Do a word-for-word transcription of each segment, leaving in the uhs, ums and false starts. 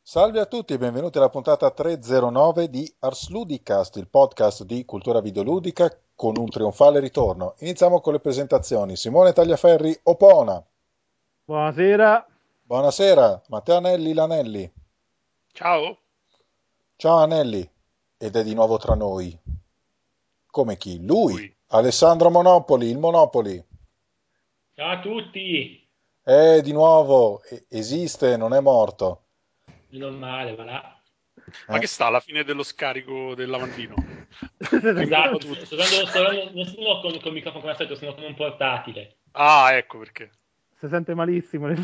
Salve a tutti e benvenuti alla puntata trecentonove di Ars Ludicast, il podcast di cultura videoludica con un trionfale ritorno. Iniziamo con le presentazioni. Simone Tagliaferri, Opona. Buonasera. Buonasera, Matteo Anelli, Lanelli. Ciao. Ciao Anelli. Ed è di nuovo tra noi. Come chi? Lui, Lui. Alessandro Monopoli, il Monopoli. Ciao a tutti, È di nuovo, e- esiste, non è morto. meno male, va là. Ma Eh? che sta alla fine dello scarico del lavandino? Esatto, Rimballo sto, tutto. sto dando, sto dando- non sono con, con il microfono come al solito, sono con un portatile. Ah, ecco perché. Si sente malissimo. nel-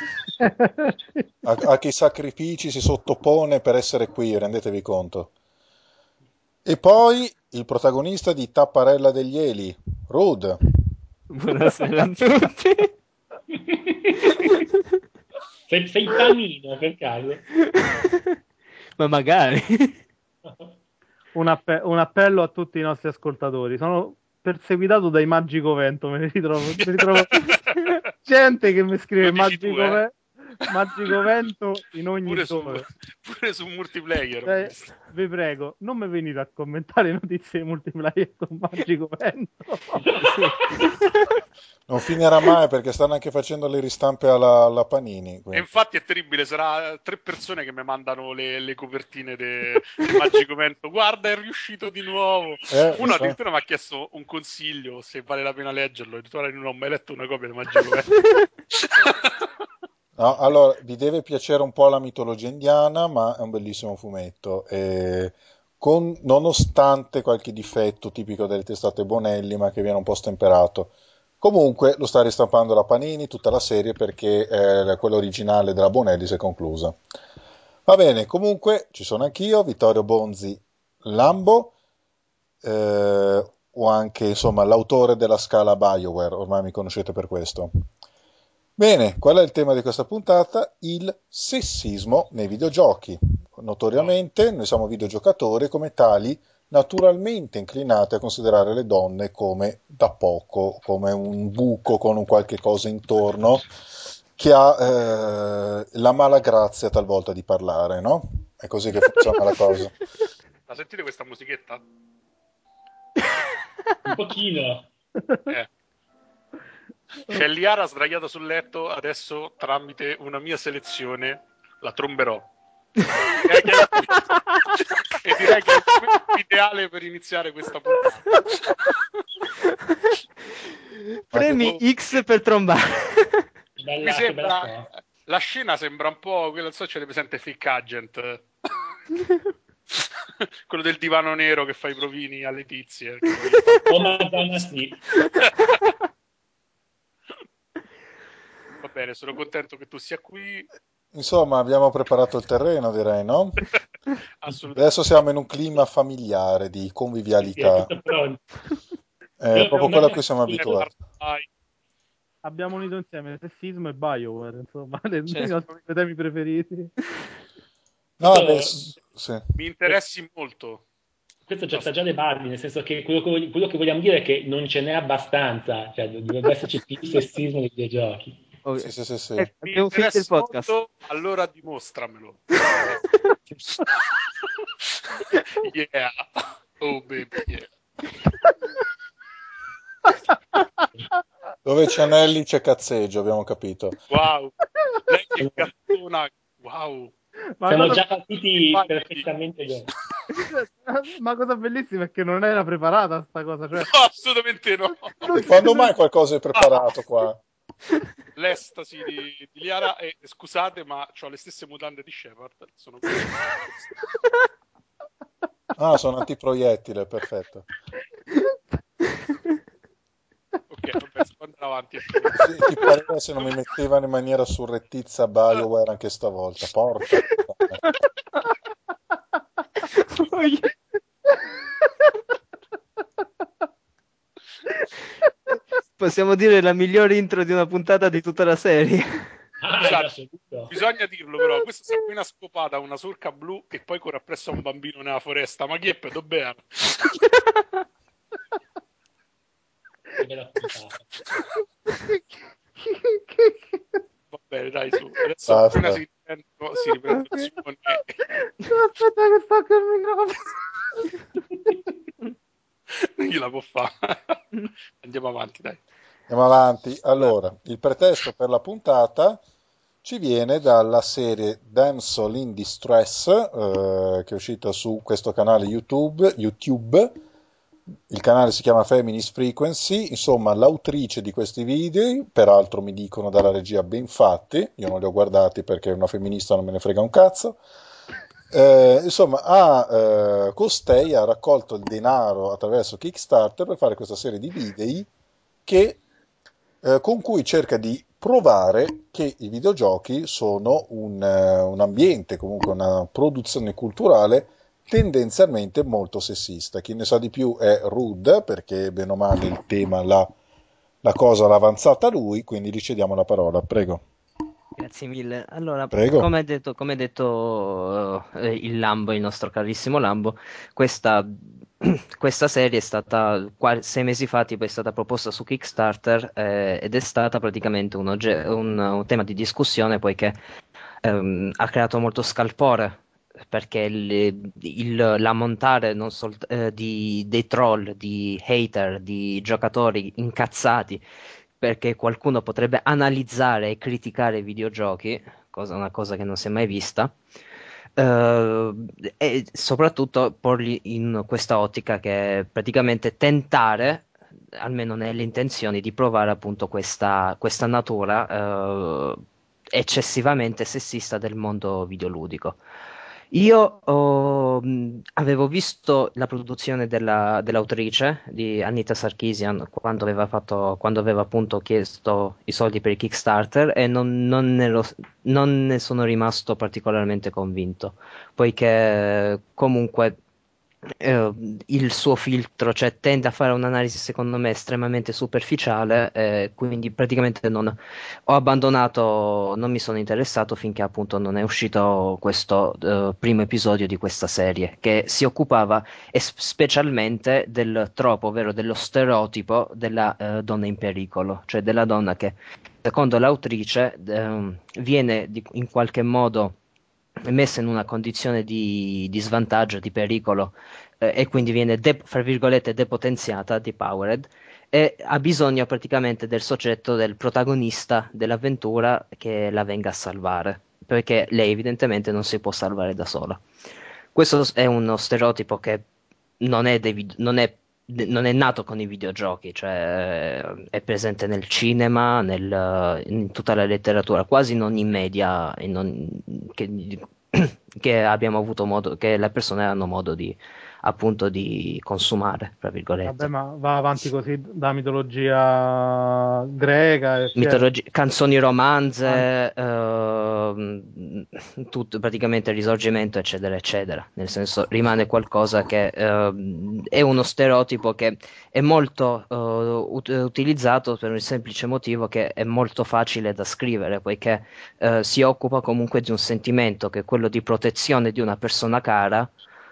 A, a che sacrifici si sottopone per essere qui, rendetevi conto. E poi il protagonista di Tapparella degli Eli, Rude. Buonasera a tutti. Sei, sei panino per caso? Ma magari. un, appe- un appello a tutti i nostri ascoltatori. Sono perseguitato dai Magico Vento. Me ne ritrovo, mi ritrovo gente che mi scrive Lo dici tu, Magico, eh? Ve- Magico Vento in ogni Pure su, dove. pure su multiplayer. ho Eh, visto. vi prego, non mi venite a commentare notizie di multiplayer con Magico Vento. Sì. Non finirà mai perché stanno anche facendo le ristampe alla, alla Panini. E quindi. infatti è terribile, sarà tre persone che mi mandano le, le copertine del Magico Vento. Guarda, è riuscito di nuovo. Eh, Uno so- addirittura mi ha chiesto un consiglio, se vale la pena leggerlo. Ho detto, "Guarda, non ho mai letto una copia di Magico Vento." no, allora, vi deve piacere un po' la mitologia indiana, ma è un bellissimo fumetto. E con- nonostante qualche difetto tipico delle testate Bonelli, ma che viene un po' stemperato. Comunque lo sta ristampando la Panini, tutta la serie, perché eh, quella originale della Bonelli si è conclusa. Va bene, comunque ci sono anch'io, Vittorio Bonzi Lambo, eh, o anche insomma l'autore della scala BioWare, ormai mi conoscete per questo. Bene, qual è il tema di questa puntata? Il sessismo nei videogiochi. Oh. Notoriamente noi siamo videogiocatori e come tali naturalmente inclinati a considerare le donne come da poco, come un buco con un qualche cosa intorno che ha eh, la mala grazia talvolta di parlare, no? È così che funziona la cosa. Ma sentite questa musichetta? Un pochino. Eh. C'è Liara sdraiata sul letto, adesso tramite una mia selezione la tromberò. Direi che è- e direi che è il momento ideale per iniziare questa puntata. Premi Oh, X per trombare. Che mi bella, che bella sembra, cosa. la scena sembra un po' quella, non so, ce l'hai presente Flick Agent, quello del divano nero che fa i provini alle tizie. che poi fa- Oh madonna sì. Va bene, sono contento che tu sia qui. Insomma, abbiamo preparato il terreno, direi, no? Adesso Assolutamente. siamo in un clima familiare di Sì, sì, è convivialità, tutto pronto. è Io proprio una quello a cosa cui siamo Le abituati. vai. Abbiamo unito insieme sessismo e BioWare, insomma, le- i Certo. nostri due temi preferiti. No, vabbè, questo, s- sì. Mi interessi molto. questo No, getta già le basi, nel senso che quello, che vog- quello che vogliamo dire è che non ce n'è abbastanza, cioè dovrebbe esserci più sessismo nei videogiochi. Ok. Sì, sì, sì, sì. Ecco, mi abbiamo finito il interessi podcast. molto, allora dimostramelo. Yeah. Oh baby, yeah. Dove c'è Nelly c'è cazzeggio, abbiamo capito. Wow. Lei che gattona. Wow. Ma Siamo cosa, già partiti Infatti, perfettamente bene. ma cosa bellissima è che non era preparata sta cosa, cioè no, assolutamente no. non E si- quando non- mai qualcosa è preparato qua? L'estasi di, di Liara e scusate, ma ho le stesse mutande di Shepard. Sono qui. Ah, sono antiproiettile, perfetto. Ok, vabbè, si può andare avanti, è finito. Sì, chi pareva se non mi mettevano in maniera surrettizia BioWare anche stavolta. Porca puttana. Poi- Possiamo dire la migliore intro di una puntata di tutta la serie. Ah, in Scusate, assoluto. bisogna dirlo però, questa si è appena scopata una sorca blu e poi corre appresso a un bambino nella foresta. Ma chi è Pedobea? Che bella puntata. Va bene, dai, su. Adesso appena Basta. si intende Oh, si riprende il suono. No, aspetta che stacco il microfono. Non gliela può fare. Andiamo avanti, dai. Andiamo avanti. Allora, il pretesto per la puntata ci viene dalla serie Damsel in Distress, eh, che è uscita su questo canale YouTube, YouTube. Il canale si chiama Feminist Frequency. Insomma, l'autrice di questi video, peraltro mi dicono dalla regia ben fatti, io non li ho guardati perché una femminista non me ne frega un cazzo. Eh, insomma, ha, eh, costei ha raccolto il denaro attraverso Kickstarter per fare questa serie di video che, eh, con cui cerca di provare che i videogiochi sono un, eh, un ambiente, comunque una produzione culturale tendenzialmente molto sessista. Chi ne sa di più è Rud, perché bene o male il tema, la, la cosa l'ha avanzata lui, quindi gli cediamo la parola. Prego. Grazie mille. Allora, Prego. come ha detto, come ha detto eh, il Lambo, il nostro carissimo Lambo, questa, questa serie è stata qua- sei mesi fa, tipo, è stata proposta su Kickstarter eh, ed è stata praticamente un, ogge- un- un tema di discussione poiché ehm, ha creato molto scalpore. Perché il, il- l'ammontare non solt- eh, di, dei troll, di hater, di giocatori incazzati perché qualcuno potrebbe analizzare e criticare i videogiochi, cosa, una cosa che non si è mai vista, eh, e soprattutto porli in questa ottica che è praticamente tentare, almeno nelle intenzioni, di provare appunto questa, questa natura eh, eccessivamente sessista del mondo videoludico. Io oh, mh, avevo visto la produzione della- dell'autrice di Anita Sarkeesian quando aveva fatto, quando aveva appunto chiesto i soldi per il Kickstarter e non, non ne ero- non ne sono rimasto particolarmente convinto, poiché comunque eh, il suo filtro, cioè tende a fare un'analisi secondo me estremamente superficiale, eh, quindi praticamente non ho abbandonato, non mi sono interessato finché appunto non è uscito questo eh, primo episodio di questa serie che si occupava es- specialmente del tropo, ovvero dello stereotipo della eh, donna in pericolo, cioè della donna che secondo l'autrice ehm, viene di- in qualche modo messa in una condizione di, di svantaggio, di pericolo eh, e quindi viene, de- fra virgolette, depotenziata, depowered e ha bisogno praticamente del soggetto, del protagonista dell'avventura che la venga a salvare, perché lei evidentemente non si può salvare da sola. Questo è uno stereotipo che non è, dei vid- non è, non è nato con i videogiochi, cioè è presente nel cinema, nel- in tutta la letteratura, quasi in ogni media in ogni- che, che abbiamo avuto modo, che le persone hanno modo di appunto di consumare, tra Vabbè, virgolette. ma va avanti così da mitologia greca e fiera. Mitologi- canzoni Anzi, romanze, ehm, tutto praticamente il risorgimento, eccetera, eccetera. Nel senso, rimane qualcosa che ehm, è uno stereotipo che è molto eh, ut- utilizzato per il semplice motivo che è molto facile da scrivere, poiché eh, si occupa comunque di un sentimento che è quello di protezione di una persona cara.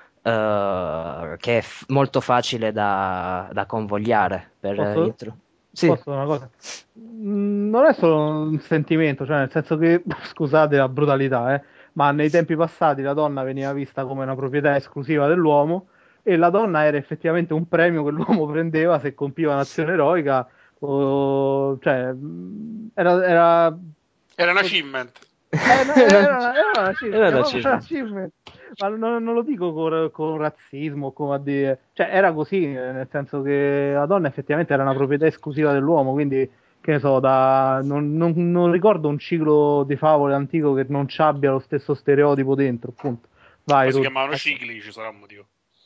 eh, che è f- molto facile da, da convogliare per eh, posso, intro. Sì. posso dire una cosa? Mm, Non è solo un sentimento, cioè nel senso che, scusate la brutalità, eh, ma nei tempi passati la donna veniva vista come una proprietà esclusiva dell'uomo e la donna era effettivamente un premio che l'uomo prendeva se compiva un'azione eroica, o, cioè, mm, era, era, Era un come dire, achievement. Eh, no, Era era, una, era una achievement, era era una proprio una cifra. achievement. Ma non, non lo dico con, con razzismo, come a dire, cioè era così, eh, nel senso che la donna effettivamente era una proprietà esclusiva dell'uomo, quindi che ne so, da, non, non- non ricordo un ciclo di favole antico che non ci abbia lo stesso stereotipo dentro, appunto. Vai, Ma si Rudy. chiamavano cicli, ci sarà un motivo.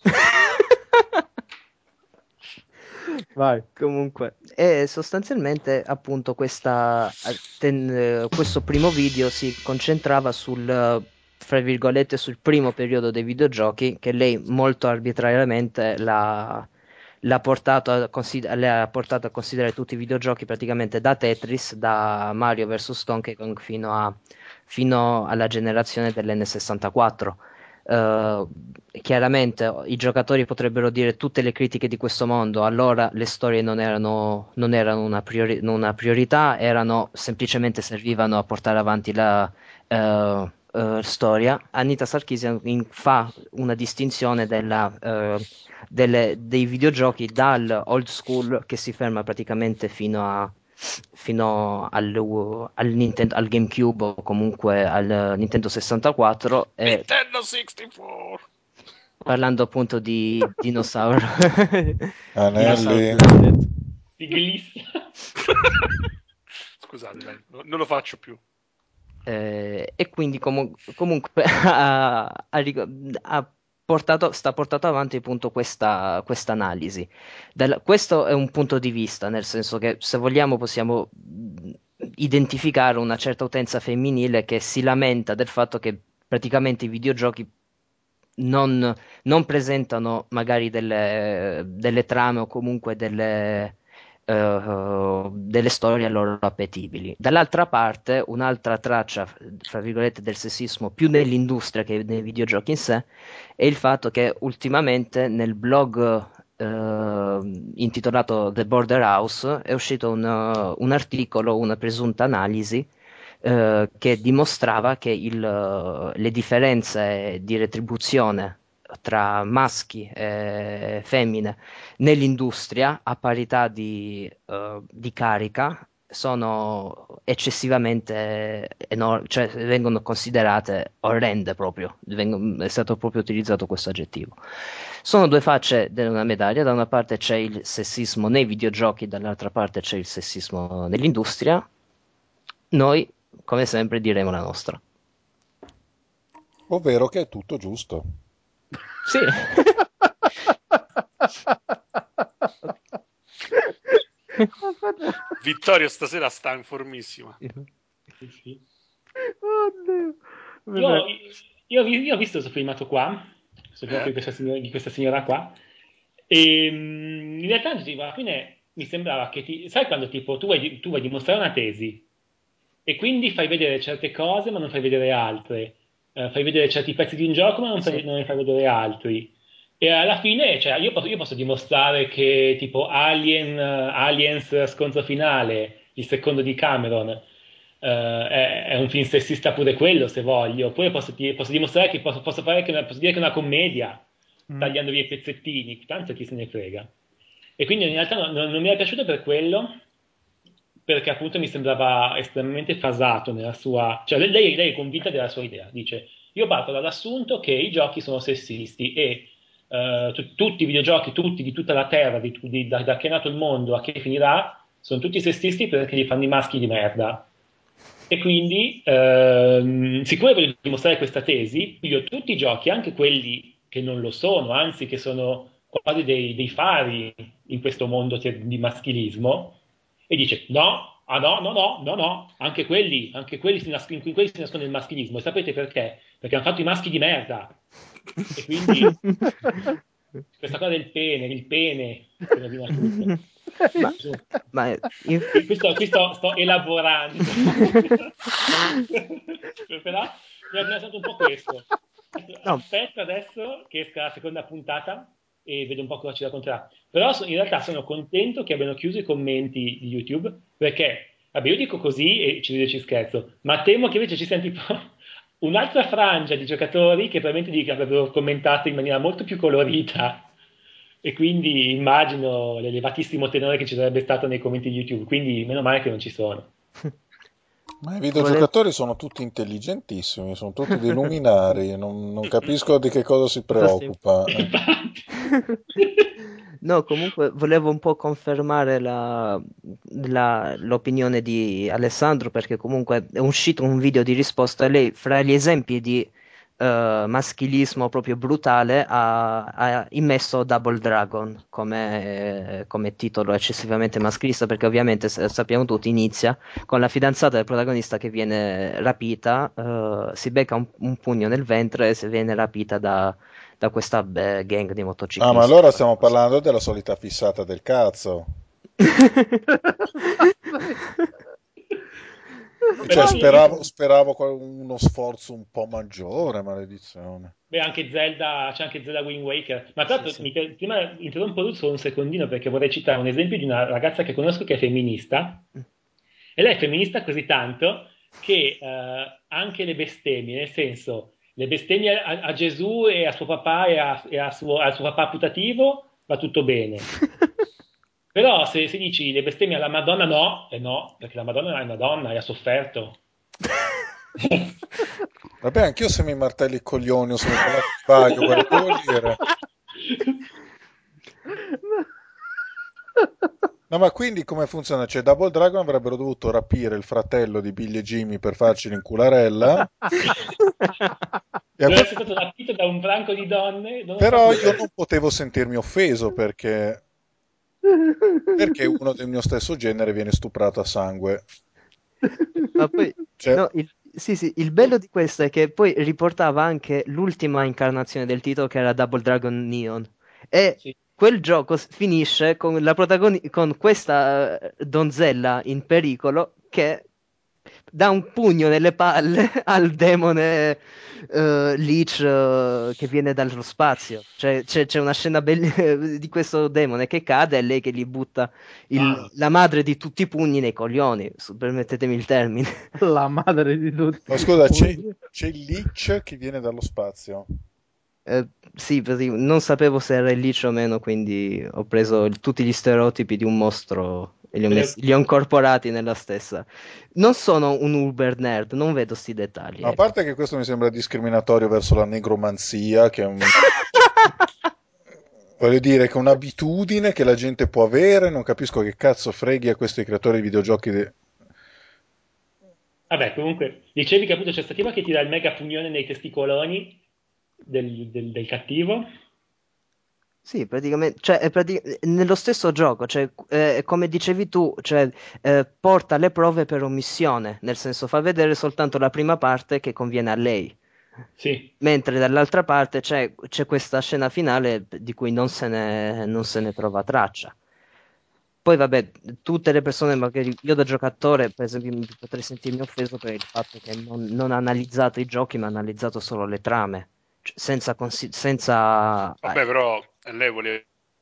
Vai. Comunque, e sostanzialmente appunto questa, eh, ten- eh, questo primo video si concentrava sul, eh, fra virgolette, sul primo periodo dei videogiochi che lei molto arbitrariamente l'ha, l'ha portato a, consider- le ha portato a considerare tutti i videogiochi praticamente da Tetris, da Mario versus Donkey Kong fino a- fino alla generazione dell'N sessantaquattro. Eh, chiaramente i giocatori potrebbero dire tutte le critiche di questo mondo, allora le storie non erano, non erano una, priori- una priorità, erano semplicemente servivano a portare avanti la, eh, eh, storia, Anita Sarkeesian in- fa una distinzione della, eh, delle- dei videogiochi dal old school che si ferma praticamente fino a fino al, al Nintendo, al GameCube o comunque al Nintendo sessantaquattro, e Nintendo sessantaquattro. parlando appunto di dinosauro Dinosaur Anelli. Planet. Di Gliss. Scusate, dai, no- non lo faccio più. Eh, e quindi comu- comunque ha, ha rig- ha portato, sta portato avanti appunto questa questa analisi. Dal- questo è un punto di vista, nel senso che se vogliamo possiamo mh, identificare una certa utenza femminile che si lamenta del fatto che praticamente i videogiochi non, non presentano magari delle, delle trame o comunque delle, eh, delle storie loro appetibili. Dall'altra parte, un'altra traccia, fra virgolette, del sessismo più nell'industria che nei videogiochi in sé è il fatto che ultimamente nel blog eh, intitolato The Border House è uscito un, uh, un articolo, una presunta analisi eh, che dimostrava che il, eh, le differenze di retribuzione tra maschi e femmine nell'industria a parità di, eh, di carica sono eccessivamente enormi, cioè vengono considerate orrende proprio, vengono- è stato proprio utilizzato questo aggettivo. Sono due facce di una medaglia, da una parte c'è il sessismo nei videogiochi, dall'altra parte c'è il sessismo nell'industria. Noi, come sempre, diremo la nostra. Ovvero che è tutto giusto. Sì. Vittorio stasera sta informissima. Sì, sì. Oddio. Io, Vabbè. io, ho vi- io ho visto questo filmato qua, questo filmato Eh? di questa signora, di questa signora qua, e mm, in realtà tipo, alla fine mi sembrava che ti, sai quando tipo tu vuoi, tu vuoi dimostrare una tesi e quindi fai vedere certe cose ma non fai vedere altre. Eh, fai vedere certi pezzi di un gioco ma non, Sì. fai, non ne fai vedere altri. E alla fine, cioè, io posso, io posso dimostrare che tipo Alien, eh, Aliens scontro finale, il secondo di Cameron, eh, è, è un film sessista pure quello, se voglio. Oppure posso, ti- posso dimostrare che posso, posso fare che una- posso dire che è una commedia, Mm. tagliando via i pezzettini, tanto chi se ne frega. E quindi in realtà non, non- non mi è piaciuto per quello, perché appunto mi sembrava estremamente fasato nella sua... Cioè lei, lei è convinta della sua idea, dice, io parto dall'assunto che i giochi sono sessisti e eh, tu- tutti i videogiochi, tutti di tutta la Terra, di- di- da, da che è nato il mondo a che finirà, sono tutti sessisti perché li fanno i maschi di merda. E quindi, ehm, siccome voglio dimostrare questa tesi, io tutti i giochi, anche quelli che non lo sono, anzi che sono quasi dei, dei fari in questo mondo te- di maschilismo, e dice no, ah no, no, no, no, no, anche quelli, anche quelli si nas- in cui quelli si nasconde il maschilismo. E sapete perché? Perché hanno fatto i maschi di merda. E quindi questa cosa del pene, il pene, che rovina tutto. Ma, ma in- Qui, qui sto, qui sto- sto elaborando, però mi è stato un po' questo. no, Aspetto adesso che esca la seconda puntata e vedo un po' cosa ci racconterà. Però so- in realtà sono contento che abbiano chiuso i commenti di YouTube perché, vabbè, io dico così e ci vedo e ci scherzo, ma temo che invece ci sia tipo un'altra frangia di giocatori che probabilmente dic- avrebbero commentato in maniera molto più colorita e quindi immagino l'elevatissimo tenore che ci sarebbe stato nei commenti di YouTube, quindi meno male che non ci sono. Ma i volevo... videogiocatori sono tutti intelligentissimi, sono tutti dei luminari, non, non capisco di che cosa si Cosa si- preoccupa. eh. Infatti. No, comunque volevo un po' confermare la- la- l'opinione di Alessandro perché comunque è uscito un video di risposta e lei, fra gli esempi di eh, maschilismo proprio brutale, ha, ha immesso Double Dragon come, eh, come titolo eccessivamente maschilista perché ovviamente s- sappiamo tutti inizia con la fidanzata del protagonista che viene rapita, eh, si becca un, un pugno nel ventre e si viene rapita da da questa beh, gang di Ah, ma motociclisti. allora stiamo parlando della solita fissata del cazzo. Cioè, Però io, io speravo, speravo qual- uno sforzo un po' maggiore, maledizione. beh, anche Zelda, c'è anche Zelda Wind Waker. Ma tra Sì, l'altro, sì. mi per- prima interrompo lui solo un secondino perché vorrei citare un esempio di una ragazza che conosco che è femminista. E lei è femminista così tanto che eh, anche le bestemmie, nel senso, le bestemmie a, a Gesù e a suo papà e, a, e a suo, al suo papà putativo va tutto bene. Però se, se dici le bestemmie alla Madonna no, eh no, perché la Madonna è una donna e ha sofferto. Vabbè, anch'io se mi martelli i coglioni o se mi sbaglio, guarda, che vuol dire? No, ma quindi come funziona? Cioè, Double Dragon avrebbero dovuto rapire il fratello di Billy e Jimmy per farci l'incularella. E a Deve quel essere stato rapito da un branco di donne, non ho Però io capito. non potevo sentirmi offeso perché, perché uno del mio stesso genere viene stuprato a sangue. Ma poi, Cioè, no, il, sì, sì, il bello di questo è che poi riportava anche l'ultima incarnazione del titolo che era Double Dragon Neon. E Sì. quel gioco s- finisce con, la protagoni- con questa eh, donzella in pericolo che dà un pugno nelle palle al demone eh, Lich eh, che viene dallo spazio. Cioè, c'è c'è una scena bella di questo demone che cade e lei che gli butta il- Ah, la madre di tutti i pugni nei coglioni, su- permettetemi il termine. La madre di tutti ma i scusa, c'è, pugni. c'è il Lich che viene dallo spazio. Eh, sì, perché non sapevo se era il Lich o meno, quindi ho preso il- tutti gli stereotipi di un mostro e li ho, per- messi- li ho incorporati nella stessa. Non sono un uber nerd, non vedo sti dettagli, Ma a ecco. parte che questo mi sembra discriminatorio verso la negromanzia, che è un... Voglio dire che è un'abitudine che la gente può avere, non capisco che cazzo freghi a questi creatori di videogiochi. de- Vabbè, comunque, dicevi che appunto c'è sta tipa che ti dà il mega pugnone nei testicoloni del, del- del cattivo. Sì, praticamente, cioè, è prati- nello stesso gioco, cioè, eh, come dicevi tu, cioè, eh, porta le prove per omissione, nel senso fa vedere soltanto la prima parte che conviene a lei, Sì. mentre dall'altra parte c'è c'è questa scena finale di cui non se ne, non se ne trova traccia. Poi vabbè, tutte le persone, magari io da giocatore, per esempio, mi potrei sentirmi offeso per il fatto che non, non ha analizzato i giochi, ma ha analizzato solo le trame, cioè, senza, consi- senza Vabbè, eh, però eh, lei voleva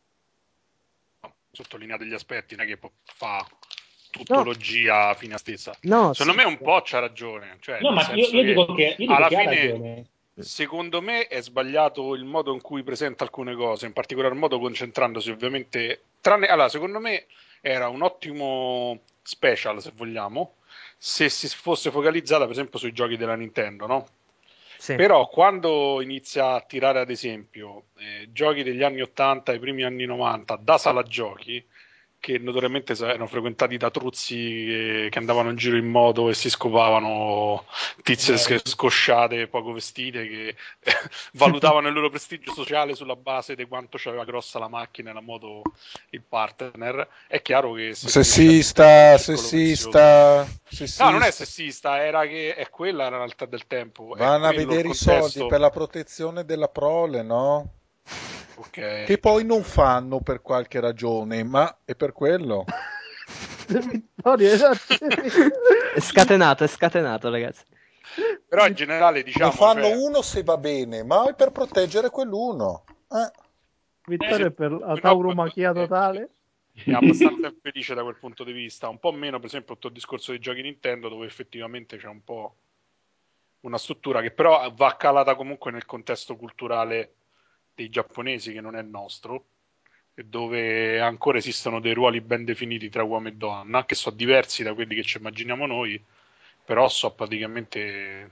sottolineare degli aspetti, non è che po- fa no, tuttologia fine a stessa. no, Secondo sì. me un po' c'ha ragione, cioè No, nel ma io, senso io che dico che, io dico alla che ha fine, ragione. secondo me, è sbagliato il modo in cui presenta alcune cose, in particolar modo concentrandosi ovviamente, tranne, allora, secondo me era un ottimo special, se vogliamo, se si fosse focalizzata per esempio sui giochi della Nintendo, no? Sì. Però quando inizia a tirare ad esempio eh, giochi degli anni ottanta e primi anni novanta da sala giochi, che notoriamente erano frequentati da truzzi che, che andavano in giro in moto e si scopavano tizie Eh, scosciate, poco vestite, che valutavano il loro prestigio sociale sulla base di quanto c'aveva grossa la macchina e la moto il partner. È chiaro che se tu riesci a allentare quel Sessista, circolo vizioso. sessista, No, non è sessista. sessista, era che è quella la realtà del tempo, è Vanno a quello il vedere i soldi per contesto. la protezione della prole, no? Ok, Che c'ha poi non ragione. fanno per qualche ragione, ma è per quello. Vittorio, esatto. È scatenato, è scatenato, ragazzi. Però in generale Ne diciamo, fanno cioè, uno se va bene, ma è per proteggere quell'uno. Eh. se- Vittorio è per la no, p- tauromachia è, totale. è abbastanza infelice da quel punto di vista, un po' meno per esempio tutto il discorso dei giochi Nintendo dove effettivamente c'è un po' una struttura che però va calata comunque nel contesto culturale dei giapponesi che non è il nostro e dove ancora esistono dei ruoli ben definiti tra uomo e donna che sono diversi da quelli che ci immaginiamo noi, però sono praticamente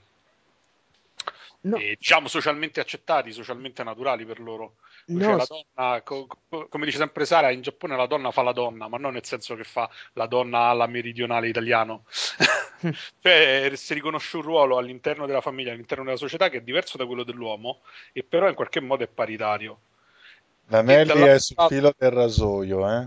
No, eh, diciamo socialmente accettati, socialmente naturali per loro. Cioè no, la s- donna, co- co- come dice sempre Sara, in Giappone la donna fa la donna, ma non nel senso che fa la donna alla meridionale italiano. Cioè si riconosce un ruolo all'interno della famiglia, all'interno della società che è diverso da quello dell'uomo e però in qualche modo è paritario. E L'Anelli è dall'altro sul lato... filo del rasoio, eh?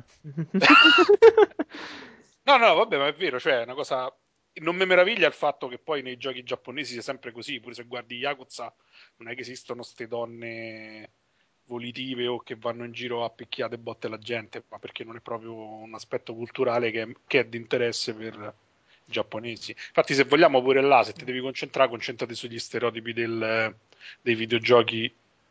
No, no, vabbè, ma è vero, cioè è una cosa... Non mi meraviglia il fatto che poi nei giochi giapponesi sia sempre così, pure se guardi Yakuza non è che esistono queste donne volitive o che vanno in giro a picchiate e botte la gente, ma perché non è proprio un aspetto culturale che è, che è di interesse per i giapponesi. Infatti se vogliamo pure là, se ti devi concentrare, concentrati sugli stereotipi del- dei videogiochi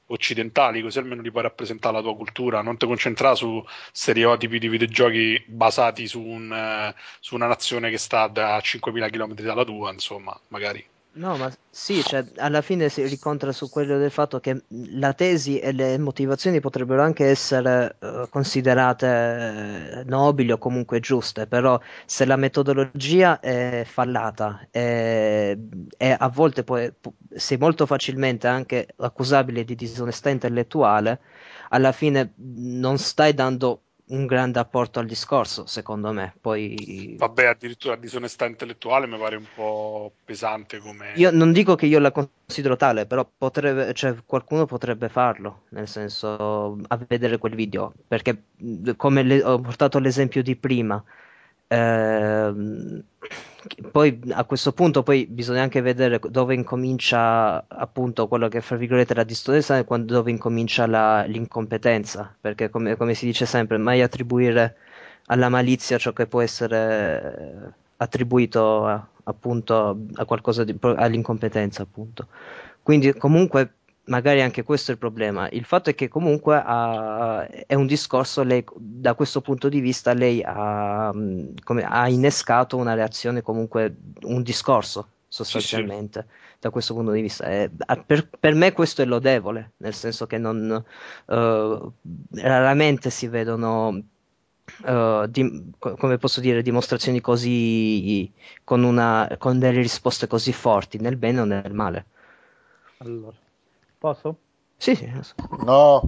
occidentali, così almeno li puoi rappresentare la tua cultura, non ti concentrare su stereotipi di videogiochi basati su, un, eh, su una nazione che sta a cinquemila chilometri dalla tua, insomma, magari. No, ma sì, cioè, alla fine si ricontra su quello del fatto che la tesi e le motivazioni potrebbero anche essere eh, considerate eh, nobili o comunque giuste, però se la metodologia è fallata e, e a volte poi pu- sei molto facilmente anche accusabile di disonestà intellettuale, alla fine non stai dando un grande apporto al discorso, secondo me. Poi Vabbè, addirittura disonestà intellettuale mi pare un po' pesante io come... non dico che io la considero tale, però potrebbe, cioè, qualcuno potrebbe farlo, nel senso, a vedere quel video, perché mh, come le- ho portato l'esempio di prima, ehm, poi a questo punto poi bisogna anche vedere dove incomincia appunto quello che fra virgolette la distonestà e quando dove incomincia la- l'incompetenza, perché come, come si dice sempre, mai attribuire alla malizia ciò che può essere attribuito a- appunto a qualcosa di, all'incompetenza, appunto. Quindi comunque magari anche questo è il problema. Il fatto è che comunque ha- è un discorso, lei, da questo punto di vista lei ha, mh, come- ha innescato una reazione, comunque un discorso Sì, sì. sostanzialmente da questo punto di vista. E, a- per, per me questo è lodevole, nel senso che non, eh, raramente si vedono eh, di- co- come posso dire, dimostrazioni così con una, con delle risposte così forti, nel bene o nel male. Allora, posso? Sì, sì, lo so. No,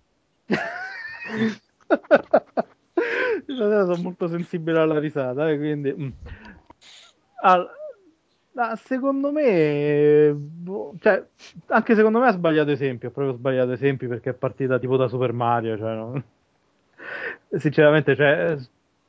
Io sono molto sensibile alla risata, eh, quindi... mm. Al- ma secondo me, boh, cioè, anche secondo me ha sbagliato esempio, ha proprio sbagliato esempi perché è partita tipo da Super Mario, cioè, no? Sinceramente, cioè,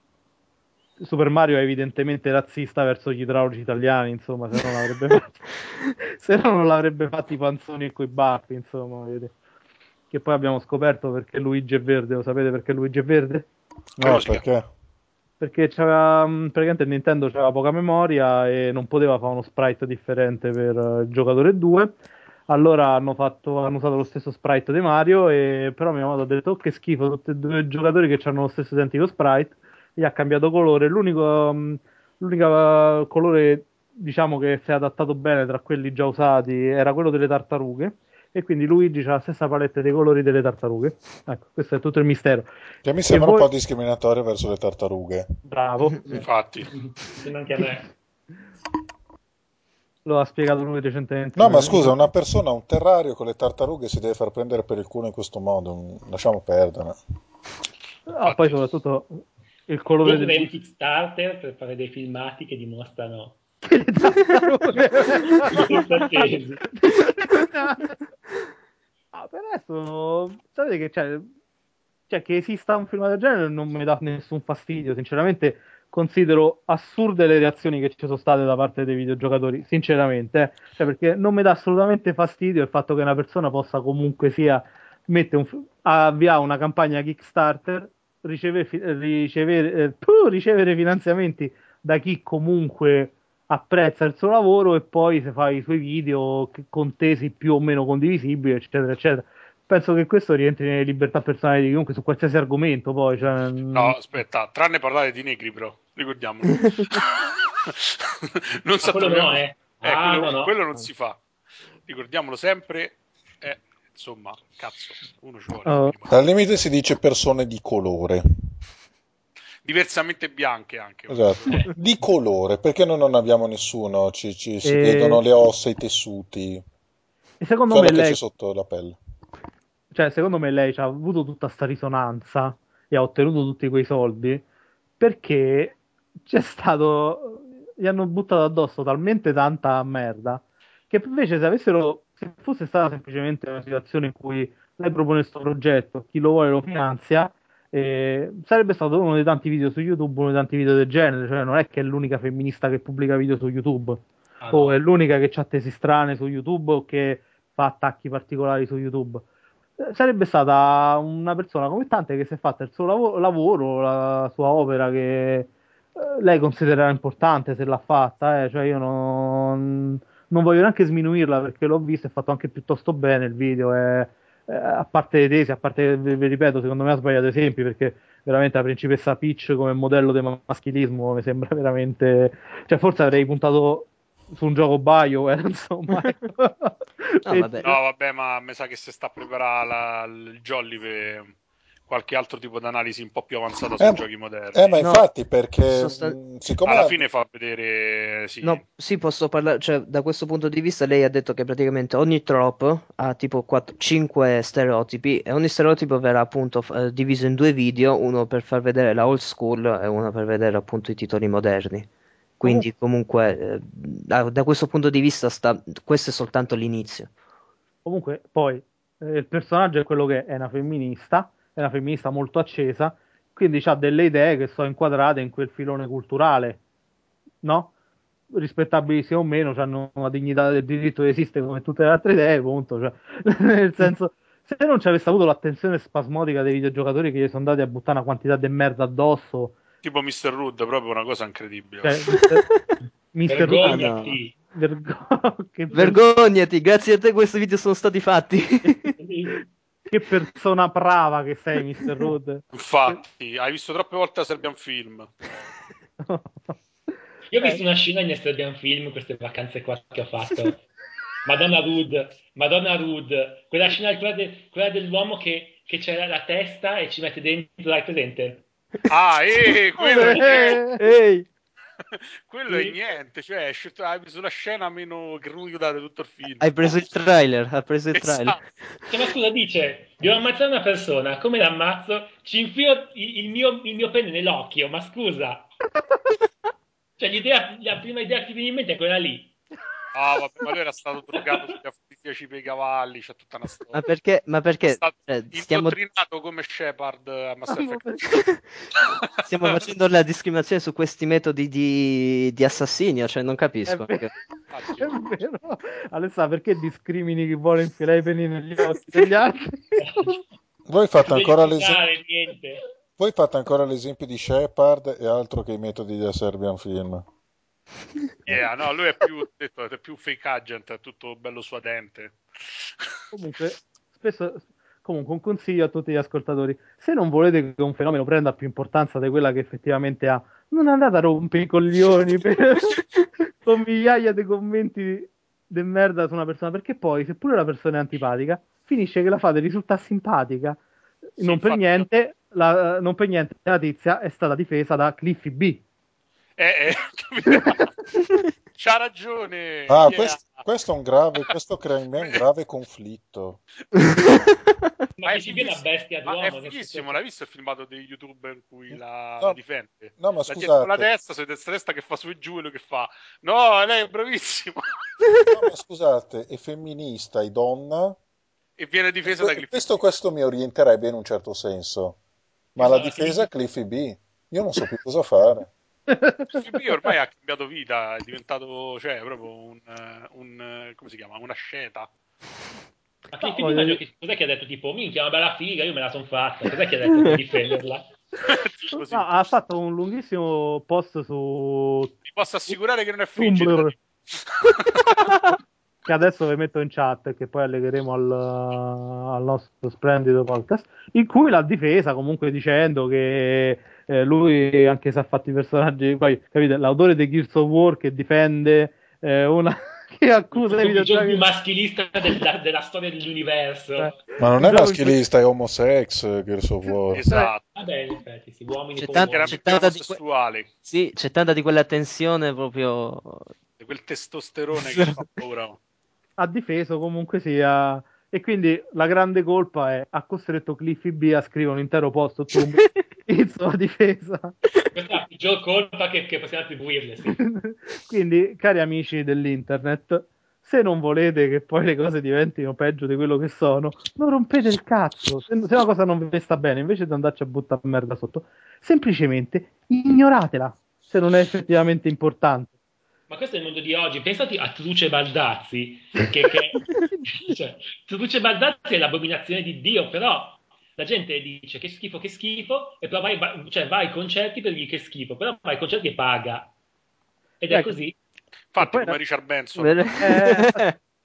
Super Mario è evidentemente razzista verso gli idraulici italiani, insomma, se no non l'avrebbe fatto, se no non l'avrebbe fatto i panzoni e coi baffi, insomma, vedi. Che poi abbiamo scoperto perché Luigi è verde, lo sapete perché Luigi è verde? Quello no, si chiama. perché? Perché c'aveva, mh, praticamente il Nintendo aveva poca memoria e non poteva fare uno sprite differente per eh, il giocatore due. Allora hanno fatto, hanno usato lo stesso sprite di Mario, e però mia madre ha detto: "Oh, che schifo, tutti e due i giocatori che hanno lo stesso identico sprite." Gli ha cambiato colore. L'unico, mh, l'unico colore, diciamo, che si è adattato bene tra quelli già usati era quello delle tartarughe. E quindi Luigi ha la stessa palette dei colori delle tartarughe. Ecco, questo è tutto il mistero. Che mi Che sembra un voi... po' discriminatorio verso le tartarughe. Bravo. Infatti. Sembra anche a me. Lo ha spiegato lui recentemente. No, ma in scusa, una- una persona, un terrario con le tartarughe si deve far prendere per il culo in questo modo. Mm, lasciamo perdere. Ah, poi Infatti. soprattutto il Io colore del avrei un wiki Kickstarter per fare dei filmati che dimostrano delle tartarughe questa tesi. determinate. Ah, per adesso sapete che c'è, cioè, che esista un film del genere non mi dà nessun fastidio. Sinceramente, considero assurde le reazioni che ci sono state da parte dei videogiocatori. Sinceramente, eh. Cioè, perché non mi dà assolutamente fastidio il fatto che una persona possa comunque sia mette un, fi- avviare una campagna Kickstarter, riceve, fi- ricevere, eh, puh, ricevere finanziamenti da chi comunque apprezza il suo lavoro e poi se fa i suoi video che- contesi più o meno condivisibili, eccetera, eccetera. Penso che questo rientri nelle libertà personali di chiunque su qualsiasi argomento, poi, cioè, No, mm, aspetta, tranne parlare di negri, però, ricordiamolo. Non Ma quello no, sappiamo... eh. Eh, Ah, quello, no, no. quello non si fa. Ricordiamolo sempre. Eh, insomma, cazzo, uno ci vuole un oh, minimo. Al limite si dice persone di colore. Diversamente bianche anche, voglio Esatto. sapere. Di colore, perché noi non abbiamo nessuno? Ci, ci- si vedono e, le ossa, i tessuti, e secondo quello me che c'è lei, sotto la pelle. cioè, secondo me lei ha avuto tutta sta risonanza e ha ottenuto tutti quei soldi perché c'è stato, gli hanno buttato addosso talmente tanta merda che invece se avessero, se fosse stata semplicemente una situazione in cui lei propone questo progetto, chi lo vuole lo finanzia, eh, sarebbe stato uno dei tanti video su YouTube, uno dei tanti video del genere, cioè non è che è l'unica femminista che pubblica video su YouTube, Ah, o è no. l'unica che ha tesi strane su YouTube o che fa attacchi particolari su YouTube. Eh, Sarebbe stata una persona come tante che si è fatta il suo lavo- lavoro, la sua opera che eh, lei considererà importante se l'ha fatta, eh. Cioè io non, non voglio neanche sminuirla perché l'ho visto e fatto anche piuttosto bene il video. È eh, a parte le tesi, a parte, vi, vi ripeto, secondo me ha sbagliato esempi, perché veramente la principessa Peach come modello del maschilismo mi sembra veramente... Cioè, forse avrei puntato su un gioco BioWare, insomma. ecco. No, E- vabbè. No, vabbè, ma mi sa che si sta a preparare la- il Jolly per qualche altro tipo di analisi un po' più avanzata sui Eh, giochi eh, ma moderni. No, infatti, perché sostan- mh, siccome Alla la- fine fa vedere, sì. no, sì, posso parlare, cioè, da questo punto di vista lei ha detto che praticamente ogni trope ha tipo cinque stereotipi e ogni stereotipo verrà appunto f- eh, diviso in due video, uno per far vedere la old school e uno per vedere appunto i titoli moderni. comunque, Quindi comunque eh, da, da questo punto di vista sta, questo è soltanto l'inizio. comunque, poi, eh, il personaggio è quello che è una femminista, è una femminista molto accesa, quindi ha delle idee che sono inquadrate in quel filone culturale, no? Rispettabili sia o meno, hanno una dignità del diritto di esistere come tutte le altre idee, punto. Cioè, nel senso, se non ci avesse avuto l'attenzione spasmodica dei videogiocatori che gli sono andati a buttare una quantità di merda addosso, Tipo mister Rudd, proprio una cosa incredibile. cioè, mister mister Ah, no. Vergognati. Vergo- che, ver- Vergognati, grazie a te questi video sono stati fatti. che persona brava che sei, mister Rudd. Infatti, hai visto troppe volte la Serbian Film. Io ho Eh. visto una scena in Serbian Film, queste vacanze qua che ho fatto. Madonna Rudd, Madonna Rudd, quella scena, quella, de- quella dell'uomo che, che c'è la testa e ci mette dentro, hai presente? Ah, eh, quello è niente. Eh, Ehi, Quello è Sì. niente, cioè hai scelto, hai preso la scena meno cruda di tutto il film. hai preso il trailer, hai preso il trailer. Esatto. Cioè, ma scusa, dice, devo ammazzare una persona, come l'ammazzo? Ci infilo il, il mio, il mio pene nell'occhio, ma scusa. Cioè, l'idea, la prima idea che ti viene in mente è quella lì. Ah, vabbè, ma lui era stato drogato sugli afrodisiaci per i cavalli, c'è tutta una Ma storia. perché, ma È perché stato eh, stiamo, indottrinato come Shepard a Mass amo Effect. perché- stiamo facendo la discriminazione su questi metodi di, di assassinio, cioè non È capisco. vero, Infatti, è oh. vero. Alessà, perché discrimini chi vuole infilare i peli negli occhi degli altri? voi Non ti fate devi ancora l'esempio. scusare, niente. Voi fate ancora l'esempio di Shepard e altro che i metodi da Serbian Film. Yeah, no, lui è più, detto, è più fake agent, è tutto bello suadente. Comunque, spesso, comunque, un consiglio a tutti gli ascoltatori: se non volete che un fenomeno prenda più importanza di quella che effettivamente ha, non andate a rompere i coglioni per- con migliaia di commenti di merda su una persona, perché poi, seppure la persona è antipatica, finisce che la fate risultare simpatica. Sì, Non per infatti, niente, la, non per niente la tizia è stata difesa da Cliffy B. eh, eh, c'ha ragione, Ah, yeah. quest- questo, è un grave, questo crea in me un grave conflitto. Ma Ma è che si vede una fighissimo, bestia ma è d'uomo, nel fighissimo, senso... l'hai visto il filmato di YouTube in cui la, la No, difende? no, ma La dietro con la scusate, testa, su destra destra che fa su e giù e lui che fa no, lei è bravissimo. no, ma scusate, è femminista, è donna, E viene e difesa da que- Cliffy questo, B. questo mi orienterebbe in un certo senso, ma la Questa la difesa Cliffy... è Cliffy B, io non so più cosa fare. Cliffy B ormai ha cambiato vita, è diventato, cioè, proprio un, eh, un eh, come si chiama? Una sceta. Ma No, Cliffy B voglio immagino dire- che... Cos'è che ha detto? Tipo, minchia, una bella figa, io me la son fatta. Cos'è che ha detto per difenderla? Tipo No, sì. ha fatto un lunghissimo post su Ti posso assicurare che non è frigida. Tumblr, che adesso vi metto in chat e che poi allegheremo al, al nostro splendido podcast, in cui l'ha difesa comunque dicendo che eh, lui, anche se ha fatto i personaggi, poi capite, l'autore di Gears of War che difende eh, una che accusa i Il gioco più videogiochi, maschilista della, della storia cioè, dell'universo. Ma non un è gioco in cui maschilista, è homosex, Gears of War. cioè, Esatto. Vabbè, in effetti, sì, uomini C'è, con tan- c'è uomini. Chiaramente tanta di que- omosessuali. sì, c'è tanta di quella tensione proprio. Di quel testosterone che fa paura. ha difeso comunque sia, e quindi la grande colpa è ha costretto Cliffy B a scrivere un intero post su Tumblr in sua difesa. Questa è la peggior colpa che, che possiamo attribuirle, sì. Quindi, cari amici dell'internet, se non volete che poi le cose diventino peggio di quello che sono, non rompete il cazzo. Se, se una cosa non vi sta bene, invece di andarci a buttare merda sotto, semplicemente ignoratela se non è effettivamente importante. Ma questo è il mondo di oggi. Pensate a Truce Baldazzi, che, che cioè, Truce Baldazzi è l'abominazione di Dio, però la gente dice che schifo, che schifo, e poi vai, va- cioè, va ai concerti per dire che schifo, però vai ai concerti e paga. Ed è Ecco, così. e Infatti, poi come Richard Benson. Vero? Eh,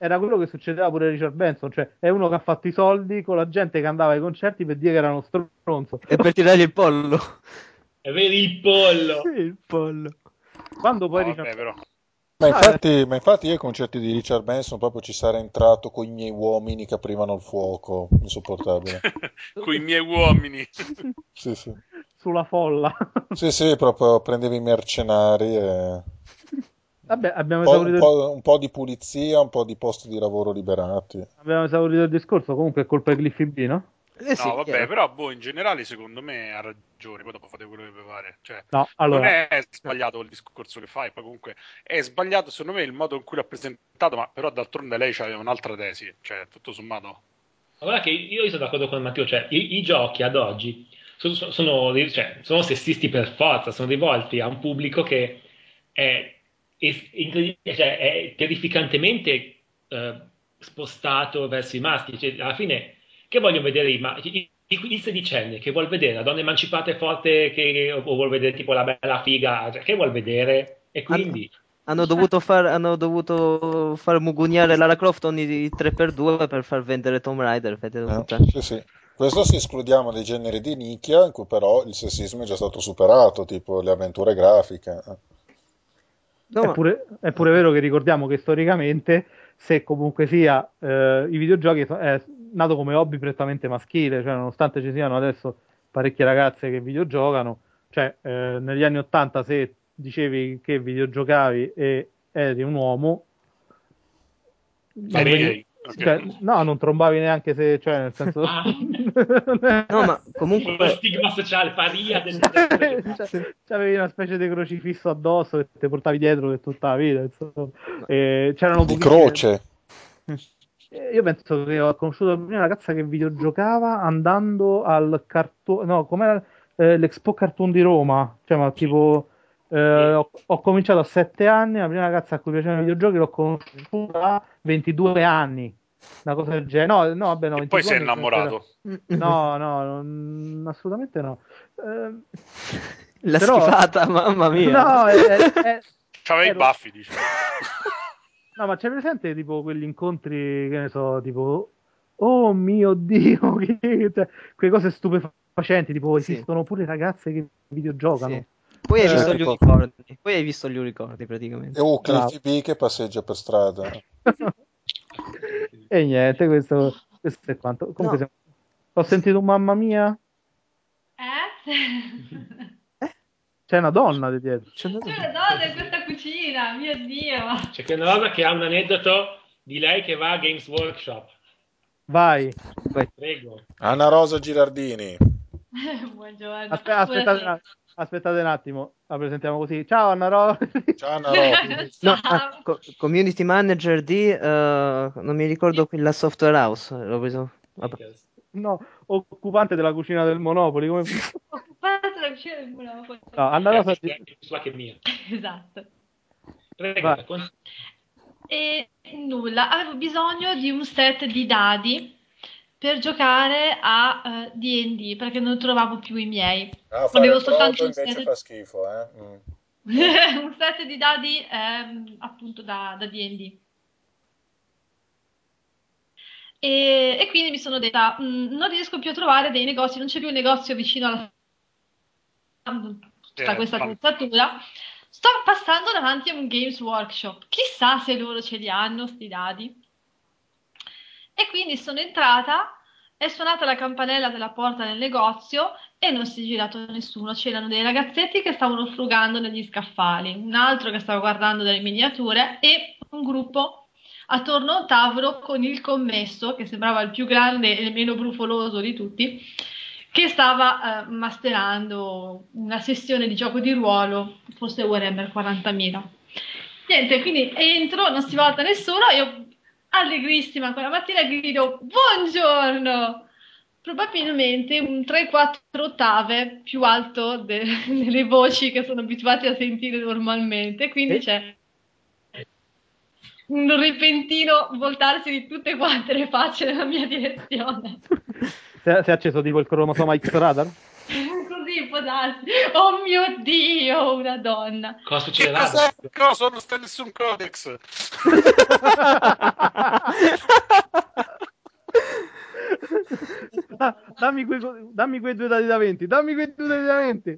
era quello che succedeva pure a Richard Benson, cioè è uno che ha fatto i soldi con la gente che andava ai concerti per dire che era uno stronzo. E per tirargli il pollo. È vero, il pollo. Il pollo. Quando poi No, Richard... vabbè, però. Ma No, infatti, ma infatti io ai concerti di Richard Benson proprio ci sarei entrato con i miei uomini che aprivano il fuoco, insopportabile. Con i miei uomini. Sì, sì. sulla folla. Sì, sì, proprio prendevi i mercenari e... Vabbè, abbiamo Un po', un esaurito, po'- un po' di pulizia, un po' di posti di lavoro liberati. abbiamo esaurito il discorso, comunque è colpa di Cliffy B, no? Eh sì, No, vabbè, chiaro. però boh, in generale secondo me ha ragione, poi dopo fate quello che vi pare. Cioè, No, non allora, è sbagliato il discorso che fai, poi comunque è sbagliato secondo me il modo in cui l'ha presentato, ma però d'altronde lei aveva un'altra tesi, cioè tutto sommato. Ma guarda che io sono d'accordo con Matteo, cioè i, i giochi ad oggi sono, sono- sono dei- cioè, sono sessisti per forza, sono rivolti a un pubblico che è, è incredi- cioè, è terrificantemente eh, spostato verso i maschi. Cioè, alla fine, che vogliono vedere i maschi? Il sedicenne che vuol vedere la donna emancipata e forte che, o vuol vedere tipo la bella figa, cioè, che vuol vedere? E Hanno, quindi hanno dovuto far, hanno dovuto far mugugnare Lara Croft ogni tre per due per far vendere Tomb Raider. Fate la Eh, puttana. sì, sì. Questo se escludiamo dei generi di nicchia in cui però il sessismo è già stato superato, tipo le avventure grafiche. eh. No, è ma... pure, è pure vero che ricordiamo che storicamente, se comunque sia, eh, i videogiochi so- è nato come hobby prettamente maschile, cioè nonostante ci siano adesso parecchie ragazze che videogiocano, cioè eh, negli anni ottanta se dicevi che videogiocavi e eri un uomo, non Eri veni- gay. Ok. cioè, no, non trombavi neanche se, cioè, nel senso... ah, no, ma tipo lo comunque... stigma sociale, paria del, Cioè, Sì. c'avevi una specie di crocifisso addosso che ti portavi dietro per tutta la vita, insomma. No. E c'erano Di pochissime. croce. Eh, Io penso che ho conosciuto la prima ragazza che videogiocava andando al cartone, no, com'era eh, l'Expo Cartoon di Roma, cioè, ma tipo eh, ho, ho cominciato a sette anni, la prima ragazza a cui piacevano i videogiochi l'ho conosciuta a ventidue anni, una cosa del genere. No, no, vabbè, no, E poi ventidue sei anni. Era... innamorato. No, no, non- assolutamente no. Eh, La però, schifata, mamma mia. no, è, è- è- C'aveva i ero- baffi, dice. no, ma c'è presente tipo quegli incontri, che ne so, tipo, oh mio Dio, che... cioè, quelle cose stupefacenti, tipo, Sì, esistono pure ragazze che sì. videogiocano. Poi hai Sì, visto Eh, sì, gli poi- unicorni. Poi hai visto gli unicorni, E praticamente. un bravo. Cliffy B che passeggia per strada. E niente, questo, questo è quanto. Comunque, No. siamo- ho sentito un mamma mia, Eh? c'è una donna di dietro. C'è una C'è donna. una donna in questa cucina, mio Dio! c'è quella roba che ha un aneddoto di lei che va a Games Workshop. Vai, Vai. Prego. Anna Rosa Girardini. Buongiorno, Aspe- aspettate, un buonasera. a- aspettate un attimo, la presentiamo così. Ciao Anna Ro. Ciao Anna Rosa. No, ah, Ciao. co- community manager di... eh, non mi ricordo qui la software house. L'ho preso... Vabbè. No, occupante della cucina del Monopoli. Come... Occupata la cucina del Monopoli. No, Anna Che è Rosa, più sua, più sua che mia. Esatto. Prego, vai. racconta. E nulla, avevo bisogno di un set di dadi per giocare a eh, D and D perché non trovavo più i miei. Ah, fare Avevo il soltanto proto un invece set, fa schifo, eh? Mm. Eh. un set di dadi ehm, appunto da, da D and D. E, e quindi mi sono detta, "Mm, non riesco più a trovare dei negozi, non c'è più un negozio vicino alla tutta Eh, questa fan- attrezzatura. Sto passando davanti a un Games Workshop. Chissà se loro ce li hanno, sti dadi. E quindi sono entrata, è suonata la campanella della porta del negozio e non si è girato nessuno. C'erano dei ragazzetti che stavano frugando negli scaffali, un altro che stava guardando delle miniature e un gruppo attorno a un tavolo con il commesso, che sembrava il più grande e il meno brufoloso di tutti, che stava eh, masterando una sessione di gioco di ruolo, forse Warhammer quarantamila. Niente, quindi entro, non si volta nessuno, io allegrissima quella mattina grido buongiorno, probabilmente un tre quattro ottave più alto de- delle voci che sono abituati a sentire normalmente, quindi E- c'è un repentino voltarsi di tutte quante le facce nella mia direzione. Si è, si è acceso tipo il cromosoma X radar? Così può guardarsi. Oh mio Dio, una donna. Cosa Che succederà? cos'è? Cosa non sta nessun codex? Da- dammi, quei, dammi quei due dadi da venti, dammi quei due dadi da venti.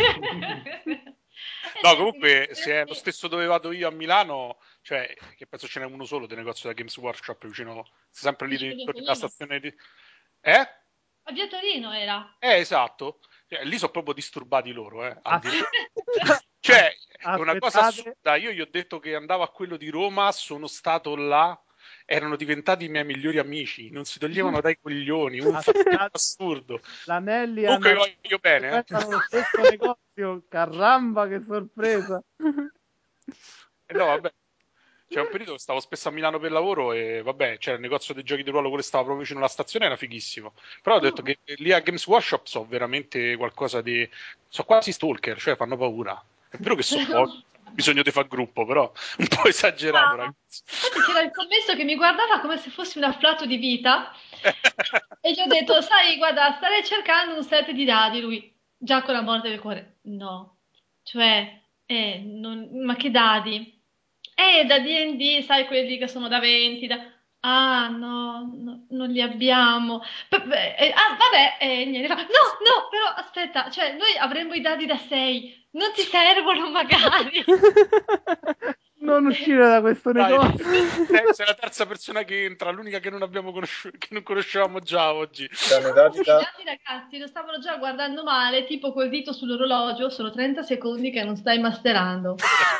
No, comunque, se è lo stesso dove vado io a Milano, cioè, che penso ce n'è uno solo del negozio da Games Workshop vicino, sempre lì Dici, dentro via nella Torino? stazione di... Eh? A via Torino era. Eh, esatto. Cioè, lì sono proprio disturbati loro, eh, al di là. As- Cioè, è una cosa Aspettate, assurda. Io gli ho detto che andavo a quello di Roma, sono stato là, erano diventati i miei migliori amici, non si toglievano dai coglioni, un fatto aspettate, assurdo. l'Anelli e Comunque vi Anna voglio bene, eh. frequentano lo stesso negozio, caramba, che sorpresa. Eh, no, vabbè. C'è un periodo che stavo spesso a Milano per lavoro e vabbè, c'era il negozio dei giochi di ruolo, quello che stava proprio vicino alla stazione, era fighissimo. Però ho detto che lì a Games Workshop so veramente qualcosa di... so quasi stalker, cioè fanno paura. È vero che so poco, bisogno di far gruppo, però un po' esagerato, Ah, ragazzi. infatti c'era il commesso che mi guardava come se fossi un afflato di vita e gli ho detto, sai, guarda, starei cercando un set di dadi, lui, già con la morte del cuore. No, cioè, eh, non- ma che dadi? Eh, da D and D, sai, quelli che sono da venti, da... Ah, no, no, non li abbiamo. P- beh, eh, ah, vabbè, eh, niente. fa- No, no, però aspetta, cioè, noi avremmo i dadi da sei, non ti servono magari. Non uscire da questo Dai, negozio. sei sei la terza persona che entra, l'unica che non abbiamo conosciuto, che non conoscevamo già oggi. Danno i dati I da... dati ragazzi lo stavano già guardando male, tipo col dito sull'orologio, sono trenta secondi che non stai masterando.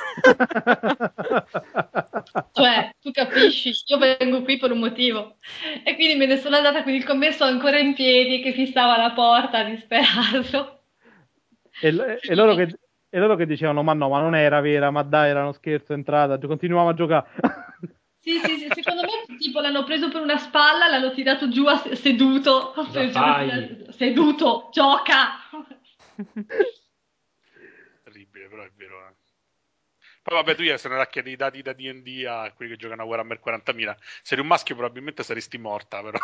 Cioè, tu capisci, io vengo qui per un motivo. E quindi me ne sono andata con il commesso ancora in piedi che fissava alla porta, disperato. E, l- e loro che, e loro che dicevano, ma no, ma non era vera, ma dai, era uno scherzo, è entrata, gio- continuiamo a giocare. Sì, sì, sì, secondo me tipo l'hanno preso per una spalla, l'hanno tirato giù a- seduto. Cosa fai? Seduto, gioca! Terribile, però è vero, eh. Poi vabbè, tu gli se ne racchia dei dati da D and D a quelli che giocano a Warhammer quarantamila. Se eri un maschio probabilmente saresti morta, però.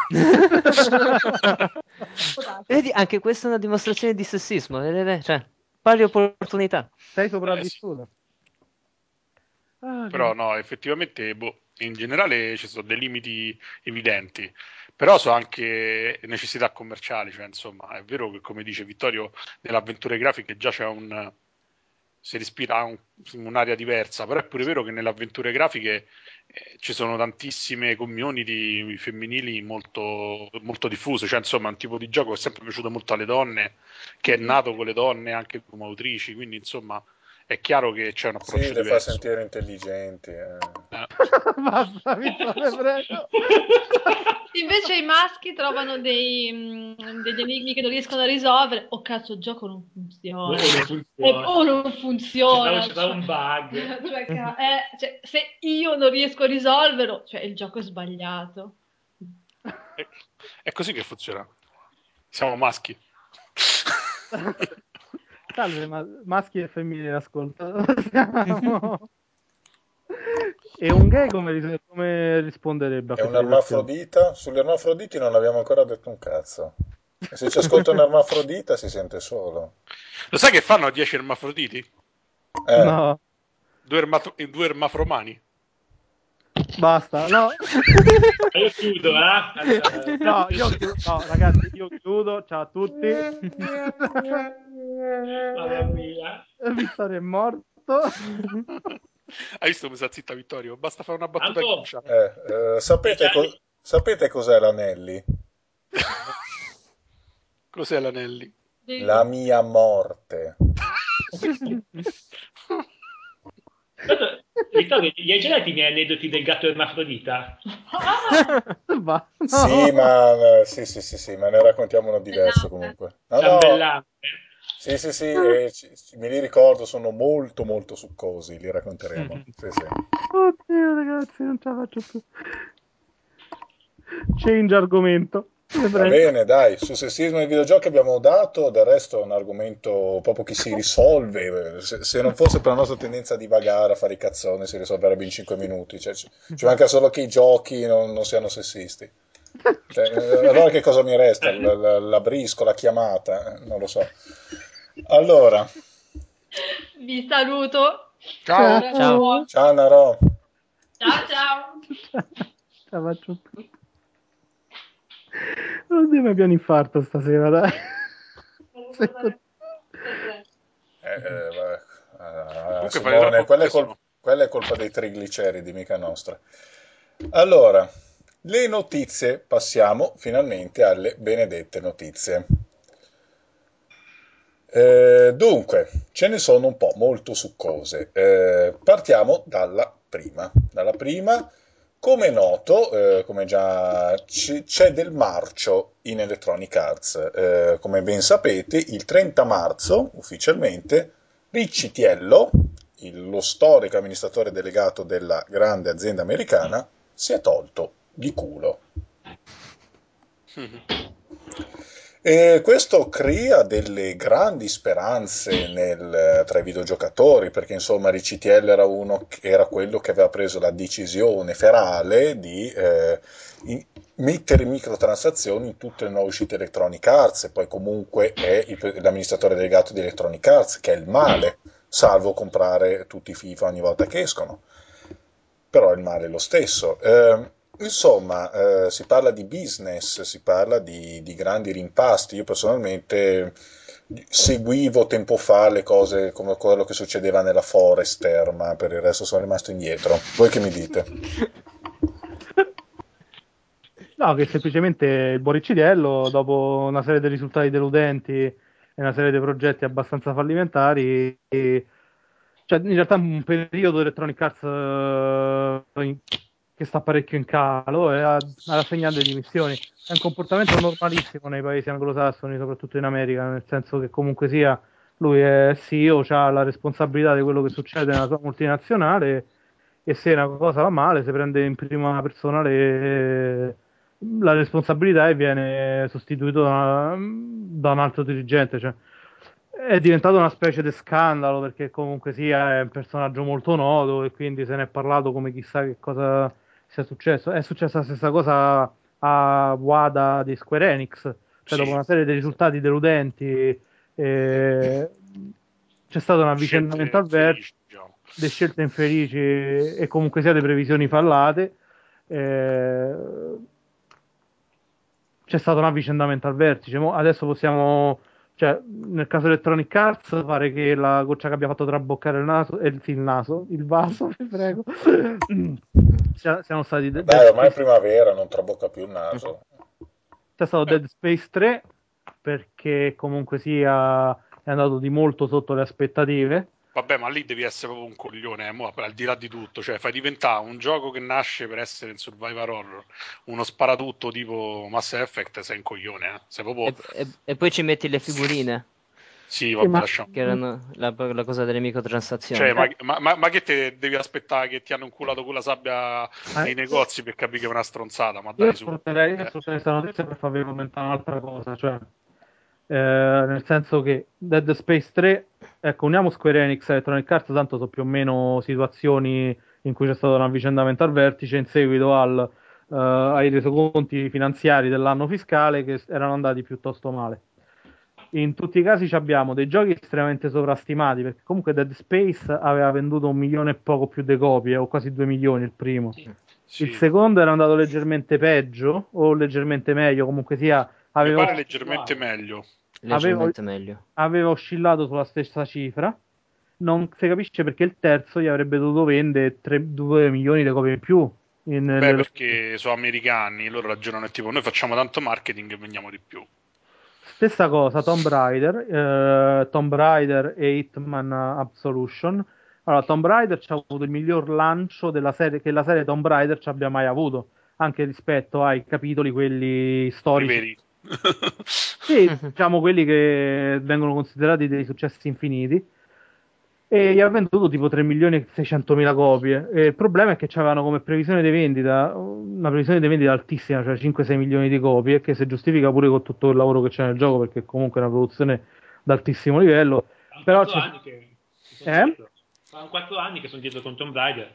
Vedi, anche questa è una dimostrazione di sessismo, vedete? Cioè, pari opportunità. Sei Eh, sì. sopravvissuto. Ah, che- Però no, effettivamente, boh, in generale ci sono dei limiti evidenti, però so anche necessità commerciali, cioè insomma, è vero che come dice Vittorio, nelle avventure grafiche già c'è un... si respira un- un'area diversa, però è pure vero che nelle avventure grafiche eh, ci sono tantissime community femminili molto, molto diffuse, cioè insomma è un tipo di gioco che è sempre piaciuto molto alle donne, che è nato con le donne anche come autrici, quindi insomma è chiaro che c'è un Sì, approccio le fa diverso. sentire intelligenti. eh. Eh. Basta, Vittorio, prego. Invece i maschi trovano dei, mm, degli enigmi che non riescono a risolvere. Oh cazzo, il gioco non funziona. Oh, non Eh, funziona. oh, non funziona. C'è stato un bug. Cioè, ca- eh, cioè, se io non riesco a risolverlo, cioè il gioco è sbagliato. È, è così che funziona. Siamo maschi. Salve, ma- maschi e femmine in ascolto. Siamo- E un gay come, ris- come risponderebbe a È un questa situazione? ermafrodita? Sugli ermafroditi non abbiamo ancora detto un cazzo. E se ci ascolta un ermafrodita si sente solo. Lo sai che fanno a dieci ermafroditi? Eh, No, Due, ermato- due ermafromani. basta, no. Io chiudo, eh? No, io chiudo, no, ragazzi, io chiudo, ciao a tutti. Mamma mia. Vittorio è morto. Hai visto come sta zitta Vittorio? Basta fare una battuta in Tanto, faccia. eh, eh, sapete, co- sapete cos'è l'Anelli? Cos'è l'Anelli? La mia morte. tanto, Vittorio, gli hai già detto i miei aneddoti del gatto ermafrodita? Va, no. Sì, ma eh, sì, sì, sì, sì, ma ne raccontiamo uno diverso comunque. No, no, Ciambellante. sì, sì, sì, e ci- ci- me li ricordo, sono molto, molto succosi, li racconteremo. Sì, sì. Oddio, ragazzi, non ce la faccio più. Change argomento. Vi Va prego. bene, dai, sul sessismo nei videogiochi abbiamo dato, del resto è un argomento proprio che si risolve. Se, se non fosse per la nostra tendenza a divagare, a fare i cazzoni, si risolverebbe in cinque minuti. Cioè, ci, ci manca solo che i giochi non, non siano sessisti. Cioè, eh, allora che cosa mi resta? La, la, la briscola, la chiamata? Eh, non lo so. Allora, Vi saluto. Ciao. Ciao. ciao Naro. Ciao ciao. Ce la faccio più. Oddio, mi abbiamo un infarto stasera, dai. Se- Eh, eh, vabbè. Ah, Comunque fai Simone, troppo quella è, col- presto. quella è colpa dei trigliceridi, mica nostra. Allora, le notizie, passiamo finalmente alle benedette notizie. Eh, dunque, ce ne sono un po' molto succose. Eh, partiamo dalla prima. Dalla prima, come è noto, eh, come già c- c'è del marcio in Electronic Arts. Eh, come ben sapete, il trenta marzo, ufficialmente, Riccitiello, il- lo storico amministratore delegato della grande azienda americana, si è tolto di culo. E questo crea delle grandi speranze nel- tra i videogiocatori, perché insomma Riccitiello era uno che era quello che aveva preso la decisione ferale di eh, in- mettere microtransazioni in tutte le nuove uscite Electronic Arts, e poi comunque è il- l'amministratore delegato di Electronic Arts, che è il male, salvo comprare tutti i FIFA ogni volta che escono. Però il male è lo stesso. Eh, insomma, eh, si parla di business, si parla di, di grandi rimpasti. Io personalmente seguivo tempo fa le cose come quello che succedeva nella Forester, ma per il resto sono rimasto indietro. Voi che mi dite? No, che semplicemente il Boriccidello, dopo una serie di risultati deludenti e una serie di progetti abbastanza fallimentari, e- cioè in realtà un periodo di Electronic Arts eh, in- che sta parecchio in calo e ha, ha rassegnato le dimissioni. È un comportamento normalissimo nei paesi anglosassoni, soprattutto in America, nel senso che comunque sia lui è C E O, ha la responsabilità di quello che succede nella sua multinazionale e se una cosa va male si prende in prima persona le- la responsabilità e viene sostituito da, da un altro dirigente. Cioè, è diventato una specie di scandalo perché comunque sia è un personaggio molto noto e quindi se ne è parlato come chissà che cosa sia successo. È successa la stessa cosa a Wada di Square Enix, cioè dopo Sì, una serie di risultati deludenti eh, c'è stato un avvicendamento scelte al vertice, infelici, diciamo. le scelte infelici e comunque sia le previsioni fallate. eh, C'è stato un avvicendamento al vertice. Mo adesso possiamo, cioè, nel caso Electronic Arts, pare che la goccia che abbia fatto traboccare il naso, eh, sì, il naso, il vaso, vi prego, sia- siano stati De- Dead Dai, ormai è Space. primavera, non trabocca più il naso. C'è stato Beh, Dead Space tre perché comunque sia è andato di molto sotto le aspettative. vabbè, ma lì devi essere proprio un coglione, eh, mo, al di là di tutto, cioè fai diventare un gioco che nasce per essere in survival horror, uno sparatutto tipo Mass Effect, sei un coglione, eh. Sei proprio... E, e- e poi ci metti le figurine, Sì, Sì, vabbè, ma lasciamo. che erano la, la cosa delle Cioè, microtransazioni. ma, eh, ma- ma- ma che te devi aspettare che ti hanno inculato con la sabbia eh, nei negozi per capire che è una stronzata? Ma io dai, su. sfrutterei, io Eh. sfrutterei questa notizia per farvi commentare un'altra cosa, cioè Eh, nel senso che Dead Space tre, ecco, uniamo Square Enix e Electronic Arts, tanto sono più o meno situazioni in cui c'è stato un avvicendamento al vertice in seguito al, eh, ai resoconti finanziari dell'anno fiscale che erano andati piuttosto male. In tutti i casi ci abbiamo dei giochi estremamente sovrastimati, perché comunque Dead Space aveva venduto un milione e poco più di copie, o quasi due milioni il primo. Sì. Il Sì, secondo era andato leggermente peggio, o leggermente meglio, comunque sia, mi aveva pare leggermente Uguale. meglio. aveva, Leggermente meglio. aveva oscillato sulla stessa cifra. Non si capisce perché il terzo gli avrebbe dovuto vendere due milioni di copie in più. In- Beh, nelle- perché sono americani, loro ragionano tipo, noi facciamo tanto marketing e vendiamo di più. Stessa cosa, Tomb Raider, eh, Tomb Raider e Hitman Absolution. Allora, Tomb Raider ci ha avuto il miglior lancio della serie, che la serie Tomb Raider ci abbia mai avuto, anche rispetto ai capitoli, quelli I storici. veri. Sì, diciamo quelli che vengono considerati dei successi infiniti. E gli ha venduto tipo tre milioni e seicentomila copie. E il problema è che avevano come previsione di vendita una previsione di vendita altissima, cioè cinque sei milioni di copie, che si giustifica pure con tutto il lavoro che c'è nel gioco, perché comunque è una produzione d'altissimo livello. Sono Però quattro c'è... anni che che sono Eh? dietro. Sono quattro anni che sono dietro con Tomb Raider.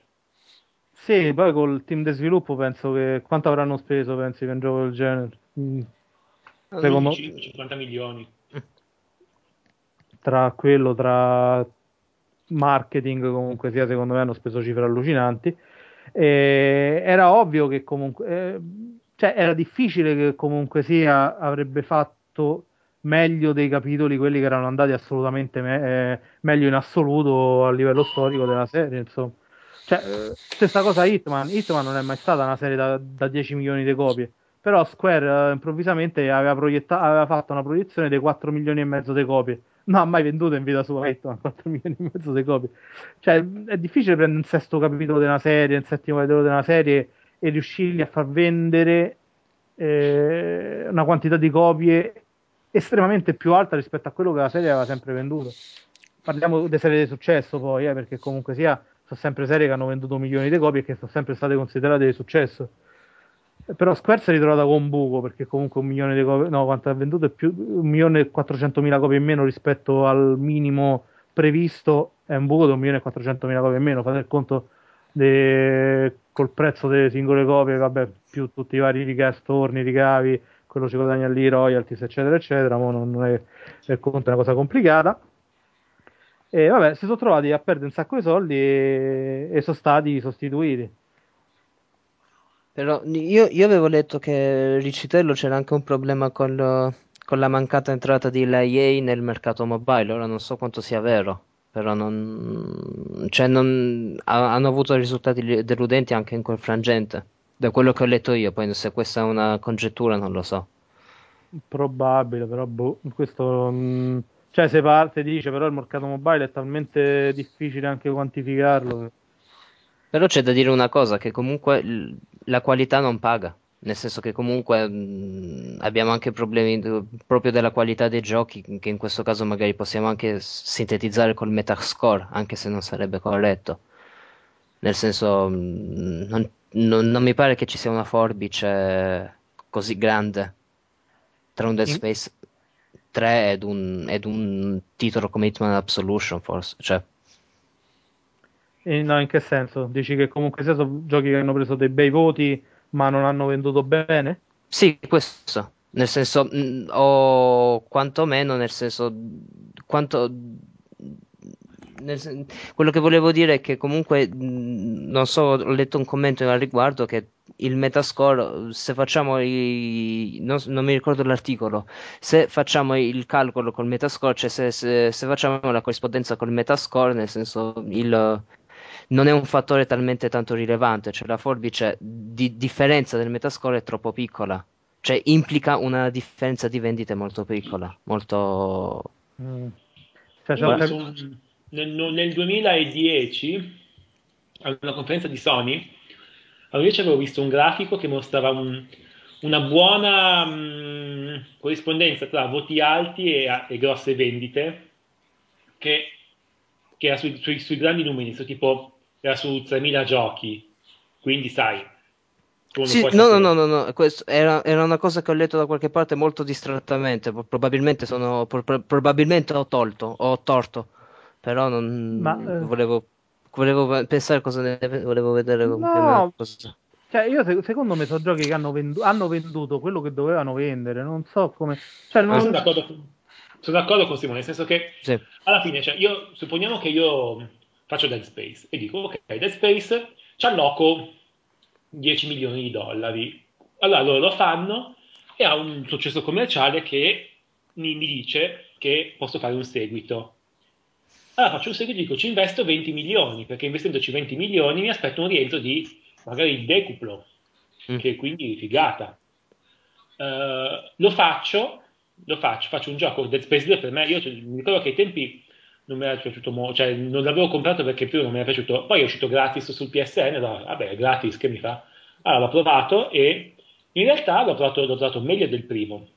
Sì, poi col team di sviluppo penso che... Quanto avranno speso, pensi, per un gioco del genere? Mm, Secondo... venticinque cinquanta milioni. tra quello, tra marketing, comunque sia, secondo me hanno speso cifre allucinanti. E era ovvio che comunque, eh, cioè era difficile che comunque sia avrebbe fatto meglio dei capitoli quelli che erano andati assolutamente me- eh, meglio in assoluto a livello storico della serie, insomma. Cioè, eh, stessa cosa Hitman. Hitman non è mai stata una serie da, da dieci milioni di copie, però Square eh, improvvisamente aveva, proietta- aveva fatto una proiezione dei quattro milioni e mezzo di copie. Non ha mai venduto in vita sua Hitman quattro milioni e mezzo di copie. Cioè, è difficile prendere un sesto capitolo di una serie, un settimo capitolo di una serie e riuscirli a far vendere eh, una quantità di copie estremamente più alta rispetto a quello che la serie aveva sempre venduto. Parliamo di serie di successo poi, eh, perché comunque sia, sono sempre serie che hanno venduto milioni di copie e che sono sempre state considerate di successo. Eh, Però Square si è ritrovata con un buco perché comunque un milione di copie, no, quanto ha venduto è più un milione e quattrocentomila copie in meno rispetto al minimo previsto, è un buco di un milione e quattrocentomila copie in meno. Fate il conto de- col prezzo delle singole copie, vabbè, più tutti i vari ricavi, torni, ricavi, quello ci guadagna lì, royalties, eccetera, eccetera. Ma non è, il conto è una cosa complicata. E vabbè, si sono trovati a perdere un sacco di soldi e, e sono stati sostituiti. Però io, io avevo letto che Riccitello c'era anche un problema col- con la mancata entrata di E A nel mercato mobile. Ora non so quanto sia vero, però non, cioè non, ha- hanno avuto risultati li- deludenti anche in quel frangente, da quello che ho letto io. Poi se questa è una congettura non lo so. Probabile, però boh, questo mm, cioè se parte dice però il mercato mobile è talmente difficile anche quantificarlo. Però c'è da dire una cosa, che comunque l- la qualità non paga, nel senso che comunque mh, abbiamo anche problemi d- proprio della qualità dei giochi, che in questo caso magari possiamo anche s- sintetizzare col Metascore, anche se non sarebbe corretto. Nel senso, mh, non, non- non mi pare che ci sia una forbice così grande tra un Dead In- Space tre ed un, ed un titolo come Hitman Absolution, forse. Cioè, in- no, in che senso? Dici che comunque sia sono giochi che hanno preso dei bei voti ma non hanno venduto bene? sì, questo, nel senso, mh, o quantomeno nel senso, quanto, nel sen- quello che volevo dire è che comunque, mh, non so, ho letto un commento al riguardo che il Metascore, se facciamo i, non, non mi ricordo l'articolo, se facciamo il calcolo col Metascore, cioè se, se, se facciamo la corrispondenza col Metascore, nel senso, il non è un fattore talmente tanto rilevante, cioè la forbice di differenza del metascore è troppo piccola, cioè implica una differenza di vendite molto piccola, molto... Mm. Cioè, c'è Io ho un Gua- visto cap- un- nel, nel duemiladieci, a una conferenza di Sony, invece avevo visto un grafico che mostrava un- una buona mh, corrispondenza tra voti alti e, e grosse vendite, che, che era sui, sui- sui grandi numeri, su tipo era su tremila giochi, quindi sai, tu non Sì, puoi no, no, no, sapere. no, no, questo era, era una cosa che ho letto da qualche parte molto distrattamente, pro- probabilmente sono, pro- pro- probabilmente ho tolto, ho torto, però ma non eh, volevo, volevo pensare cosa ne volevo vedere più o meno no, cosa. cioè io se- secondo me sono giochi che hanno, vendu- hanno venduto quello che dovevano vendere, non so come, cioè Ah, Ma sono non... d'accordo con, sono d'accordo con Simone, nel senso che sì. alla fine, cioè, io supponiamo che io faccio Dead Space e dico, ok, Dead Space ci alloco dieci milioni di dollari. Allora loro lo fanno e ha un successo commerciale che mi, mi dice che posso fare un seguito. Allora faccio un seguito e dico, ci investo venti milioni, perché investendoci venti milioni mi aspetto un rientro di magari il decuplo, Mm. che quindi figata. Eh, lo faccio, lo faccio, faccio un gioco Dead Space due per me, io cioè, mi ricordo che ai tempi non mi era piaciuto molto, cioè non l'avevo comprato perché più non mi era piaciuto, poi è uscito gratis sul P S N, allora, vabbè, è gratis, che mi fa? Allora l'ho provato e in realtà l'ho trovato, l'ho trovato meglio del primo,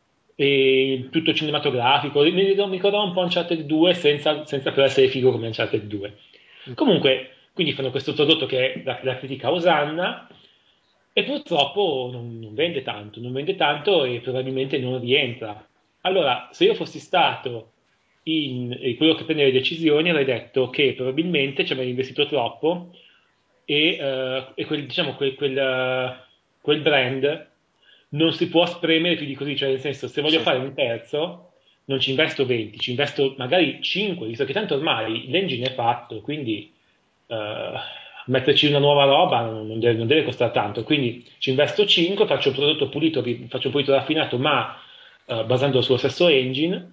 e tutto cinematografico, mi, mi ricordava un po' Uncharted due senza, senza però essere figo come Uncharted due. Comunque, quindi fanno questo prodotto che la, la critica osanna e purtroppo non, non vende tanto, non vende tanto e probabilmente non rientra. Allora, se io fossi stato in, in quello che prende le decisioni, avrei detto che probabilmente ci avrei investito troppo e, eh, e quel, diciamo, quel, quel, eh, quel brand non si può spremere più di così, cioè nel senso, se voglio Sì. fare un terzo, non ci investo venti, ci investo magari cinque, visto che tanto ormai l'engine è fatto, quindi eh, metterci una nuova roba non deve, non deve costare tanto, quindi ci investo cinque, faccio un prodotto pulito, faccio un pulito raffinato, ma eh, basando sullo stesso engine,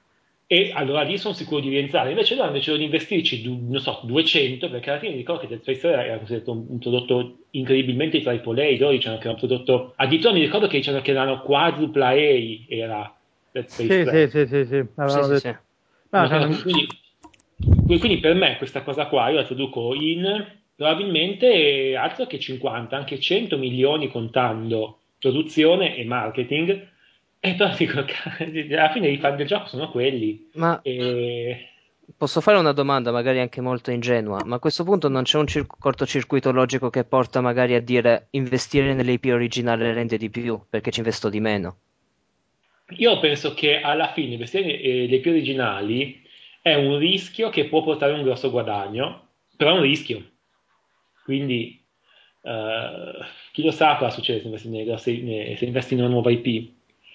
e allora lì sono sicuro di rientrare. Invece loro hanno deciso di investirci, du- non so, duecento, perché alla fine mi ricordo che Dead Space tre era considerato un, un prodotto incredibilmente tripla A, loro dicevano che era un prodotto, addirittura mi ricordo che dicevano che erano quadrupla A, era Dead Space Sì, sì, tre. sì, sì, sì, Sì, avevano sì, detto. sì. No, Una cioè, cosa non- così. Quindi, quindi per me questa cosa qua io la traduco in probabilmente altro che cinquanta, anche cento milioni contando produzione e marketing. E però dico, alla fine i fan del gioco sono quelli. Ma E... posso fare una domanda, magari anche molto ingenua, ma a questo punto non c'è un cir- cortocircuito logico che porta magari a dire investire nell'I P originale rende di più, perché ci investo di meno? Io penso che alla fine investire eh, le più originali è un rischio che può portare un grosso guadagno, però è un rischio. Quindi eh, chi lo sa cosa succede se investi, nelle grosse- ne- se investi in una nuova I P.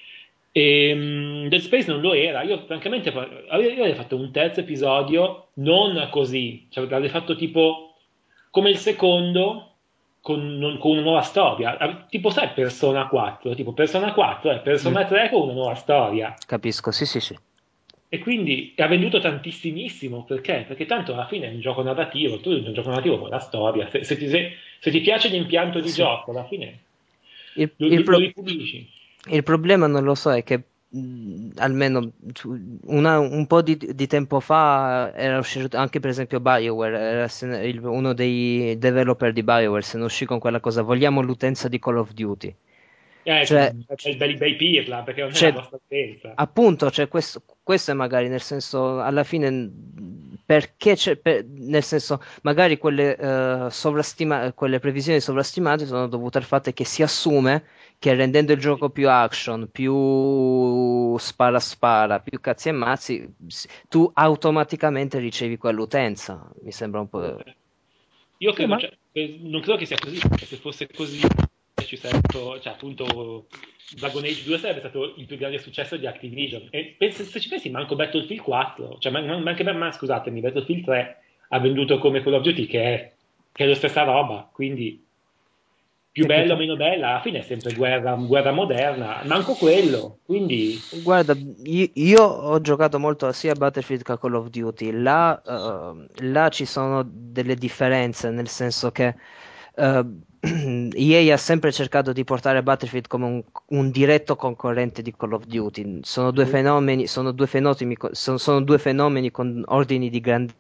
E, mm, Dead Space non lo era. Io francamente fa- io io avrei fatto un terzo episodio non così, cioè l'avrei fatto tipo come il secondo con, non- con una nuova storia. Ah, tipo sai Persona quattro, tipo Persona quattro è Mm, Persona tre con una nuova storia. capisco, sì, sì, sì. E quindi ha venduto tantissimissimo, perché? Perché tanto alla fine è un gioco narrativo, tu un gioco narrativo con la storia, se, se ti, se- se ti piace l'impianto di Sì. gioco, alla fine Il, lo, il lo- lo pro- ripulisci. il problema non lo so, è che mh, almeno tu- una- un po' di, di tempo fa era uscito anche per esempio BioWare, era se ne- il- uno dei developer di BioWare se ne uscì con quella cosa, vogliamo l'utenza di Call of Duty. Eh, Cioè, cioè, belli bei pirla, perché non è la cioè, vostra utenza. appunto, cioè questo, questo è magari nel senso, alla fine, mh, perché c'è, per- nel senso, magari quelle, eh, sovrastima- quelle previsioni sovrastimate sono dovute al fatto che si assume che rendendo il gioco più action, più spara spara, più cazzi e mazzi, s- tu automaticamente ricevi quell'utenza. Mi sembra un po'. Io sì, credo, ma cioè, eh, non credo che sia così, perché se fosse così, ci sarebbe stato, cioè, appunto, Dragon Age due sarebbe stato il più grande successo di Activision. E pensa- se ci pensi, manco Battlefield quattro, cioè, ma, ma- anche, ma scusatemi, Battlefield tre ha venduto come Call of Duty, che è, che è la stessa roba, quindi più sì, che bella o c'è. meno bella, alla fine è sempre guerra, guerra moderna, manco quello, quindi Guarda, io, io ho giocato molto sia a Battlefield che a Call of Duty. Là, eh, là ci sono delle differenze, nel senso che eh, E A ha sempre cercato di portare Battlefield come un, un diretto concorrente di Call of Duty. Sono due fenomeni, sono due fenomeni, sono, sono due fenomeni con ordini di grandezza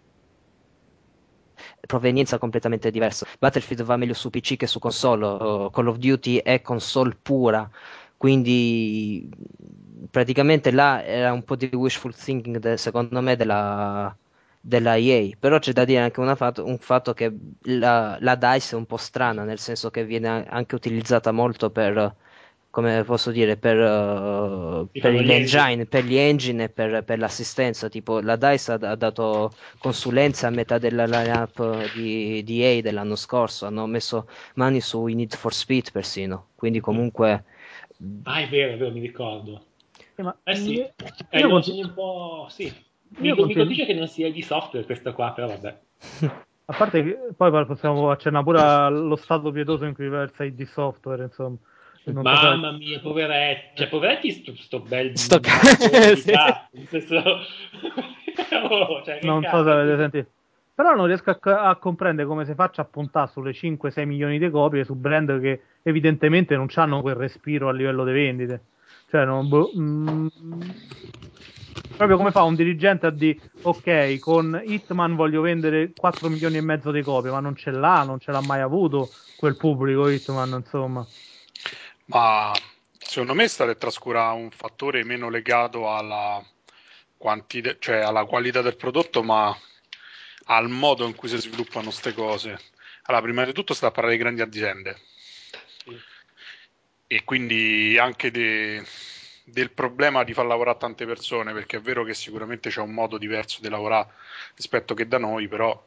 provenienza completamente diversa. Battlefield va meglio su P C che su console, uh, Call of Duty è console pura, quindi praticamente là era un po' di wishful thinking de- secondo me della, della E A, però c'è da dire anche una fatto- un fatto che la, la DICE è un po' strana, nel senso che viene anche utilizzata molto per, come posso dire, per, uh, si per fanno gli engine. l'engine, per gli engine e per, per l'assistenza, tipo la DICE ha, ha dato consulenza a metà della lineup di, di E A dell'anno scorso, hanno messo mani su i Need for Speed persino, quindi comunque Ah, è vero, è vero, mi ricordo. Sì, ma Eh sì, io, eh, io loro conti- sono un po'... sì, mi, io mi continuo. colpisce che non sia di software questa qua, però vabbè. A parte che poi possiamo accennare pure allo stato pietoso in cui versa i di software, insomma. Non so se... Mamma mia, poveretti, cioè poveretti sto, sto bel sto ca- barbone di sì. cazzo, nel senso... oh, cioè che Non so se cazzo. avete sentito. Però non riesco a, a comprendere come si faccia a puntare sulle cinque sei milioni di copie su brand che evidentemente non hanno quel respiro a livello di vendite. Cioè, non, boh, mm, proprio come fa un dirigente a dire, ok, con Hitman voglio vendere quattro milioni e mezzo di copie, ma non ce l'ha, non ce l'ha mai avuto quel pubblico Hitman, insomma. Ma secondo me sta a trascurare un fattore meno legato alla quantità, cioè alla qualità del prodotto, ma al modo in cui si sviluppano queste cose. Allora, prima di tutto sta a parlare di grandi aziende Sì. e quindi anche de- del problema di far lavorare tante persone, perché è vero che sicuramente c'è un modo diverso di lavorare rispetto che da noi, però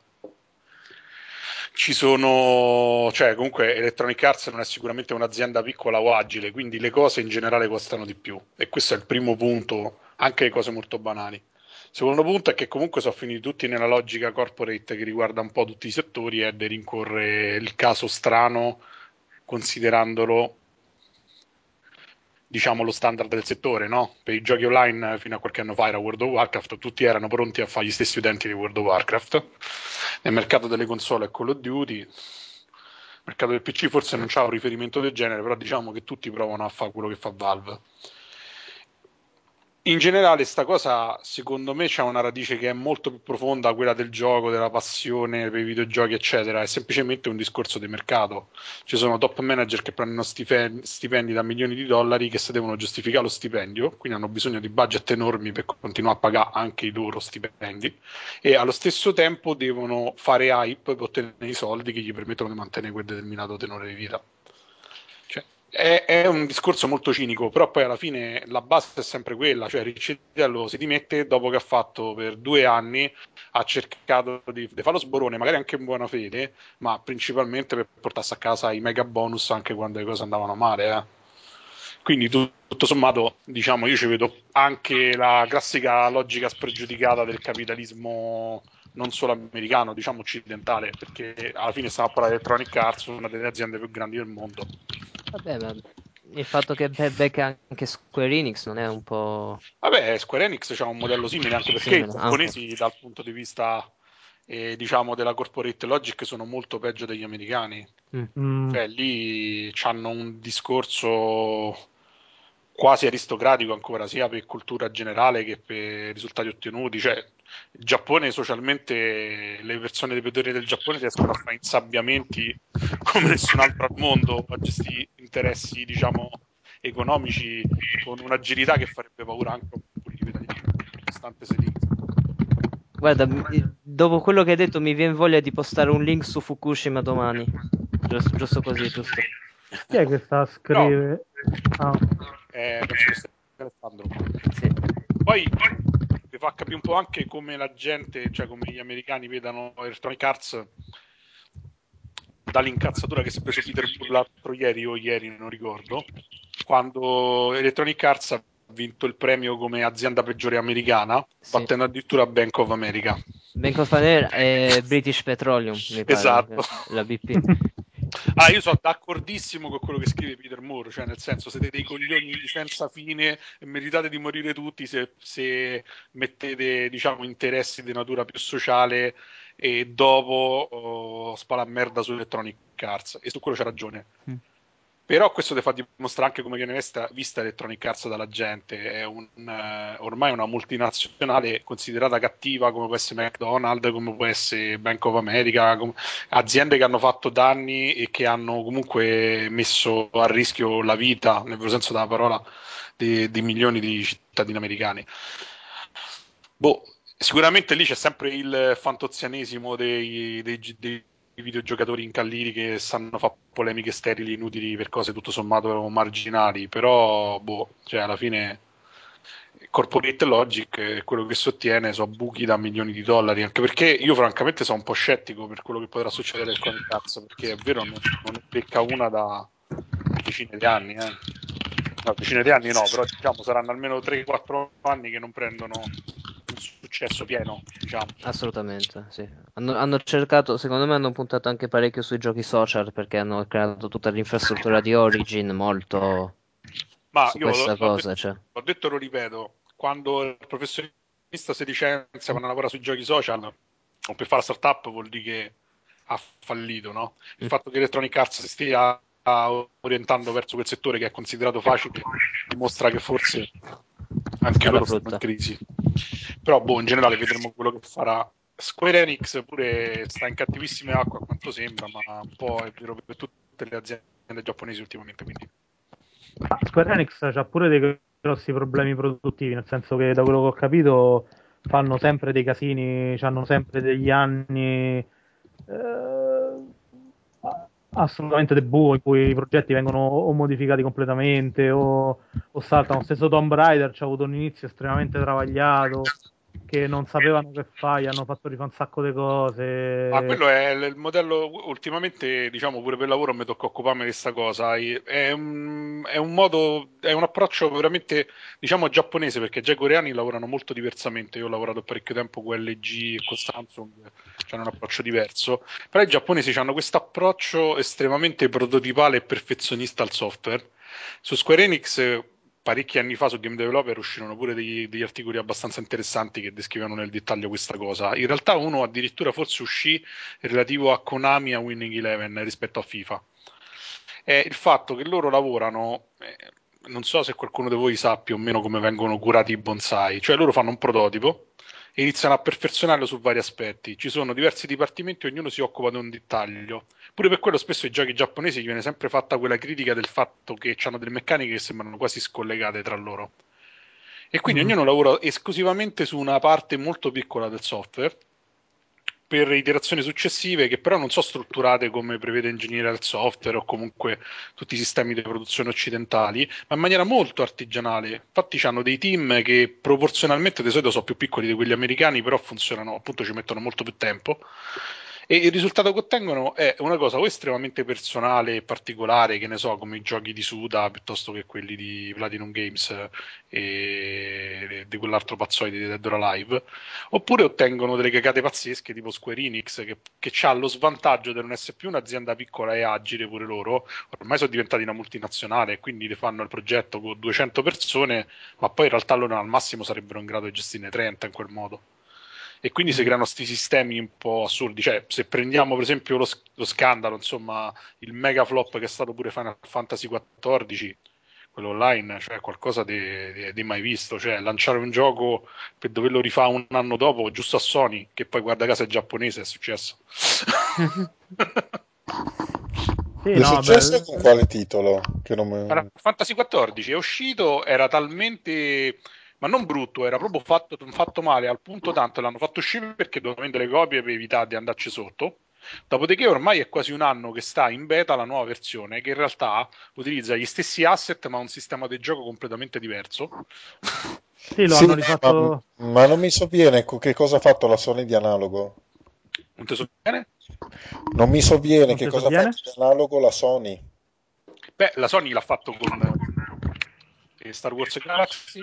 ci sono, cioè comunque Electronic Arts non è sicuramente un'azienda piccola o agile, quindi le cose in generale costano di più e questo è il primo punto anche cose molto banali. Secondo punto è che comunque sono finiti tutti nella logica corporate che riguarda un po' tutti i settori ed rincorre il caso strano considerandolo, diciamo, lo standard del settore, no? Per i giochi online fino a qualche anno fa era World of Warcraft, tutti erano pronti a fare gli stessi utenti di World of Warcraft. Nel mercato delle console è Call of Duty, nel mercato del P C forse non c'ha un riferimento del genere, però diciamo che tutti provano a fare quello che fa Valve. In generale sta cosa secondo me c'ha una radice che è molto più profonda, quella del gioco, della passione per i videogiochi eccetera, è semplicemente un discorso di mercato. Ci sono top manager che prendono stipendi, stipendi da milioni di dollari che se devono giustificare lo stipendio, quindi hanno bisogno di budget enormi per continuare a pagare anche i loro stipendi e allo stesso tempo devono fare hype per ottenere i soldi che gli permettono di mantenere quel determinato tenore di vita. Cioè, è, è un discorso molto cinico, però poi alla fine la base è sempre quella, cioè Ricciardello si dimette dopo che ha fatto per due anni, ha cercato di, di fare lo sborone, magari anche in buona fede, ma principalmente per portarsi a casa i mega bonus anche quando le cose andavano male. Eh. Quindi tu, tutto sommato, diciamo, io ci vedo anche la classica logica spregiudicata del capitalismo non solo americano, diciamo occidentale, perché alla fine stiamo a parlare di Electronic Arts, una delle aziende più grandi del mondo. Vabbè, ma il fatto che be- becca anche Square Enix non è un po' Vabbè, Square Enix c'ha un modello simile, anche perché i simile? Ah, ok. giapponesi dal punto di vista eh, diciamo della corporate logic sono molto peggio degli americani. Mm. Mm, Cioè lì hanno un discorso quasi aristocratico ancora, sia per cultura generale che per risultati ottenuti. Cioè, il Giappone socialmente, le persone dei poteri del Giappone riescono a fare insabbiamenti come nessun altro al mondo, a gestire interessi, diciamo, economici con un'agilità che farebbe paura anche a un pubblico italiano, nonostante sia lì. Guarda, mi- dopo quello che hai detto mi viene voglia di postare un link su Fukushima domani. Giusto, giusto così, giusto? chi è che sta a Però, scrivere? Ah, eh, penso che sia Alessandro. Sì. Poi vi fa capire un po' anche come la gente, cioè come gli americani vedano Electronic Arts dall'incazzatura che si è preso Peter Moore l'altro ieri o ieri, non ricordo, quando Electronic Arts ha vinto il premio come azienda peggiore americana, Sì. battendo addirittura Bank of America. Bank of America e British Petroleum, mi pare, Esatto. la B P. Ah, io sono d'accordissimo con quello che scrive Peter Moore, cioè nel senso siete dei coglioni senza fine e meritate di morire tutti se, se mettete, diciamo, interessi di natura più sociale e dopo oh, spala merda su Electronic Arts, e su quello c'ha ragione. Mm. Però questo ti fa dimostrare anche come viene vista, vista Electronic Arts dalla gente. È un, eh, ormai una multinazionale considerata cattiva come può essere McDonald's, come può essere Bank of America, come, aziende che hanno fatto danni e che hanno comunque messo a rischio la vita, nel vero senso della parola, di, di milioni di cittadini americani. Boh, sicuramente lì c'è sempre il fantozianesimo dei, dei, dei videogiocatori incalliti che sanno fare polemiche sterili inutili per cose tutto sommato marginali, però boh, cioè alla fine corporate logic è quello che si ottiene, sono buchi da milioni di dollari, anche perché io francamente sono un po' scettico per quello che potrà succedere con il cazzo, perché è vero non, non ne becca una da decine di anni, eh. No, decine di anni no, però diciamo saranno almeno tre quattro anni che non prendono un successo pieno, diciamo. Assolutamente, sì. Hanno, hanno cercato, secondo me hanno puntato anche parecchio sui giochi social perché hanno creato tutta l'infrastruttura di Origin molto Ma su io l'ho, questa l'ho cosa, detto, cioè. l'ho detto e lo ripeto, quando il professionista si licenzia, quando lavora sui giochi social o per fare la startup vuol dire che ha fallito, no? Il Mm. fatto che Electronic Arts si stia orientando verso quel settore che è considerato facile dimostra che forse anche Alla loro stanno in frutta. crisi. Però boh, in generale vedremo quello che farà Square Enix, pure sta in cattivissime acque a quanto sembra, ma un po' è vero per tutte le aziende giapponesi ultimamente, quindi ma Square Enix ha pure dei grossi problemi produttivi, nel senso che da quello che ho capito fanno sempre dei casini, hanno sempre degli anni eh, assolutamente del buio in cui i progetti vengono o modificati completamente o, o saltano. Lo stesso Tomb Raider ci ha avuto un inizio estremamente travagliato che non sapevano che fai, hanno fatto rifare un sacco di cose. Ma quello è il il modello, ultimamente, diciamo, pure per lavoro mi tocca occuparmi di questa cosa. È un, è un modo, è un approccio veramente, diciamo, giapponese, perché già i coreani lavorano molto diversamente. Io ho lavorato parecchio tempo con L G e con Samsung, c'hanno un approccio diverso. Però i giapponesi hanno questo approccio estremamente prototipale e perfezionista al software. Su Square Enix, eh, parecchi anni fa su Game Developer uscirono pure degli, degli articoli abbastanza interessanti che descrivevano nel dettaglio questa cosa. In realtà uno addirittura forse uscì relativo a Konami e a Winning Eleven rispetto a FIFA. È il fatto che loro lavorano, eh, non so se qualcuno di voi sa più o meno come vengono curati i bonsai, cioè loro fanno un prototipo e iniziano a perfezionarlo su vari aspetti. Ci sono diversi dipartimenti, ognuno si occupa di un dettaglio. Pure per quello spesso ai giochi giapponesi gli viene sempre fatta quella critica del fatto che hanno delle meccaniche che sembrano quasi scollegate tra loro. E quindi Mm. ognuno lavora esclusivamente su una parte molto piccola del software per iterazioni successive che però non sono strutturate come prevede Engineering Software o comunque tutti i sistemi di produzione occidentali, ma in maniera molto artigianale. Infatti hanno dei team che proporzionalmente di solito sono più piccoli di quelli americani, però funzionano, appunto ci mettono molto più tempo. E il risultato che ottengono è una cosa o estremamente personale e particolare, che ne so, come i giochi di Suda piuttosto che quelli di Platinum Games e di quell'altro pazzoide di Dead or Alive, oppure ottengono delle cagate pazzesche tipo Square Enix che, che ha lo svantaggio di non essere più un'azienda piccola e agile pure loro, ormai sono diventati una multinazionale e quindi le fanno il progetto con duecento persone, ma poi in realtà loro al massimo sarebbero in grado di gestirne trenta in quel modo. E quindi si Mm. creano questi sistemi un po' assurdi. Cioè, se prendiamo per esempio lo, lo scandalo, insomma, il mega flop che è stato pure Final Fantasy quattordici, quello online, cioè qualcosa di, di, di mai visto. Cioè, lanciare un gioco per doverlo rifare un anno dopo, giusto a Sony, che poi guarda caso è giapponese, è successo. Sì, È no, successo beh, con quale titolo? Che non Final me- Fantasy quattordici è uscito, era talmente, ma non brutto, era proprio fatto, fatto male al punto tanto l'hanno fatto uscire perché dovevano vendere le copie per evitare di andarci sotto. Dopodiché ormai è quasi un anno che sta in beta la nuova versione che in realtà utilizza gli stessi asset ma un sistema di gioco completamente diverso. sì, lo Sì, hanno ma, rifatto. ma non mi so bene co- che cosa ha fatto la Sony di analogo. Non te so bene? Non mi so bene Non che ti cosa ha fatto sovviene? di analogo la Sony. Beh, la Sony l'ha fatto con eh, Star Wars Galaxy,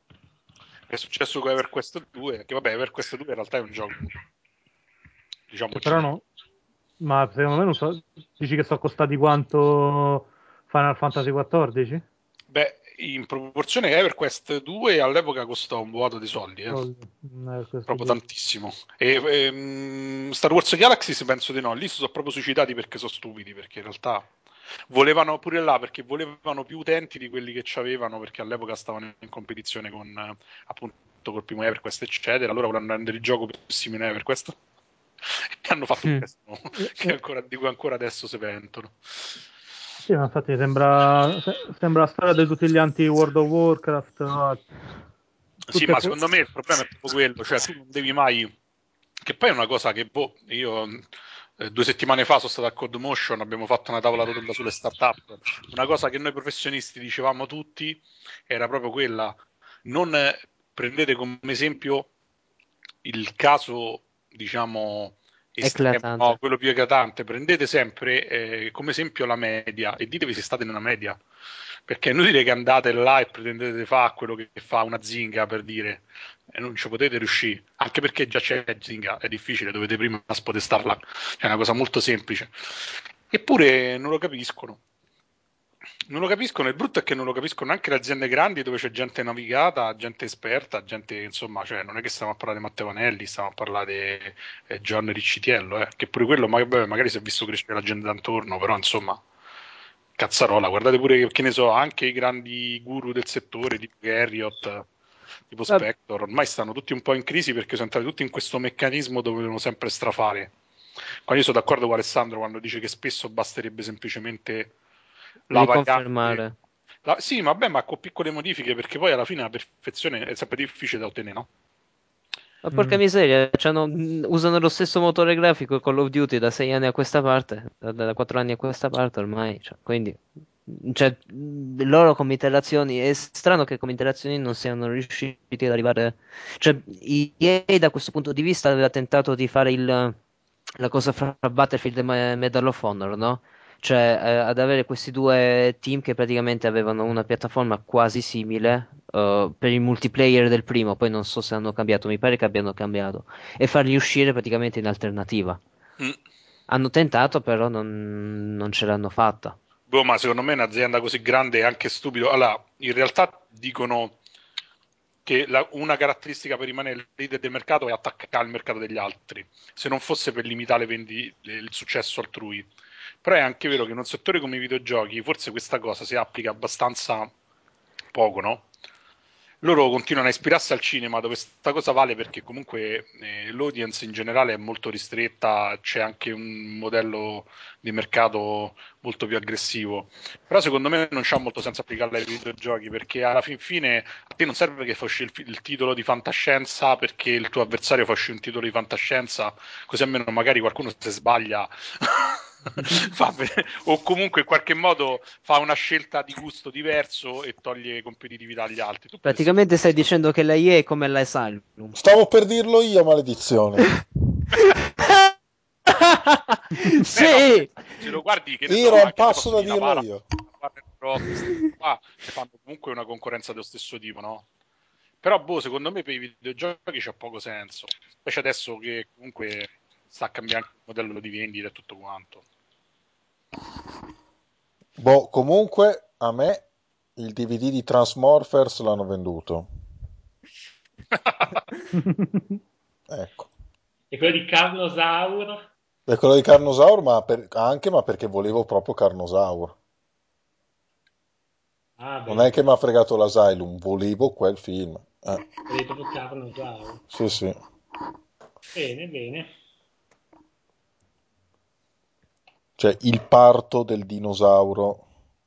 è successo con EverQuest due, che vabbè, EverQuest due in realtà è un gioco, diciamo, Che però occidentale. no. Ma secondo me non so. Dici che sono costati quanto Final Fantasy quattordici? Beh, in proporzione EverQuest due all'epoca costò un boato di soldi, eh. Soldi. Eh, questo Proprio due. tantissimo. E ehm, Star Wars Galaxy penso di no, lì si sono proprio suicidati perché sono stupidi, perché in realtà volevano pure là, perché volevano più utenti di quelli che c'avevano, perché all'epoca stavano in competizione con eh, appunto col primo EverQuest, eccetera. Allora volevano rendere il gioco più simile a EverQuest e hanno fatto Mm. questo Eh, che eh, ancora, di cui ancora adesso si pentono. sì, ma infatti sembra, se- sembra la storia di tutti gli anti-World of Warcraft. No? Sì, Tutte ma fo- secondo me il problema è proprio quello, cioè tu non devi mai, che poi è una cosa che boh, io eh, due settimane fa sono stato a CodeMotion, abbiamo fatto una tavola rotonda sulle startup, una cosa che noi professionisti dicevamo tutti era proprio quella, non eh, prendete come esempio il caso, diciamo, estremo, no? Eclatante. Quello più eclatante, prendete sempre eh, come esempio la media e ditevi se state nella media, perché è inutile che andate là e pretendete di fare quello che fa una zinga per dire e non ci potete riuscire, anche perché già c'è zinga, è difficile, dovete prima spodestarla, è una cosa molto semplice. Eppure non lo capiscono. Non lo capiscono, il brutto è che non lo capiscono anche le aziende grandi dove c'è gente navigata, gente esperta, gente, insomma, cioè non è che stiamo a parlare di Matteo Vanelli, stiamo a parlare di eh, John Riccitiello, eh, che pure quello ma- beh, magari si è visto crescere la gente d'antorno, però insomma, cazzarola, guardate pure che, che ne so, anche i grandi guru del settore, tipo Garriott, tipo eh, Spector, ormai stanno tutti un po' in crisi perché sono entrati tutti in questo meccanismo dove devono sempre strafare. Quando io sono d'accordo con Alessandro quando dice che spesso basterebbe semplicemente la variante. Riconfermare. La- sì, vabbè, ma con piccole modifiche, perché poi alla fine la perfezione è sempre difficile da ottenere, no? Ma porca mm. miseria, c'hanno- mh, usano lo stesso motore grafico Call of Duty da sei anni a questa parte, da, da quattro anni a questa parte ormai, cioè, quindi Cioè, mh, loro come interazioni, è strano che come interazioni non siano riusciti ad arrivare. Cioè, E A da questo punto di vista aveva tentato di fare il, la cosa fra Battlefield e Me- Medal of Honor, no? Cioè, eh, ad avere questi due team che praticamente avevano una piattaforma quasi simile, eh, per il multiplayer del primo, poi non so se hanno cambiato, mi pare che abbiano cambiato, e farli uscire praticamente in alternativa. Mm. Hanno tentato, però non, non ce l'hanno fatta. Boh, ma secondo me un'azienda così grande è anche stupido. Allora, in realtà dicono che la- una caratteristica per rimanere leader del mercato è attaccare il mercato degli altri, se non fosse per limitare le vendi- il successo altrui. Però è anche vero che in un settore come i videogiochi forse questa cosa si applica abbastanza poco, no? Loro continuano a ispirarsi al cinema, dove questa cosa vale perché comunque eh, l'audience in generale è molto ristretta, c'è anche un modello di mercato molto più aggressivo. Però secondo me non c'ha molto senso applicarla ai videogiochi, perché alla fin fine a te non serve che fosci il, il titolo di fantascienza perché il tuo avversario fosci un titolo di fantascienza, così almeno magari qualcuno se sbaglia fa ve- o comunque in qualche modo fa una scelta di gusto diverso e toglie competitività agli altri. Tu potresti Praticamente stai fare dicendo che la E A è come l'Asylum. Stavo per dirlo io, maledizione. Beh, no, Sì! se lo guardi, che ne so, Ero a un anche se passo posso da dire la dirlo Paramount, io. la Warner Bros, questi qua fanno comunque una concorrenza dello stesso tipo, no? Però, boh, secondo me per i videogiochi c'è poco senso. Specie adesso che comunque sta cambiando anche il modello di vendita e tutto quanto. Boh, comunque a me il D V D di Transmorphers l'hanno venduto. Ecco. E quello di Carnosaur? E quello di Carnosaur, ma per- anche ma perché volevo proprio Carnosaur. Ah, Non è bene. che mi ha fregato l'Asylum, volevo quel film. Eh, Volevi proprio Carnosaur. sì, sì. Bene, bene. Cioè, il parto del dinosauro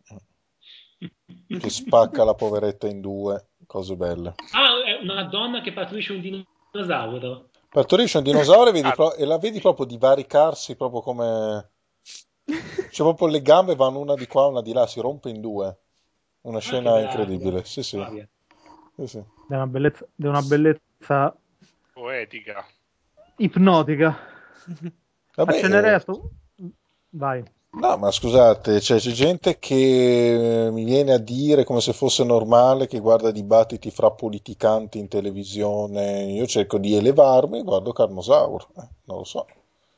che spacca la poveretta in due, cose belle. Ah, è una donna che partorisce un dinosauro. Partorisce un dinosauro e, vedi Ah, pro- e la vedi proprio divaricarsi proprio come... Cioè, proprio le gambe vanno una di qua, una di là, si rompe in due. Una Ah, che scena bella, che bella incredibile, sì, sì. storia. Sì, sì. È una bellezza, è una bellezza poetica. ipnotica. Vabbè, Accenerei eh, a sto... Vai. no, ma scusate, cioè, c'è gente che mi viene a dire come se fosse normale che guarda dibattiti fra politicanti in televisione. Io cerco di elevarmi e guardo Carnosaur. Eh, non lo so.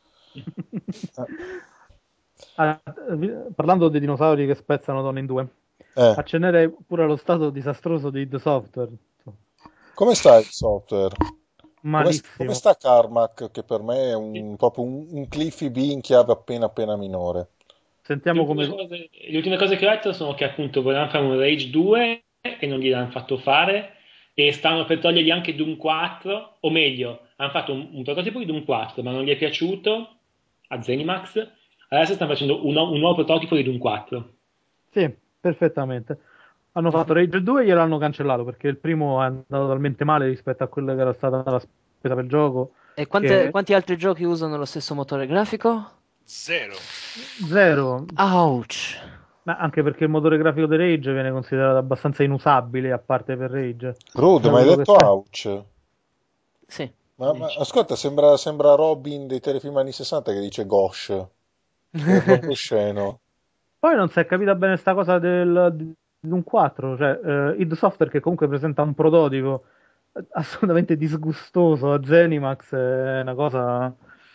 Eh, Ah, vi- parlando dei dinosauri che spezzano donne in due, eh, accennerei pure allo stato disastroso di The Software. come sta il software? Come, come Malissimo. sta Carmack, che per me è un, proprio un, un Cliffy B in chiave appena appena minore? Le Sentiamo ultime come... cose, le ultime cose che ho letto sono che appunto volevano fare un Rage due e non gliel'hanno fatto fare e stanno per togliergli anche Doom quattro, o meglio, hanno fatto un, un prototipo di Doom quattro ma non gli è piaciuto a Zenimax, adesso stanno facendo un, un nuovo prototipo di Doom quattro. Sì, perfettamente. Hanno fatto Rage due e gliel'hanno cancellato perché il primo è andato talmente male rispetto a quella che era stata la spesa per gioco E quante- che quanti altri giochi usano lo stesso motore grafico? Zero. zero. Ouch. Ma anche perché il motore grafico di Rage viene considerato abbastanza inusabile, a parte per Rage. Rude, Da ma hai quello che detto sai. ouch? Sì. Ma, ma ascolta, sembra, sembra Robin dei telefilm anni sessanta che dice gosh. È troppo sceno. Poi non si è capita bene sta cosa del, di un quattro, cioè eh, id Software che comunque presenta un prototipo assolutamente disgustoso a Zenimax, è una cosa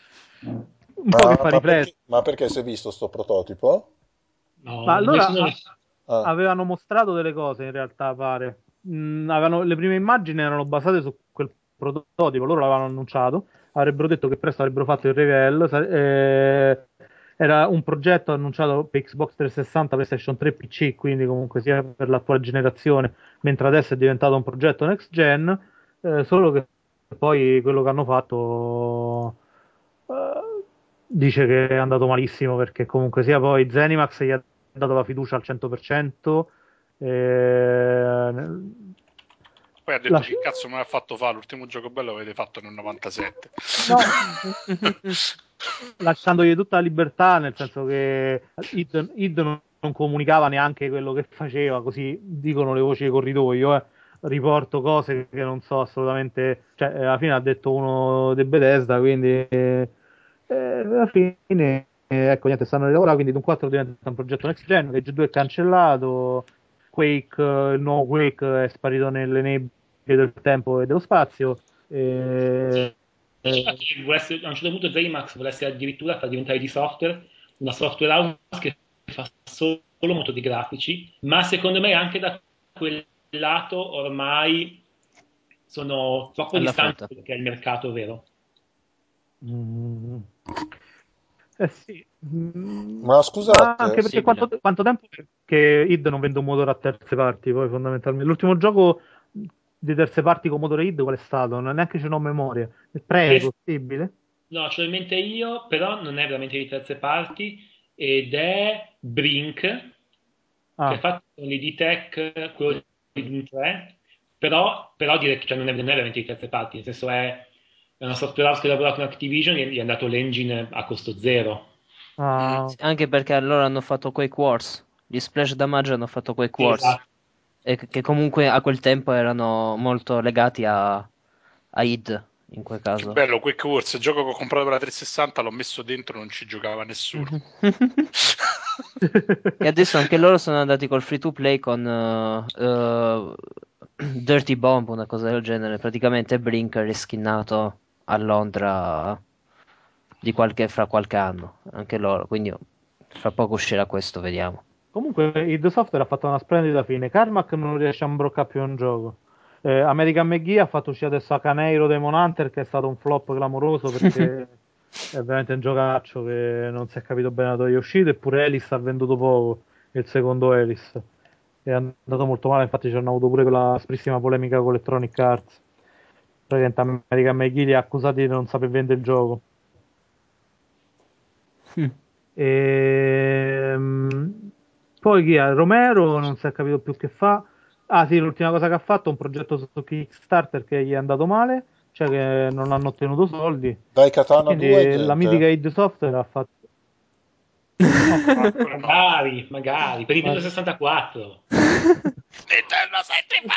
un po' che Ma, fa ma riflettere. perché, ma perché si è visto sto prototipo? No, Ma allora nessuno... a- Ah, avevano mostrato delle cose in realtà, pare. Mm, avevano- le prime immagini erano basate su quel prototipo, loro l'avevano annunciato, avrebbero detto che presto avrebbero fatto il reveal. sa- eh, era un progetto annunciato per Xbox trecentosessanta, PlayStation tre, P C, quindi comunque sia per l'attuale generazione, mentre adesso è diventato un progetto next gen, eh, solo che poi quello che hanno fatto eh, dice che è andato malissimo perché comunque sia poi Zenimax gli ha dato la fiducia al cento per cento. eh, Poi ha detto la- che cazzo mi ha fatto fare l'ultimo gioco bello avete fatto nel novantasette. no, lasciandogli tutta la libertà, nel senso che id, id non non comunicava neanche quello che faceva, così dicono le voci di corridoio, eh. Riporto cose che non so assolutamente, cioè alla fine ha detto uno di Bethesda, quindi eh, eh, alla fine eh, ecco niente, stanno lavorando, quindi Doom quattro diventa un progetto next gen, Rage due è cancellato, Quake, eh, il nuovo Quake è sparito nelle nebbie del tempo e dello spazio. E... Infatti, vuole essere- a un certo punto Zenimax vuole essere addirittura far diventare di software una software house che fa solo motori grafici, ma secondo me anche da quel lato ormai sono troppo Alla distanti da frutta. quello che è il mercato vero. Mm. Eh sì, Mm, Ma ma scusate, anche perché Possibile. quanto, quanto tempo che id non vende un motore a terze parti, poi fondamentalmente. L'ultimo gioco di terze parti con motore id qual è stato? Non neanche ce n'ho memoria. Il pre è Eh, possibile? no, ce l'ho in mente io, però non è veramente di terze parti ed è Brink, che è Ah, fatto con l'I D Tech, quello di Doom tre, però, però dire che cioè, non, è, non è veramente di terze parti, nel senso è, è una software house che lavora con Activision e gli è andato l'engine a costo zero. Mm. ah, Sì, anche perché loro hanno fatto Quake Wars. Gli Splash Damage hanno fatto Quake Sì, Wars. esatto. E che che comunque a quel tempo erano molto legati a, a id, in quel Che caso. bello, Quick Wars, il gioco che ho comprato per la trecentosessanta, l'ho messo dentro, non ci giocava nessuno. E adesso anche loro sono andati col free to play con eh, eh, Dirty Bomb, una cosa del genere. Praticamente Blink è riskinnato a Londra di qualche, fra qualche anno, anche loro. Quindi fra poco uscirà questo, vediamo. Comunque id Software ha fatto una splendida fine. Carmack non riesce a imbroccare più un gioco. Eh, American McGee ha fatto uscire adesso Acaneiro Demon Hunter, che è stato un flop clamoroso perché è veramente un giocaccio che non si è capito bene da dove è uscito. Eppure Alice ha venduto poco, il secondo Alice. È andato molto male, infatti c'hanno avuto pure quella sprissima polemica con Electronic Arts. Praticamente American McGee li ha accusati di non saper vendere il gioco. Ehm, Poi chi è? Romero non si è capito più che fa. Ah sì, l'ultima cosa che ha fatto è un progetto su Kickstarter che gli è andato male, cioè che non hanno ottenuto soldi. dai Katana due Quindi la mitica niente? id Software ha fatto... No, Ancora no. Magari, magari, per ma... Nintendo sessantaquattro. Nintendo settima!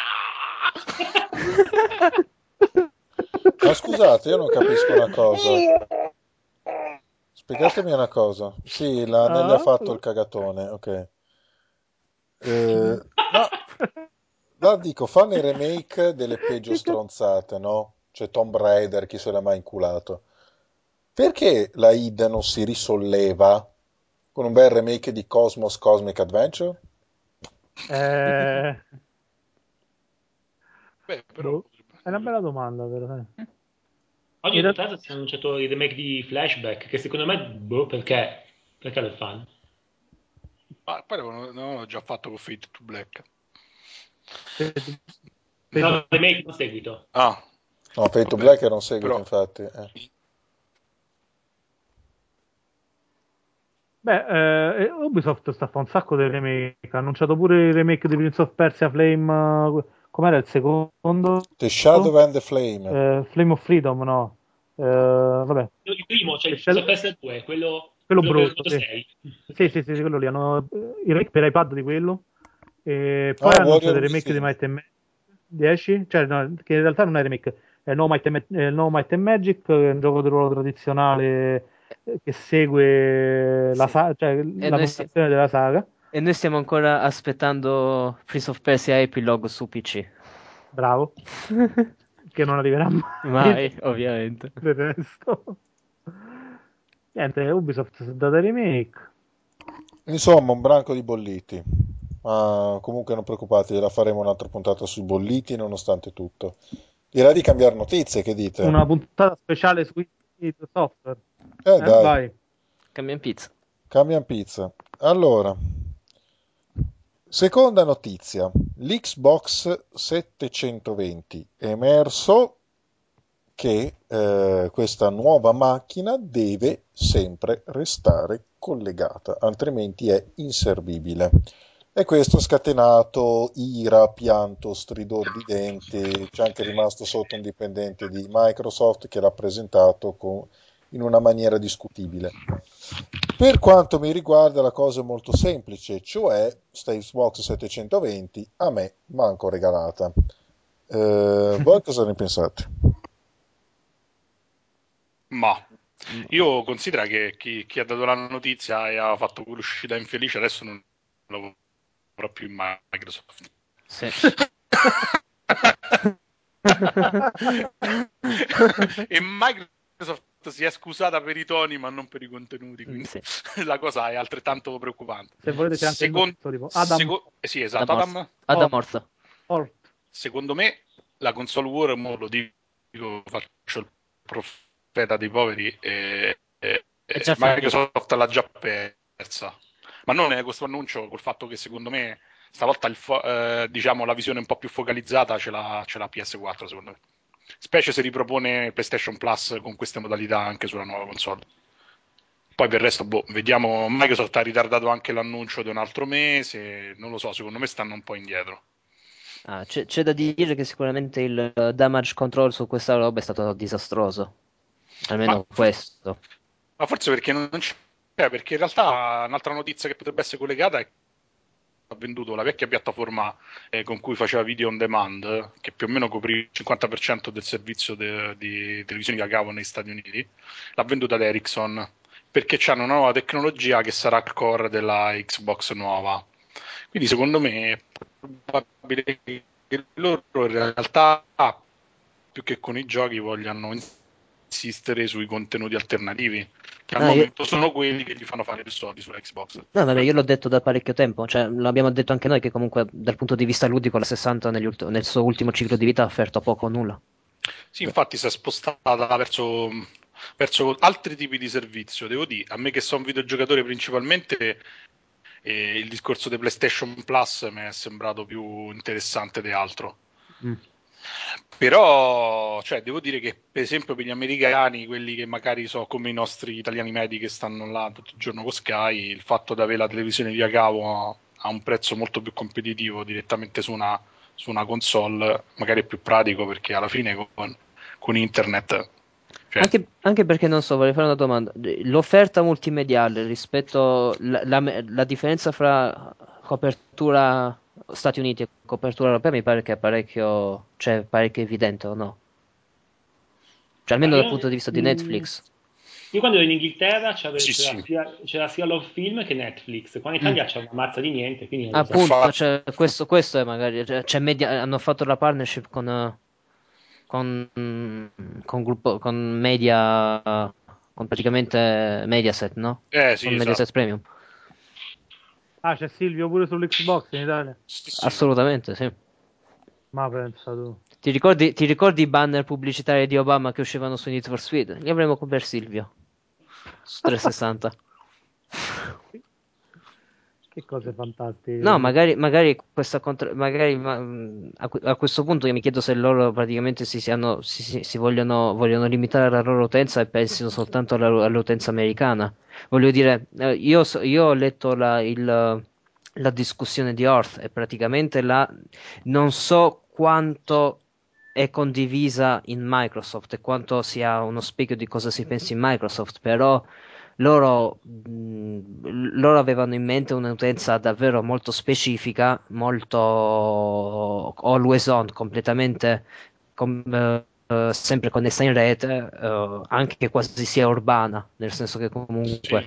Ma scusate, io non capisco una cosa. Spiegatemi una cosa. Sì, la Nelly ha Ah? fatto il cagatone, ok. Eh, ma la dico, fanno i remake delle peggio Che cazzo? stronzate, no? C'è Tomb Raider, chi se l'è mai inculato. Perché la id non si risolleva con un bel remake di Cosmos Cosmic Adventure? Eh... Beh, però Boh. potrebbe È una essere. bella domanda, però. eh. In Oggi tra realtà... l'altro si è annunciato il remake di Flashback, che secondo me, boh, perché? Perché lo fanno? Ma poi non non l'ho già fatto con Fate to Black. No, il remake non seguito. Ah, No, Fate to vabbè, Black era un seguito, però infatti. eh. Beh, eh, Ubisoft sta a fare un sacco di remake. Ha annunciato pure il remake di Prince of Persia Flame. eh, Com'era il secondo? The Shadow and the Flame. Eh, Flame of Freedom, no. Eh, vabbè, Il primo, cioè il il Prince of Shadow- Persia due, quello, quello quello per brutto, Moto sì. sei. Sì, Ok. sì, sì, sì, quello lì. Hanno eh, il remake per iPad di quello. E poi Ah, hanno annunciato Warrior il remake di Within. Might and Magic dieci, cioè no, che in realtà non è remake, è No Might and, Ma- eh, No Might and Magic, che è un gioco di ruolo tradizionale eh, che segue la, Sì. sa- cioè, E la noi, sti- numerazione della saga. e noi stiamo ancora aspettando Prince of Persia Epilogue su P C. Bravo, che non arriverà mai Mai, ovviamente. del resto. Niente, Ubisoft si è data remake. Insomma, un branco di bolliti. Ma comunque non preoccupatevi, la faremo un'altra puntata sui bolliti nonostante tutto. Direi di cambiare notizie, che dite? Una puntata speciale su id Software. Eh Eh, dai, vai. Cambia pizza. cambiamo pizza. Allora, seconda notizia. L'Xbox settecentoventi è emerso che eh, questa nuova macchina deve sempre restare collegata, altrimenti è inservibile. E questo ha scatenato ira, pianto, stridor di denti. C'è anche rimasto sotto un dipendente di Microsoft che l'ha presentato con- in una maniera discutibile. Per quanto mi riguarda la cosa è molto semplice, cioè sta Xbox settecentoventi a me manco regalata. Eh, voi cosa ne pensate? Ma io considero che chi, chi ha dato la notizia e ha fatto quell'uscita infelice adesso non lavora più in Microsoft. Sì. E Microsoft si è scusata per i toni ma non per i contenuti, quindi Sì. la cosa è altrettanto preoccupante. Se volete c'è anche il Secon- nome, tipo Adam seco- eh sì, esatto, Adam Adam. Orth. Adam Orth. Orth. Secondo me la console war, mo lo dico, faccio il profeta dei poveri, e, e- È già e finito. Microsoft l'ha già persa. Ma non è questo annuncio, col fatto che secondo me stavolta il fo- eh, diciamo, la visione un po' più focalizzata ce l'ha, ce l'ha P S quattro, secondo me. Specie se ripropone PlayStation Plus con queste modalità anche sulla nuova console. Poi per il resto, boh, vediamo. Microsoft ha ritardato anche l'annuncio di un altro mese. Non lo so, secondo me stanno un po' indietro. Ah, c'è, c'è da dire che sicuramente il eh, damage control su questa roba è stato disastroso. Ma, Almeno for- questo. ma forse perché non c'è, perché in realtà un'altra notizia che potrebbe essere collegata è che ha venduto la vecchia piattaforma eh, con cui faceva video on demand, che più o meno copriva il cinquanta per cento del servizio de- di televisioni cavo negli Stati Uniti, l'ha venduta ad Ericsson perché c'hanno una nuova tecnologia che sarà il core della Xbox nuova. Quindi secondo me è probabile che loro in realtà più che con i giochi vogliano insistere sui contenuti alternativi, che al Ah, io- momento sono quelli che gli fanno fare più soldi sulla Xbox. No, vabbè, io l'ho detto da parecchio tempo, cioè l'abbiamo detto anche noi che comunque dal punto di vista ludico la sessanta negli ult- nel suo ultimo ciclo di vita ha offerto poco o nulla. Sì, infatti si è spostata verso, verso altri tipi di servizio. Devo dire, a me che sono un videogiocatore principalmente, eh, il discorso di PlayStation Plus mi è sembrato più interessante di altro. Mm. Però, cioè, devo dire che per esempio per gli americani, quelli che magari so come i nostri italiani medi che stanno là tutto il giorno con Sky, il fatto di avere la televisione via cavo a, a un prezzo molto più competitivo direttamente su una, su una console, magari è più pratico perché alla fine con, con internet, cioè, Anche, anche perché non so, vorrei fare una domanda. L'offerta multimediale rispetto la, la- la differenza fra copertura Stati Uniti e copertura europea mi pare che è parecchio, cioè parecchio evidente o no? Cioè Ma almeno dal io, punto di vista di mh, Netflix. io quando ero in Inghilterra c'era, sì, c'era sì. sia, c'era sia Love Film che Netflix, qua in Mm. Italia c'è una mazza di niente, quindi non lo so. Appunto, Infatti, cioè, questo, questo è magari, cioè, c'è media- hanno fatto la partnership con, eh, con, mm, con gruppo, con media, con praticamente Mediaset, no? eh sì, Con esatto. Mediaset Premium. Ah, c'è Silvio pure sull'Xbox in Italia. Sì, sì. Assolutamente, sì. Ma pensa tu. Ti ricordi, ti ricordi i banner pubblicitari di Obama che uscivano su Need for Speed? Li avremo con per Silvio su trecentosessanta. Che cose fantastiche. No, Comunque. magari, magari questa contra- magari ma, mh, a, que- a questo punto io mi chiedo se loro praticamente si, siano, si, si- si vogliono, vogliono limitare la loro utenza e pensino soltanto alla- all'utenza americana. Voglio dire, eh, io, so- io ho letto la, il, la discussione di Orth e praticamente la, non so quanto è condivisa in Microsoft e quanto sia uno specchio di cosa si pensi in Microsoft, però loro, mh, loro avevano in mente un'utenza davvero molto specifica, molto always on, completamente com- eh, eh, sempre connessa in rete, eh, anche quasi sia urbana, nel senso che Sì. comunque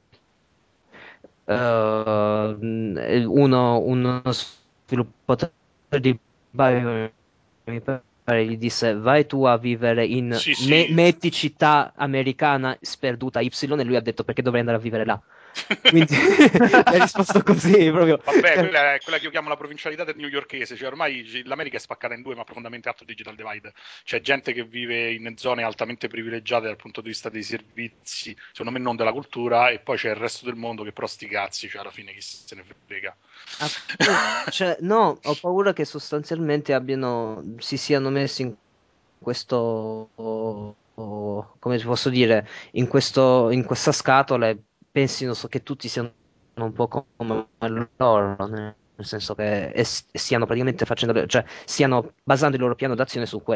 eh, mh, uno, uno sviluppatore di Bio mi pare gli disse vai tu a vivere in Sì, me- sì. metti città americana sperduta Y e lui ha detto perché dovrei andare a vivere là. Quindi mi ha risposto così proprio. Vabbè, Cioè, quella è quella che io chiamo la provincialità del newyorkese, cioè ormai l'America è spaccata in due, ma profondamente alto digital divide. C'è gente che vive in zone altamente privilegiate dal punto di vista dei servizi, secondo me non della cultura, e poi c'è il resto del mondo che però sti cazzi, cioè alla fine chi se ne frega. appunto, cioè, no, ho paura che sostanzialmente abbiano, si siano messi in questo, o- o- come ti posso dire, in questo, in questa scatola e pensino so- che tutti siano un po' come loro, nel nel senso che e s- stiano praticamente facendo, cioè stiano basando il loro piano d'azione su quello.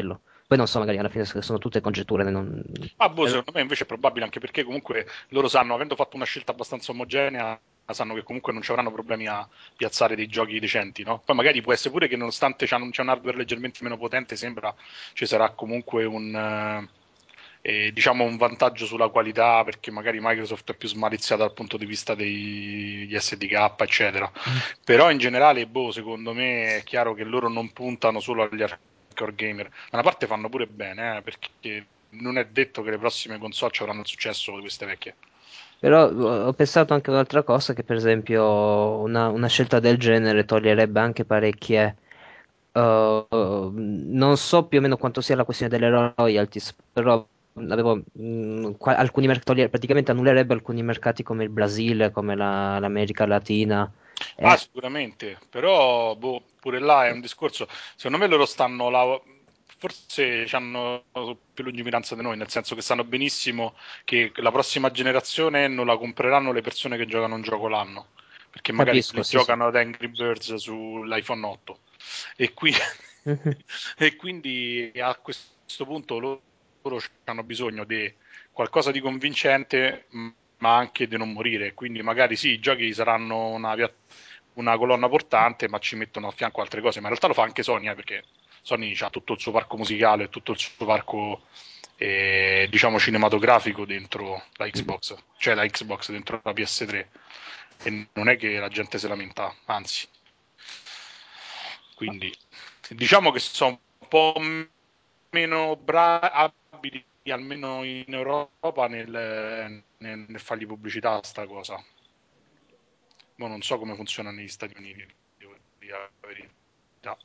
Poi non so, magari alla fine sono tutte congetture. Non... Ah, boh, secondo me invece è probabile, anche perché comunque loro sanno, avendo fatto una scelta abbastanza omogenea, sanno che comunque non ci avranno problemi a piazzare dei giochi decenti, no? Poi magari può essere pure che nonostante c'è un, c'è un hardware leggermente meno potente, sembra ci sarà comunque un, eh, eh, diciamo un vantaggio sulla qualità, perché magari Microsoft è più smaliziata dal punto di vista degli S D K, eccetera. Però in generale, boh, secondo me è chiaro che loro non puntano solo agli hardcore gamer. Da una parte fanno pure bene, eh, perché non è detto che le prossime console ci avranno il successo di queste vecchie. Però ho pensato anche a un'altra cosa, che per esempio una, una scelta del genere toglierebbe anche parecchie... Uh, uh, non so più o meno quanto sia la questione delle royalties, però avevo, mh, qua- alcuni mercati, praticamente annullerebbe alcuni mercati come il Brasile, come la- l'America Latina. Ah, Eh, sicuramente, però boh, pure là è un discorso. Secondo me loro stanno là, forse hanno più lungimiranza di noi, nel senso che sanno benissimo che la prossima generazione non la compreranno le persone che giocano un gioco l'anno, perché magari se capisco, li sì, sì. giocano ad Angry Birds sull'iPhone otto. E, qui- Mhm. e quindi a questo punto loro, loro hanno bisogno di qualcosa di convincente, m- ma anche di non morire. Quindi magari sì, i giochi saranno una, pia- una colonna portante, ma ci mettono a fianco altre cose. Ma in realtà lo fa anche Sony, eh, perché Sony ha tutto il suo parco musicale, tutto il suo parco eh, diciamo cinematografico dentro la Xbox, cioè la Xbox dentro la P S tre. E non è che la gente si lamenta, anzi. Quindi diciamo che sono un po' meno bravi, almeno in Europa, nel, nel, nel fargli pubblicità a sta cosa. Ma non so come funziona negli Stati Uniti, devo dire la verità.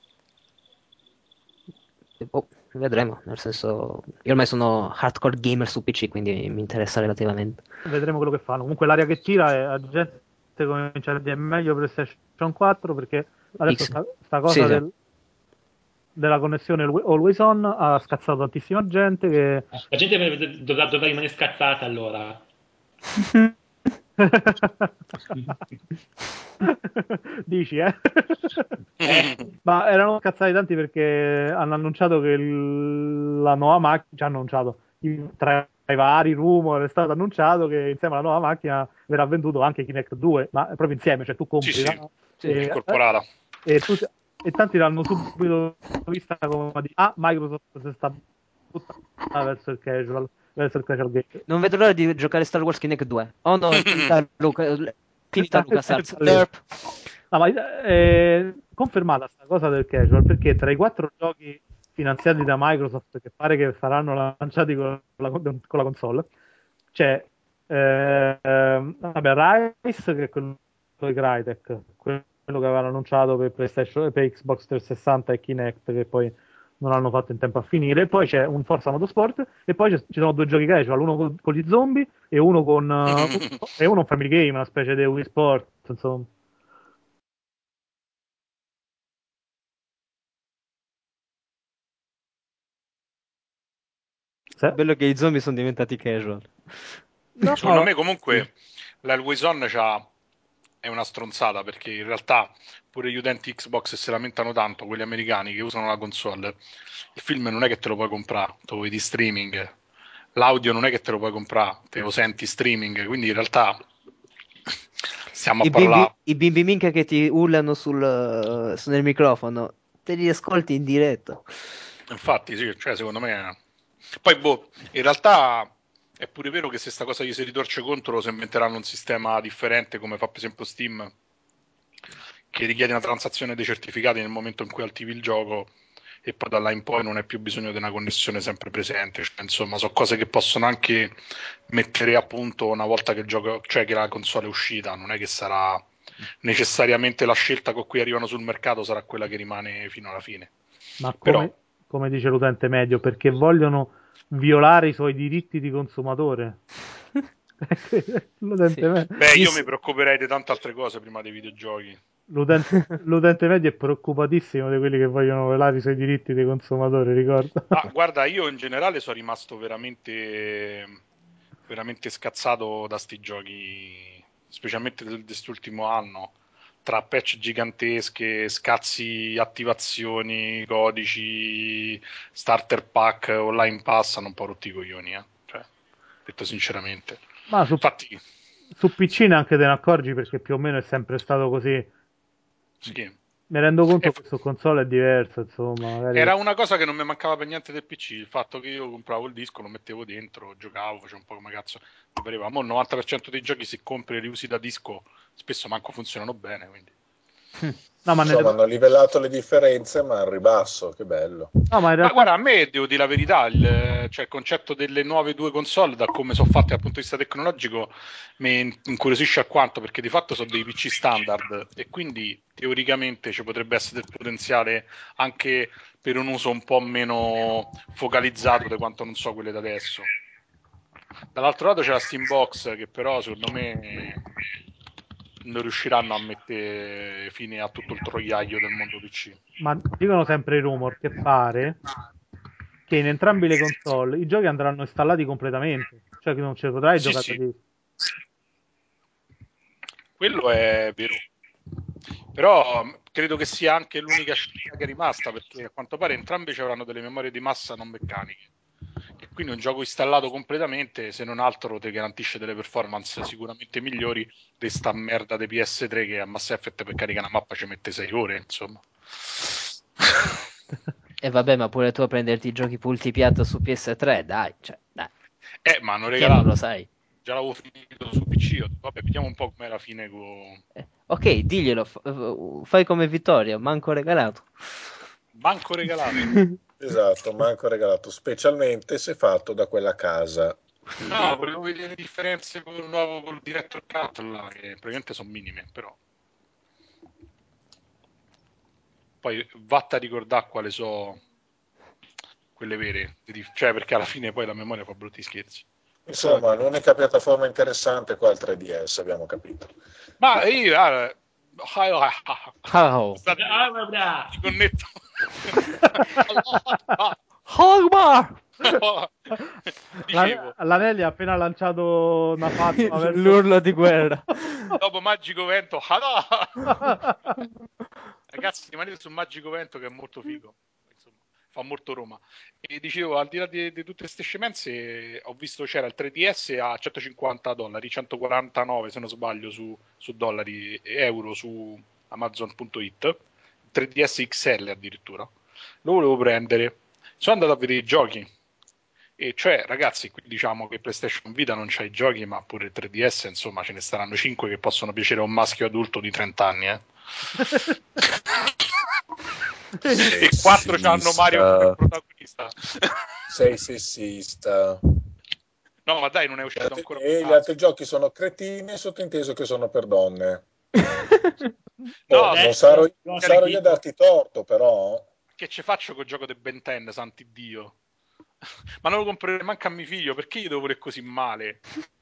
Boh, vedremo, nel senso, io ormai sono hardcore gamer su P C, quindi mi interessa relativamente. Vedremo quello che fanno. Comunque l'aria che tira è la gente comincia a dire meglio PlayStation quattro perché adesso X. sta, sta Sì, cosa sì. del- della connessione Always On ha scazzato tantissima gente che La gente dov- dovrà, dovrà rimanere scazzata allora. dici, eh? Eh? Ma erano scazzati tanti perché hanno annunciato che il- la nuova macchina, ci hanno annunciato, i- tra i vari rumor è stato annunciato che insieme alla nuova macchina verrà venduto anche Kinect due, ma proprio insieme, cioè tu Sì, compri sì, la- Sì, sì. e, incorporata. e tutti- e tanti l'hanno subito vista come di ah, Microsoft si sta buttando verso il casual, verso il casual game. Non vedo l'ora di giocare Star Wars Kinect due. Oh no, è finita Luca, è finita LucasArts. Derp. No, ma è confermata sta cosa del casual perché tra i quattro giochi finanziati da Microsoft che pare che saranno lanciati con la, con la console c'è eh, ehm, vabbè, Rise che è quello di Crytek, quello che avevano annunciato per PlayStation, per Xbox trecentosessanta e Kinect che poi non hanno fatto in tempo a finire. E poi c'è un Forza Motorsport e poi ci sono due giochi casual, uno con, con gli zombie e uno con uh, e uno un family game, una specie di Wii Sport, insomma. Sì. Bello che i zombie sono diventati casual. No, Secondo me Sì. comunque l'Always On c'ha... è una stronzata, perché in realtà pure gli utenti Xbox si lamentano tanto, quelli americani che usano la console. Il film non è che te lo puoi comprare, te lo vedi streaming. L'audio non è che te lo puoi comprare, te lo senti streaming, quindi in realtà stiamo a I bimbi, parlare. i bimbi minchia che ti urlano sul, eh, su- nel microfono, te li ascolti in diretta. Infatti, sì, cioè, secondo me. È... Poi, boh, in realtà è pure vero che se sta cosa gli si ritorce contro, se inventeranno un sistema differente, come fa per esempio Steam, che richiede una transazione dei certificati nel momento in cui attivi il gioco e poi da là in poi non hai più bisogno di una connessione sempre presente. Cioè, insomma, sono cose che possono anche mettere a punto una volta che il gioco, cioè che la console è uscita, non è che sarà necessariamente la scelta con cui arrivano sul mercato sarà quella che rimane fino alla fine. ma Però come, come dice l'utente medio, perché vogliono violare i suoi diritti di consumatore. Sì. l'utente, me- beh, io mi Is- preoccuperei di tante altre cose prima dei videogiochi. l'utente- l'utente medio è preoccupatissimo di quelli che vogliono violare i suoi diritti di consumatore, ricorda? Ah, guarda, io in generale sono rimasto veramente, veramente scazzato da sti giochi, specialmente del, quest'ultimo anno. tra patch gigantesche, scazzi, attivazioni, codici, starter pack, online pass, hanno un po' rotti i coglioni, eh. Cioè, detto sinceramente. Ma su, Infatti, su P C neanche te ne accorgi perché più o meno è sempre stato così. sì. Mi rendo conto E- che su console è diverso, insomma, magari... Era una cosa che non mi mancava per niente del P C, il fatto che io compravo il disco, lo mettevo dentro, giocavo, facevo un po' come cazzo mi pareva. Ma il novanta per cento dei giochi, se compri e li usi da disco, spesso manco funzionano bene, quindi... No, ma, Insomma, ne... hanno livellato le differenze, ma al ribasso, che bello. no, ma in Ma realtà... guarda, a me devo dire la verità, il, cioè, il concetto delle nuove due console, da come sono fatte dal punto di vista tecnologico, mi incuriosisce alquanto, perché di fatto sono dei P C standard e quindi teoricamente ci potrebbe essere del potenziale anche per un uso un po' meno focalizzato di quanto non so quelle da adesso. Dall'altro lato c'è la Steambox che però secondo me non riusciranno a mettere fine a tutto il troiaio del mondo P C. Ma dicono sempre i rumor che pare che in entrambe le console i giochi andranno installati completamente, cioè che non ce li potrai Sì, giocare da sì, disco. quello è vero. Però mh, credo che sia anche l'unica scelta che è rimasta, perché a quanto pare entrambi ci avranno delle memorie di massa non meccaniche. E quindi un gioco installato completamente, se non altro, ti garantisce delle performance sicuramente migliori di sta merda di P S tre che a Mass Effect per caricare una mappa ci mette sei ore, insomma. E vabbè, ma pure tu a prenderti i giochi multipiatto su P S tre, dai, cioè, dai, Eh, ma hanno che non lo regalato, sai. già l'avevo finito su P C, ho detto, vabbè, vediamo un po' com'è la fine con... Eh, ok, diglielo, fa- fai come Vittoria, manco regalato. Banco regalato. Esatto, manco regalato, specialmente se fatto da quella casa. No, volevo vedere le differenze con il nuovo col Director Cut là, che praticamente sono minime, però. Poi vatta a ricordare quale so quelle vere, cioè perché alla fine poi la memoria fa brutti scherzi. Insomma, l'unica piattaforma interessante qua è il tre D S, abbiamo capito. Ma io ah, Oh. scusate, mi connetto. Hogmar! Dicevo, L'Anelli ha appena lanciato una fatwa verso... L'urlo di guerra. dopo Magico Vento, ragazzi, rimanete su Magico Vento che è molto figo, insomma, fa molto Roma. E dicevo, al di là di, di tutte queste scemenze, ho visto c'era il tre D S a centocinquanta dollari, centoquarantanove se non sbaglio su, su dollari, euro su Amazon punto it, il tre D S X L addirittura. Lo volevo prendere, sono andato a vedere i giochi. E cioè, ragazzi, qui diciamo che PlayStation Vita non c'ha i giochi, ma pure il tre D S, insomma, ce ne saranno cinque che possono piacere a un maschio adulto di trenta anni, eh. E quattro c'hanno Mario come protagonista. Sei sessista. No, ma dai, non è Gli uscito altri, ancora un e gli cazzo. altri giochi sono cretini, sottinteso che sono per donne. No, Oh, non adesso, sarò, non cari sarò io a Chicco, darti torto, però. che ci faccio col gioco del Ben ten, santi Dio? Ma non lo comprerei manco a mio figlio, perché io devo volere così male?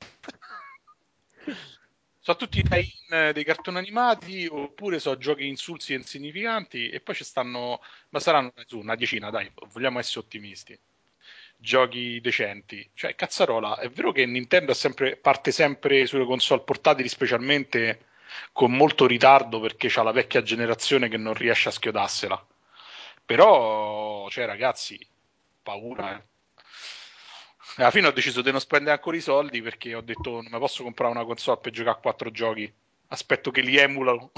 So tutti i tie-in dei cartoni animati oppure so giochi insulsi e insignificanti e poi ci stanno, ma saranno su una decina, dai, vogliamo essere ottimisti. Giochi decenti, cioè cazzarola, è vero che Nintendo è sempre, parte sempre sulle console portatili specialmente con molto ritardo perché c'ha la vecchia generazione che non riesce a schiodarsela, però, cioè ragazzi, paura, eh. Alla fine ho deciso di non spendere ancora i soldi perché ho detto non mi posso comprare una console per giocare a quattro giochi. Aspetto che li emulano.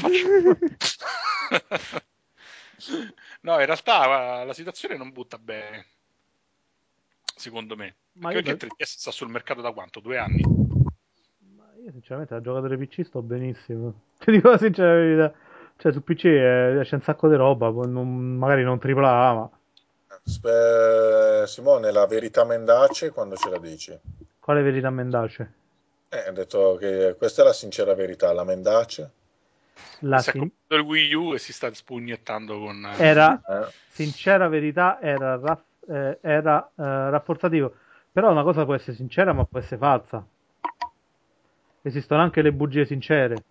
No, in realtà la situazione non butta bene, secondo me. Ma Anche io, perché da- il tre D S sta sul mercato da quanto? Due anni? ma io sinceramente da giocatore P C sto benissimo. Ti dico la sincera verità. Cioè su P C eh, c'è un sacco di roba, poi non- magari non tripla A, ma... Spe- Simone, la verità mendace quando ce la dici? Quale verità mendace? Eh, ho detto che questa è la sincera verità, la mendace? La E si è sin- comprato il Wii U e si sta spugnettando con... era, Eh? sincera verità, era, raff- eh, era eh, rafforzativo. Però una cosa può essere sincera, ma può essere falsa. Esistono anche le bugie sincere.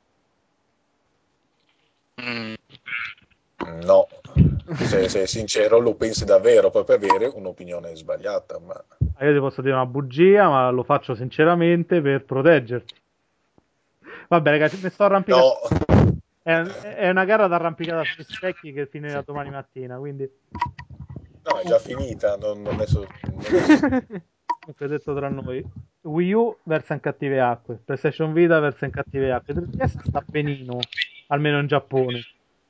Mm. No, se sei sincero lo pensi davvero, poi per avere un'opinione sbagliata, ma... Ah, io ti posso dire una bugia, ma lo faccio sinceramente per proteggerti. Vabbè, ragazzi, mi sto arrampicando. No, È, è una gara d'arrampicata sugli specchi che finirà sì. domani mattina, quindi... No, è già finita, non, non è so... non è... Comunque, detto tra noi, Wii U versa in cattive acque, PlayStation Vita versa in cattive acque, tre D S sta benino, almeno in Giappone.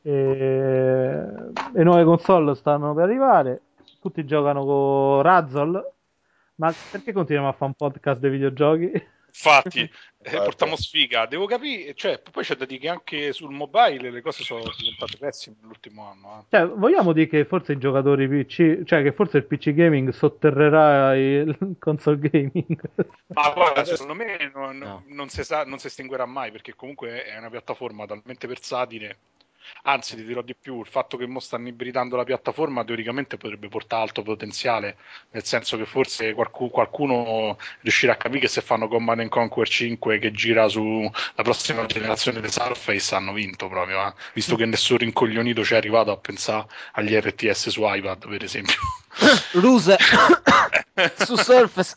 E... Le nuove console stanno per arrivare, tutti giocano con Razzle, ma perché continuiamo a fare un podcast dei videogiochi? Infatti, eh, portiamo sfiga. Devo capire, cioè, poi c'è da dire che anche sul mobile le cose sono diventate pessime nell'ultimo anno. Eh. Cioè, vogliamo dire che forse i giocatori P C, cioè che forse il P C gaming sotterrerà il console gaming? Ma guarda, secondo me non, No. non, si sa, non si estinguerà mai, perché comunque è una piattaforma talmente versatile. Anzi, ti dirò di più, il fatto che mo stanno ibridando la piattaforma teoricamente potrebbe portare alto potenziale, nel senso che forse qualcuno, qualcuno riuscirà a capire che se fanno Command and Conquer cinque che gira sulla prossima generazione di Surface hanno vinto proprio, eh? Visto che nessun rincoglionito ci è arrivato a pensare agli R T S su iPad, per esempio. Ruse su Surface.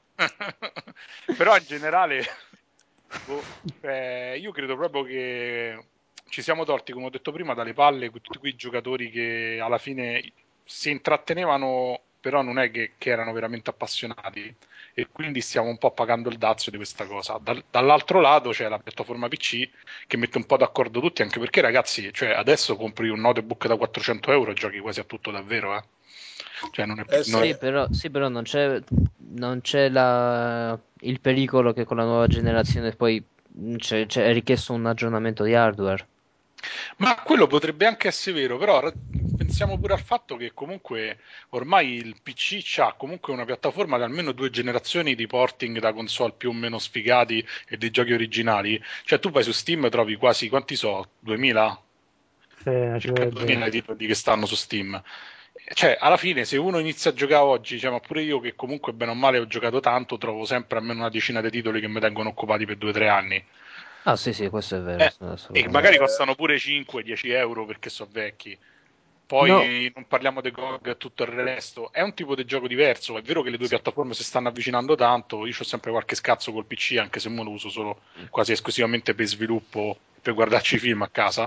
Però in generale boh, eh, io credo proprio che ci siamo tolti, come ho detto prima, dalle palle tutti quei giocatori che alla fine si intrattenevano, però non è che, che erano veramente appassionati, e quindi stiamo un po' pagando il dazio di questa cosa. Dal, dall'altro lato c'è la piattaforma P C che mette un po' d'accordo tutti, anche perché ragazzi, cioè, adesso compri un notebook da quattrocento euro e giochi quasi a tutto davvero, eh. Cioè, non è più, Eh non- Sì, però, sì, però non c'è, non c'è la- il pericolo che con la nuova generazione poi c'è, c'è- è richiesto un aggiornamento di hardware. Ma quello potrebbe anche essere vero, però ra- pensiamo pure al fatto che comunque ormai il P C c'ha comunque una piattaforma di almeno due generazioni di porting da console più o meno sfigati e dei giochi originali. Cioè tu vai su Steam e trovi quasi, quanti so, duemila? Sì, ci Circa vorrebbe. duemila titoli che stanno su Steam. Cioè, alla fine, se uno inizia a giocare oggi, cioè, ma pure io che comunque bene o male ho giocato tanto, trovo sempre almeno una decina di titoli che mi tengono occupati per due o tre anni. Ah, sì, sì, questo è vero, Eh, sono e assolutamente. magari Eh, costano pure cinque dieci euro perché sono vecchi. No, Poi non parliamo di G O G e tutto il resto. È un tipo di gioco diverso. È vero che le due piattaforme si stanno avvicinando tanto. Io ho sempre qualche scazzo col P C, anche se mo lo uso solo quasi esclusivamente per sviluppo, per guardarci i film a casa.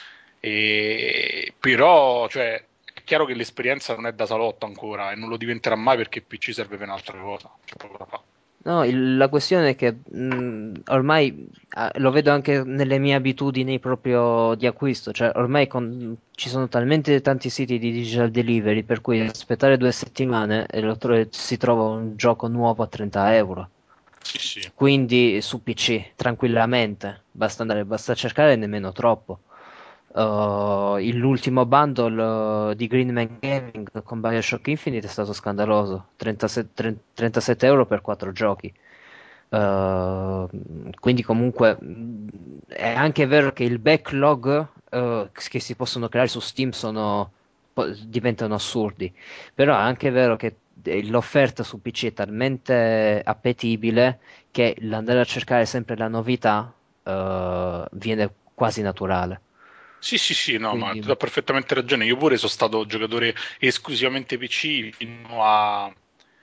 E... Però, cioè, è chiaro che l'esperienza non è da salotto ancora e non lo diventerà mai perché il P C serve per un'altra cosa. C'è poco da fare. no, il- la questione è che mh, ormai ah, lo vedo anche nelle mie abitudini proprio di acquisto, cioè ormai con- ci sono talmente tanti siti di digital delivery per cui aspettare due settimane e lo tro- si trova un gioco nuovo a trenta euro. Sì, sì. Quindi su P C, tranquillamente, basta andare, basta cercare nemmeno troppo. Uh, il- l'ultimo bundle uh, di Green Man Gaming con BioShock Infinite è stato scandaloso, trentasette, tre- trentasette euro per quattro giochi. Uh, quindi comunque mh, è anche vero che il backlog uh, che si possono creare su Steam sono, po- diventano assurdi, però è anche vero che eh, l'offerta su P C è talmente appetibile che l'andare a cercare sempre la novità uh, viene quasi naturale. Sì, sì, sì, no, ma tu Quindi hai perfettamente ragione. Io pure sono stato giocatore esclusivamente P C fino a...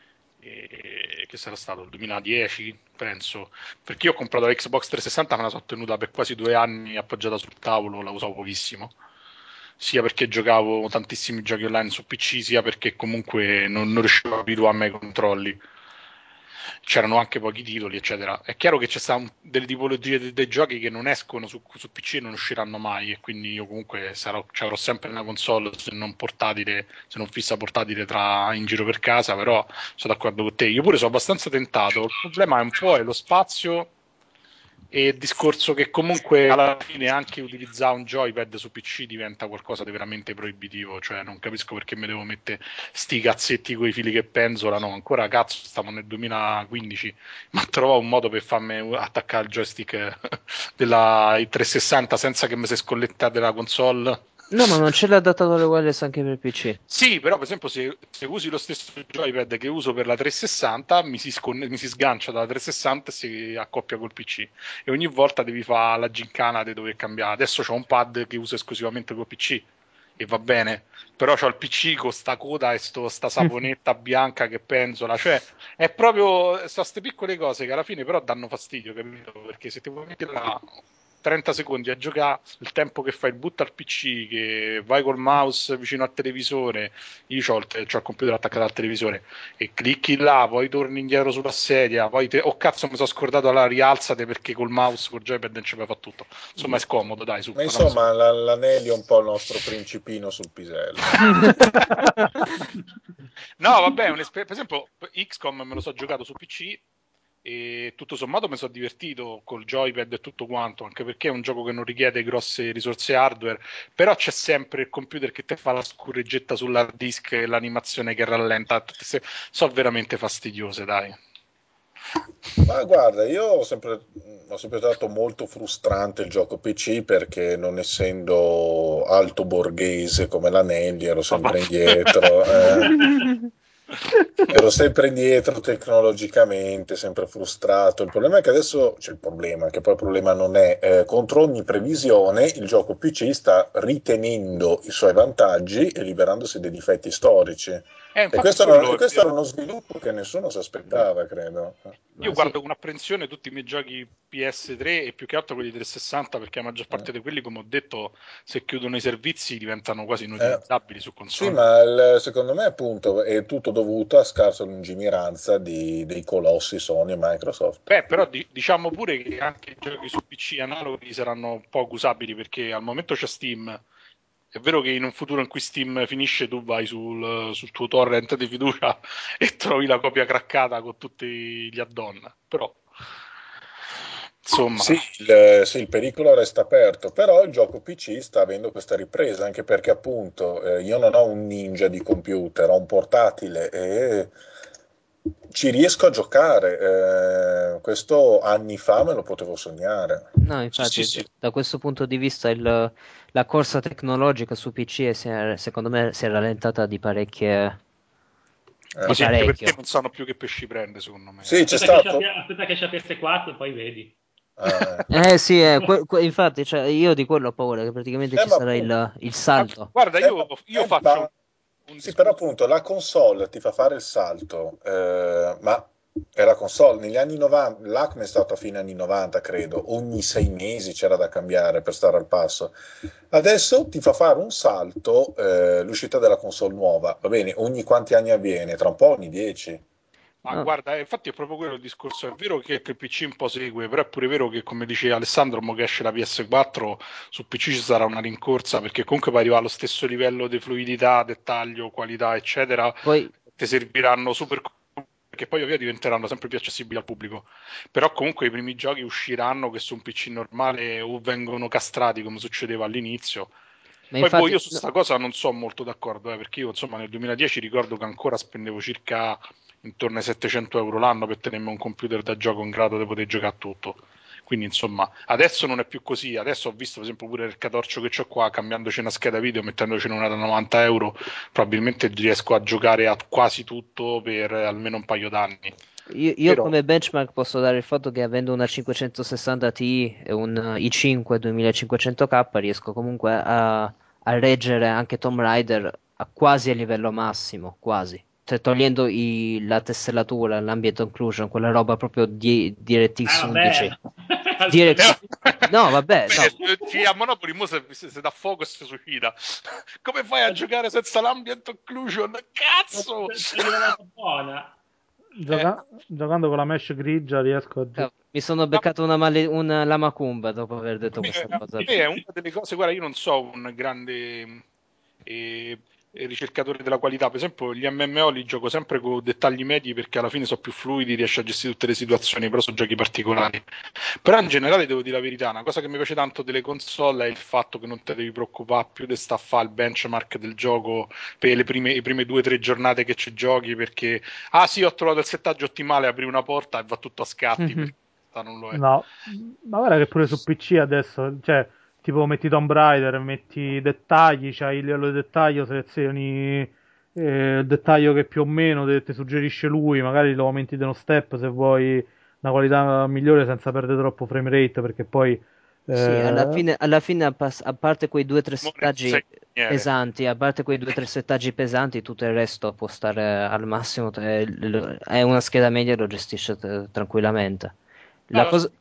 eh, che sarà stato? Il duemiladieci, penso. Perché io ho comprato la Xbox trecentosessanta, me la sono tenuta per quasi due anni appoggiata sul tavolo, la usavo pochissimo. Sia perché giocavo tantissimi giochi online su P C, sia perché comunque non, non riuscivo a abituarmi ai controlli. C'erano anche pochi titoli, eccetera. È chiaro che c'è sta un- delle tipologie de- dei giochi che non escono su, su P C e non usciranno mai, e quindi io comunque sarò, ci avrò sempre una console, se non portatile, se non fissa portatile tra, in giro per casa, però sono d'accordo con te. Io pure sono abbastanza tentato. Il problema è un po' è lo spazio e il discorso che comunque alla fine anche utilizzare un joypad su P C diventa qualcosa di veramente proibitivo, cioè non capisco perché mi devo mettere sti cazzetti con i fili che penzolano, ancora cazzo stiamo nel duemilaquindici, ma trovo un modo per farmi attaccare il joystick eh, della trecentosessanta senza che mi si scollettate la console. no, ma non c'è l'adattatore wireless anche per P C. Sì, però per esempio se, se usi lo stesso joypad che uso per la trecentosessanta mi si, sconne- mi si sgancia dalla trecentosessanta e si accoppia col P C, e ogni volta devi fare la gincana di dover cambiare. Adesso c'ho un pad che uso esclusivamente col P C e va bene, però c'ho il P C con sta coda e sto, sta saponetta bianca che penzola, cioè è proprio, sono queste piccole cose che alla fine però danno fastidio, capito? Perché se ti vuoi mettere là trenta secondi a giocare, il tempo che fai il butta al P C, che vai col mouse vicino al televisore, io c'ho il, te- c'ho il computer attaccato al televisore, e clicchi là, poi torni indietro sulla sedia, poi te... oh cazzo mi sono scordato, la rialzate perché col mouse, col joypad non ci puoi fare tutto. Insomma è scomodo, dai, su. Ma insomma, la, l'Anelli è un po' il nostro principino sul pisello. No, vabbè, un esper- per esempio X COM me lo so giocato su P C e tutto sommato mi sono divertito col joypad e tutto quanto, anche perché è un gioco che non richiede grosse risorse hardware, però c'è sempre il computer che ti fa la scorreggetta sull'hard disk e l'animazione che rallenta, sono veramente fastidiose, dai. Ma guarda, io ho sempre, ho sempre trovato molto frustrante il gioco P C perché non essendo alto borghese come l'Anelli ero sempre indietro. eh. Ero sempre indietro tecnologicamente, sempre frustrato. Il problema è che adesso c'è il problema, che poi il problema non è, eh, contro ogni previsione, il gioco P C sta ritenendo i suoi vantaggi e liberandosi dei difetti storici. Eh, E infatti questo, era, quello e è questo era vero. uno sviluppo che nessuno si aspettava, credo. Io Ma sì. guardo con apprensione tutti i miei giochi P S tre e più che altro quelli trecentosessanta, perché la maggior parte di quelli, come ho detto, se chiudono i servizi diventano quasi Eh, inutilizzabili su sì, console. ma il- secondo me appunto è tutto dovuto a scarsa lungimiranza di- dei colossi Sony e Microsoft. Beh, però di- diciamo pure che anche i giochi su P C analoghi saranno poco usabili, perché al momento c'è Steam. È vero che in un futuro in cui Steam finisce, tu vai sul, sul tuo torrent di fiducia e trovi la copia craccata con tutti gli add-on, però insomma. Sì, il, sì, il pericolo resta aperto, però il gioco P C sta avendo questa ripresa, anche perché appunto eh, io non ho un ninja di computer, ho un portatile e ci riesco a giocare. Eh, questo anni fa me lo potevo sognare. No, Sì, sì, infatti, d- sì. da questo punto di vista il- la corsa tecnologica su P C si è- secondo me si è rallentata di parecchie, Eh, Ma di sì, anche perché parecchio. non sanno più che pesci prende, secondo me. sì, Eh. c'è Aspetta che c'ha, stato. aspetta che c'ha P S quattro e poi vedi. eh, Eh sì, eh, que- que- infatti, cioè, io di quello ho paura, che praticamente eh, ci ma sarà appunto, il, il Ma salto. guarda, eh, io, ma- io eh, faccio ma- un sì, però discorso. appunto la console ti fa fare il salto, eh, ma è la console negli anni novanta, l'Acme è stato a fine anni novanta, credo, ogni sei mesi c'era da cambiare per stare al passo. Adesso ti fa fare un salto, eh, l'uscita della console nuova, va bene, ogni quanti anni avviene? Tra un po' ogni dieci. Ma No, guarda, eh, infatti è proprio quello il discorso. È vero che il P C un po' segue, però è pure vero che, come dice Alessandro, mo che esce la P S quattro, su P C ci sarà una rincorsa, perché comunque poi arriva allo stesso livello di fluidità, dettaglio, qualità, eccetera. poi Ti serviranno super computer, che poi via diventeranno sempre più accessibili al pubblico. Però comunque i primi giochi usciranno che su un P C normale o vengono castrati, come succedeva all'inizio. Ma Poi boh, infatti, io su no, sta cosa non sono molto d'accordo, eh, perché io insomma nel duemiladieci ricordo che ancora spendevo circa intorno ai settecento euro l'anno per tenermi un computer da gioco in grado di poter giocare a tutto. Quindi insomma, adesso non è più così. Adesso ho visto per esempio pure il catorcio che ho qua, cambiandoci una scheda video, mettendocene una da novanta euro, probabilmente riesco a giocare a quasi tutto per almeno un paio d'anni. io, io Però come benchmark posso dare il fatto che avendo una cinquecentosessanta Ti e un i cinque duemilacinquecento K riesco comunque a, a reggere anche Tomb Raider a quasi a livello massimo, quasi. Cioè togliendo i- la tessellatura, l'ambient occlusion, quella roba proprio di Ah, DirectX vabbè. undici. Direct... No, vabbè, no. Vabbè, sì, a Monopoly mo se, se, se dà fuoco e si suicida. Come fai a giocare senza l'ambient occlusion? Cazzo! Te l'ho data buona. Eh, Gioca- giocando con la mesh grigia riesco a giocare. Cavolo, mi sono no, beccato una, male... una lamacumba dopo aver a detto me, questa a cosa. me è una delle cose, guarda, io non so un grande eh, ricercatore della qualità, per esempio gli M M O li gioco sempre con dettagli medi perché alla fine sono più fluidi, riesci a gestire tutte le situazioni, però sono giochi particolari. Però in generale devo dire la verità, una cosa che mi piace tanto delle console è il fatto che non te devi preoccupare più di sta a fare il benchmark del gioco per le prime, le prime due o tre giornate che ci giochi, perché ah sì, ho trovato il settaggio ottimale, apri una porta e va tutto a scatti, perché non lo è. No, ma guarda che pure su P C adesso, cioè, tipo metti Tomb Raider, metti dettagli, c'hai il livello di dettaglio, selezioni eh, il dettaglio che più o meno te- ti suggerisce lui, magari lo aumenti di uno step se vuoi una qualità migliore senza perdere troppo frame rate, perché poi Sì, alla eh, fine, alla fine a, pas- a parte quei due o tre Mo ne sei settaggi ingegnere. pesanti, a parte quei due o tre settaggi pesanti, tutto il resto può stare al massimo. Te- l- È una scheda media e lo gestisce t- tranquillamente. La Ah, cosa... eh,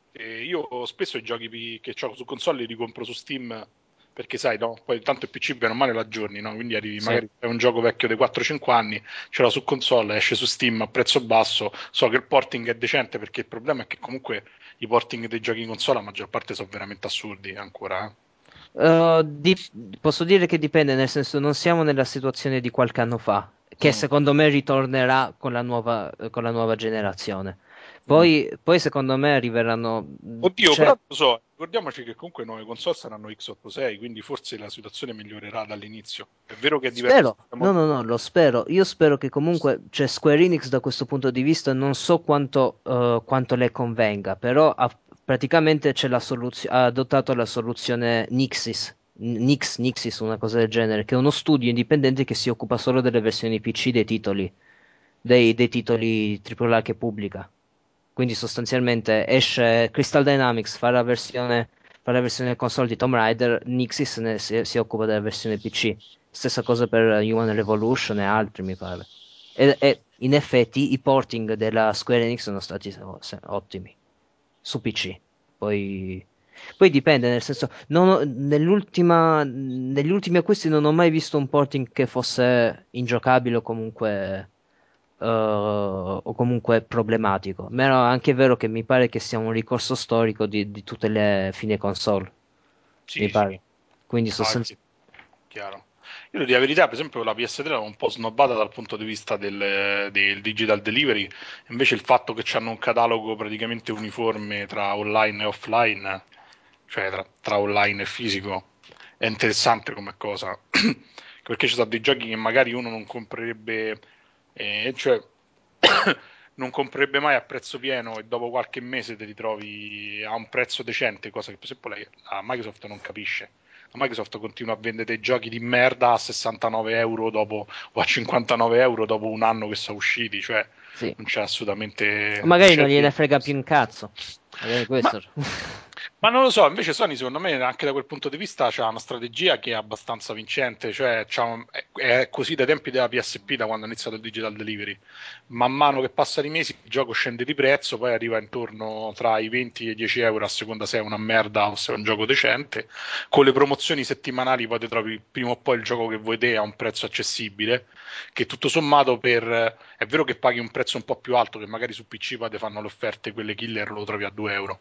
io spesso i giochi pi- che ho su console li ricompro su Steam, perché sai, no? Poi tanto il P C bene o male la giorni, no? Quindi arrivi, Sì. magari è un gioco vecchio dei quattro cinque anni, ce l'ho su console, esce su Steam a prezzo basso, so che il porting è decente, perché il problema è che comunque i porting dei giochi in console la maggior parte sono veramente assurdi ancora, eh. Uh, di- posso dire che dipende, nel senso non siamo nella situazione di qualche anno fa, che Mm. secondo me ritornerà con la nuova, con la nuova generazione. Mm. Poi, poi secondo me arriveranno... Oddio, cioè, però lo so, ricordiamoci che comunque nuove console saranno X ottantasei, quindi forse la situazione migliorerà dall'inizio. È vero che è diverso il spero, sistema. no, no, no, lo spero. Io spero che comunque, cioè Square Enix da questo punto di vista non so quanto, eh, quanto le convenga, però ha, praticamente c'è la soluzio- ha adottato la soluzione Nixis, N- Nix, Nixis, una cosa del genere, che è uno studio indipendente che si occupa solo delle versioni P C dei titoli, dei, dei titoli tripla A che pubblica. Quindi sostanzialmente esce Crystal Dynamics, fa la versione, fa la versione console di Tomb Raider, Nixis ne- si, si occupa della versione P C. Stessa cosa per Human Revolution e altri, mi pare. E, e in effetti i porting della Square Enix sono stati oh, se- ottimi su P C. Poi, poi dipende, nel senso, non ho- nell'ultima, negli ultimi acquisti non ho mai visto un porting che fosse ingiocabile o comunque, eh, o comunque problematico. Ma è anche vero che mi pare che sia un ricorso storico di, di tutte le fine console. Sì, Mi sì, pare. Quindi infatti, sostanzialmente. chiaro. Io di la verità, per esempio, la P S tre l'ho un po' snobbata dal punto di vista del, del digital delivery, invece il fatto che hanno un catalogo praticamente uniforme tra online e offline, cioè tra, tra online e fisico, è interessante come cosa, perché ci sono dei giochi che magari uno non comprerebbe, eh, cioè non comprerebbe mai a prezzo pieno e dopo qualche mese te li trovi a un prezzo decente, cosa che per esempio lei, la Microsoft non capisce. La Microsoft continua a vendere dei giochi di merda a sessantanove euro dopo, o a cinquantanove euro dopo un anno che sono usciti, cioè Sì. non c'è O assolutamente... Non magari c'è non gliene di- frega più un cazzo. Magari Ma, questo. ma non lo so, invece Sony secondo me anche da quel punto di vista c'ha una strategia che è abbastanza vincente, cioè c'ha un- è, è così dai tempi della P S P, da quando ha iniziato il digital delivery. Man mano che passano i mesi il gioco scende di prezzo, poi arriva intorno tra i venti e i dieci euro a seconda se è una merda o se è un gioco decente. Con le promozioni settimanali poi ti trovi prima o poi il gioco che vuoi te a un prezzo accessibile, che tutto sommato per... è vero che paghi un prezzo un po' più alto, che magari su P C poi ti fanno le offerte, quelle killer lo trovi a due euro.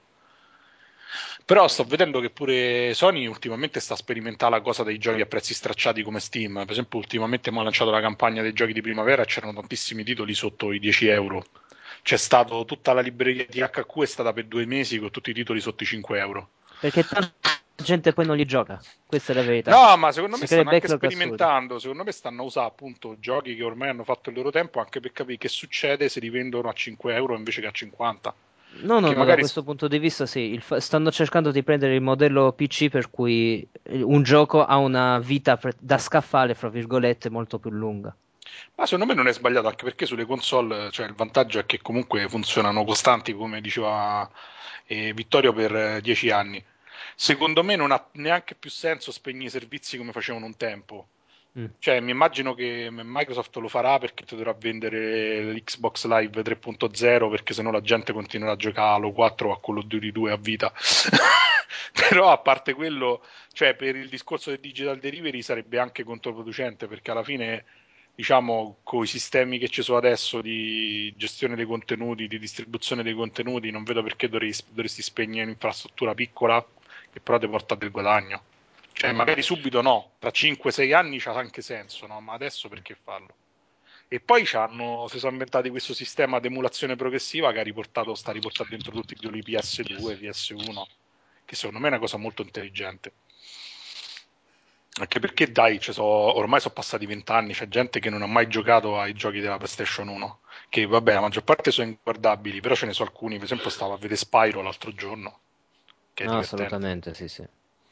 Però sto vedendo che pure Sony ultimamente sta sperimentando la cosa dei giochi a prezzi stracciati come Steam. Per esempio, ultimamente mi ha lanciato la campagna dei giochi di primavera e c'erano tantissimi titoli sotto i dieci euro. C'è stato tutta la libreria di H Q è stata per due mesi con tutti i titoli sotto i cinque euro. Perché tanta gente poi non li gioca. Questa è la verità. No, ma secondo Si me crea stanno anche backlog assurdi. sperimentando, secondo me stanno a usare appunto giochi che ormai hanno fatto il loro tempo anche per capire che succede se li vendono a cinque euro invece che a cinquanta. No, no, Perché no, da magari questo punto di vista sì, il fa- stanno cercando di prendere il modello P C per cui eh, un gioco ha una vita pre- da scaffale, fra virgolette, molto più lunga. Ma secondo me non è sbagliato, anche perché sulle console, cioè il vantaggio è che comunque funzionano costanti, come diceva eh, Vittorio, per eh, dieci anni. Secondo me non ha neanche più senso spegnere i servizi come facevano un tempo. Mm. Cioè, mi immagino che Microsoft lo farà perché ti dovrà vendere l'Xbox Live tre punto zero, perché sennò la gente continuerà a giocare a Halo quattro o a Call of Duty due a vita. Però a parte quello, cioè per il discorso del digital delivery sarebbe anche controproducente, perché alla fine, diciamo, con i sistemi che ci sono adesso di gestione dei contenuti, di distribuzione dei contenuti, non vedo perché dovresti, dovresti spegnere un'infrastruttura piccola che però ti porta del guadagno. Cioè, magari subito no, tra cinque sei anni c'ha anche senso, no? Ma adesso perché farlo? E poi c'hanno, si sono inventati questo sistema di emulazione progressiva che ha riportato, sta riportando dentro tutti i titoli P S due, P S uno, che secondo me è una cosa molto intelligente. Anche perché, dai, ci so, ormai sono passati vent'anni, c'è gente che non ha mai giocato ai giochi della PlayStation uno, che vabbè, la maggior parte sono inguardabili, però ce ne sono alcuni, per esempio stavo a vedere Spyro l'altro giorno, che è No, divertente. assolutamente, sì, sì.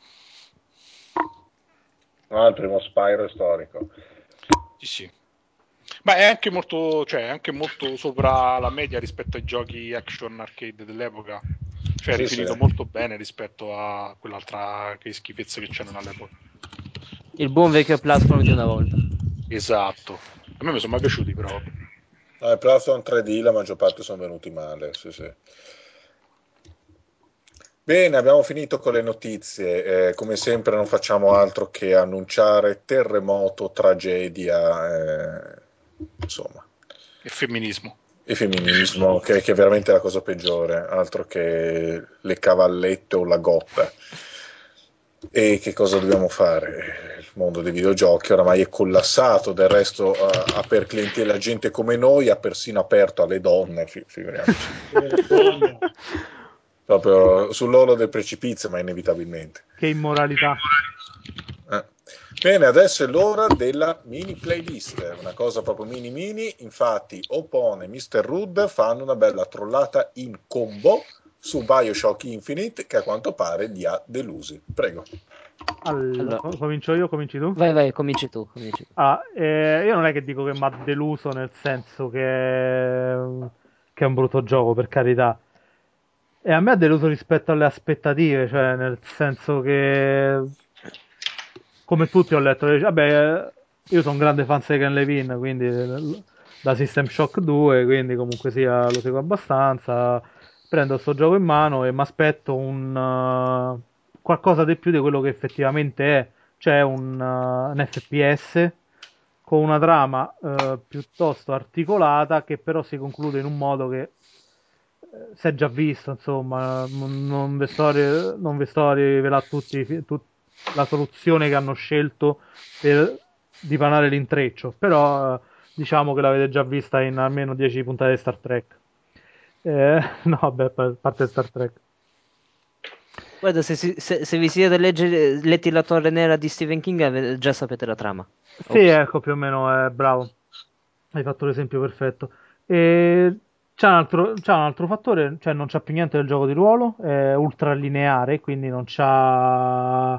No, il primo Spyro è storico. Sì, sì. Ma è anche molto, cioè, è anche molto sopra la media rispetto ai giochi action arcade dell'epoca. Cioè, è Sì, rifinito sì. molto bene rispetto a quell'altra che schifezze che c'erano all'epoca. Il buon vecchio platform di una volta. Esatto. A me mi sono mai piaciuti, però. No, i platform tre D la maggior parte sono venuti male, sì, sì. Bene, abbiamo finito con le notizie. Eh, come sempre non facciamo altro che annunciare terremoto, tragedia, eh, insomma, E femminismo. e femminismo, che, che è veramente la cosa peggiore, altro che le cavallette o la goppa. E che cosa dobbiamo fare? Il mondo dei videogiochi oramai è collassato, del resto uh, ha per clientela gente come noi, ha persino aperto alle donne, fi- figuriamoci. Vergogna. Proprio sull'orlo del precipizio, ma inevitabilmente. Che immoralità. Eh. Bene, adesso è l'ora della mini playlist, una cosa proprio mini mini, infatti Opone e mister Rudd fanno una bella trollata in combo su BioShock Infinite che a quanto pare li ha delusi. Prego. Allora, Allora, co- comincio io, cominci tu? vai, vai, cominci tu, cominci tu. Ah, eh, io non è che dico che mi ha deluso nel senso che, che è un brutto gioco, per carità. E a me ha deluso rispetto alle aspettative, cioè nel senso che, come tutti ho letto, le- vabbè, eh, io sono un grande fan di Ken Levine, quindi eh, da System Shock due, quindi comunque sia lo seguo abbastanza. Prendo sto gioco in mano e mi aspetto un eh, qualcosa di più di quello che effettivamente è, cioè un, eh, un F P S con una trama eh, piuttosto articolata che però si conclude in un modo che eh, si è già visto, insomma, non, non vi sto, a ri- non vi sto a rivelare tutti, i fi- tut- la soluzione che hanno scelto per dipanare l'intreccio, però eh, diciamo che l'avete già vista in almeno dieci puntate di Star Trek. Eh, no, vabbè, a parte Star Trek. Guarda, se, si- se- se vi siete legge- letti La Torre Nera di Stephen King, ave- già sapete la trama. Sì, Ops. ecco, più o meno è bravo. Hai fatto l'esempio perfetto. E c'è un altro, c'è un altro fattore, cioè non c'ha più niente del gioco di ruolo, è ultra lineare, quindi non c'ha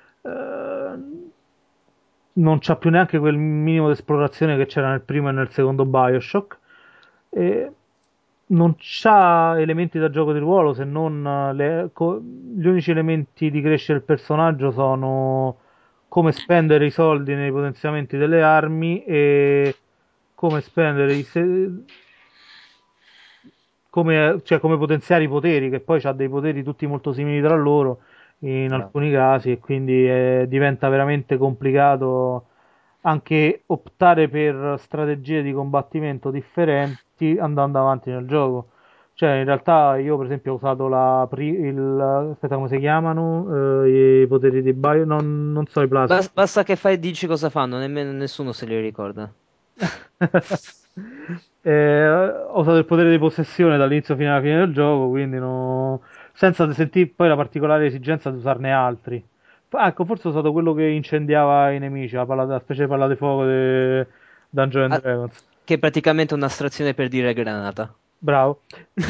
eh, non c'ha più neanche quel minimo di esplorazione che c'era nel primo e nel secondo BioShock. E non c'ha elementi da gioco di ruolo se non eh, le- co- gli unici elementi di crescita del personaggio sono come spendere i soldi nei potenziamenti delle armi e come spendere i se- come, cioè come potenziare i poteri, che poi ha dei poteri tutti molto simili tra loro in Bravo. alcuni casi, e quindi eh, diventa veramente complicato anche optare per strategie di combattimento differenti andando avanti nel gioco. Cioè, in realtà io per esempio ho usato la pri- il, aspetta, come si chiamano? Eh, i poteri di Bio, non, non so i plasma. Bas- basta che fai e dici cosa fanno, nemmeno nessuno se li ricorda. Eh, ho usato il potere di possessione dall'inizio fino alla fine del gioco, quindi no- senza sentire poi la particolare esigenza di usarne altri. Ah, ecco, forse ho usato quello che incendiava i nemici, la, palla, la specie di palla di fuoco di Dungeons and Ah, Dragons. che è praticamente un'astrazione per dire granata. Bravo.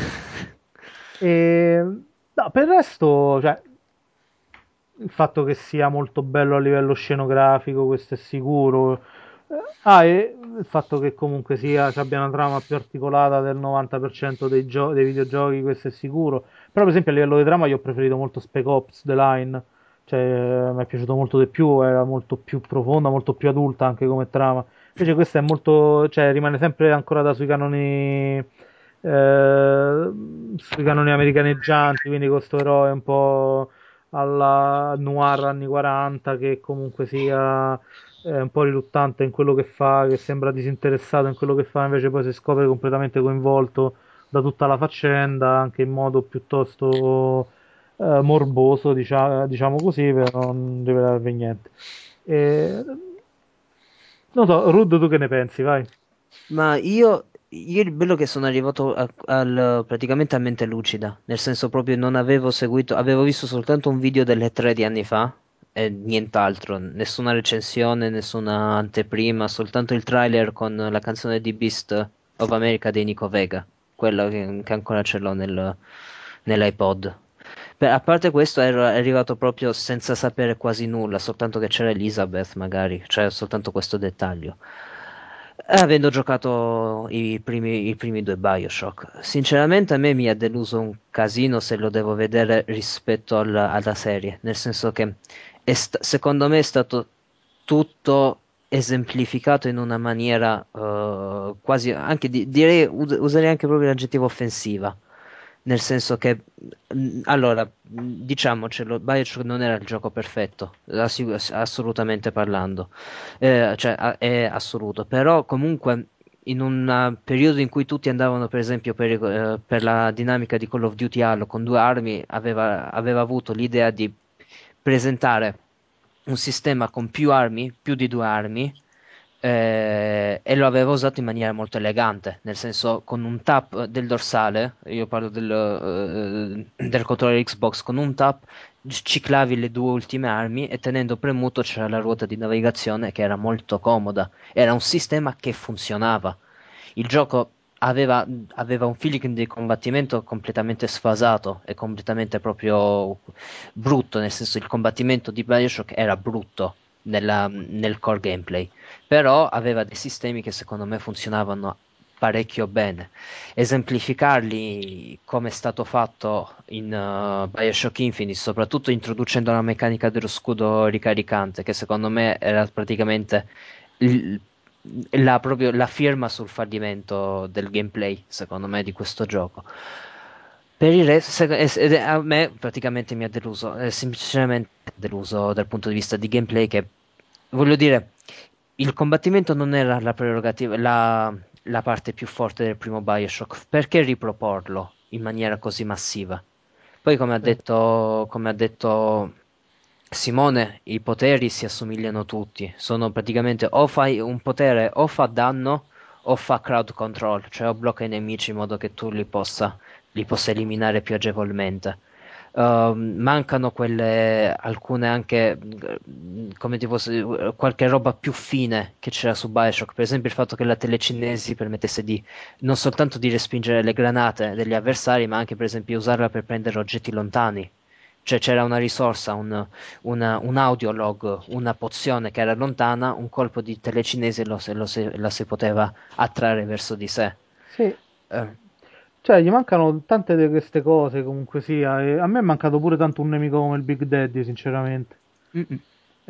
E, no, per il resto, cioè, il fatto che sia molto bello a livello scenografico, questo è sicuro. Eh, Ah, e il fatto che comunque sia, ci abbia una trama più articolata del novanta per cento dei, gio- dei videogiochi, questo è sicuro. Però, per esempio, a livello di trama, io ho preferito molto Spec Ops The Line. Cioè, eh, mi è piaciuto molto di più, era molto più profonda, molto più adulta anche come trama. Invece, questa è molto, cioè, rimane sempre ancorata sui canoni, eh, sui canoni americaneggianti, quindi questo eroe un po' alla noir anni quaranta che comunque sia eh, un po' riluttante in quello che fa, che sembra disinteressato in quello che fa, invece poi si scopre completamente coinvolto da tutta la faccenda, anche in modo piuttosto eh, morboso, diciamo, diciamo così, per non rivelarvi niente. E, non so, Rud, tu che ne pensi? Vai. Ma io, io il bello è che sono arrivato a- al, praticamente a mente lucida, nel senso proprio non avevo seguito, avevo visto soltanto un video delle tre di anni fa e nient'altro, nessuna recensione, nessuna anteprima, soltanto il trailer con la canzone di Beast of America di Nico Vega, quella che, che ancora ce l'ho nel, nell'iPod. Beh, a parte questo ero arrivato proprio senza sapere quasi nulla, soltanto che c'era Elizabeth magari, cioè soltanto questo dettaglio. Avendo giocato i primi, i primi due BioShock, sinceramente a me mi ha deluso un casino se lo devo vedere rispetto alla, alla serie, nel senso che è sta- secondo me è stato tutto esemplificato in una maniera eh, quasi, anche di- direi, us- userei anche proprio l'aggettivo offensiva nel senso che, mh, allora, mh, diciamocelo, Bioshock non era il gioco perfetto, assi- assolutamente parlando. Eh, cioè a- è assoluto, però comunque in un uh, periodo in cui tutti andavano per esempio per, eh, per la dinamica di Call of Duty Halo con due armi, aveva, aveva avuto l'idea di presentare un sistema con più armi, più di due armi, eh, e lo aveva usato in maniera molto elegante, nel senso con un tap del dorsale, io parlo del, eh, del controller Xbox, con un tap ciclavi le due ultime armi e tenendo premuto c'era la ruota di navigazione che era molto comoda, era un sistema che funzionava. Il gioco aveva, aveva un feeling di combattimento completamente sfasato e completamente proprio brutto, nel senso il combattimento di Bioshock era brutto nella- nel core gameplay, però aveva dei sistemi che secondo me funzionavano parecchio bene. Esemplificarli come è stato fatto in uh, Bioshock Infinite, soprattutto introducendo la meccanica dello scudo ricaricante, che secondo me era praticamente il- la, proprio la firma sul fallimento del gameplay, secondo me, di questo gioco. Per il resto, se- es- ed è- a me praticamente mi ha deluso, è semplicemente deluso dal punto di vista di gameplay che, voglio dire, il combattimento non era la prerogativa, la, la parte più forte del primo Bioshock, perché riproporlo in maniera così massiva? Poi, come ha Sì. detto, come ha detto Simone, i poteri si assomigliano tutti, sono praticamente o fai un potere o fa danno o fa crowd control, cioè o blocca i nemici in modo che tu li possa, li possa eliminare più agevolmente. Uh, mancano quelle alcune anche mm, come ti posso dire, qualche roba più fine che c'era su Bioshock, per esempio il fatto che la telecinesi permettesse di non soltanto di respingere le granate degli avversari, ma anche per esempio usarla per prendere oggetti lontani. Cioè c'era una risorsa, un, una- un audiolog, una pozione che era lontana, un colpo di telecinese lo, se- lo se- la si poteva attrarre verso di sé. Sì, Eh, cioè gli mancano tante di queste cose comunque sia, e a me è mancato pure tanto un nemico come il Big Daddy, sinceramente. mm-mm.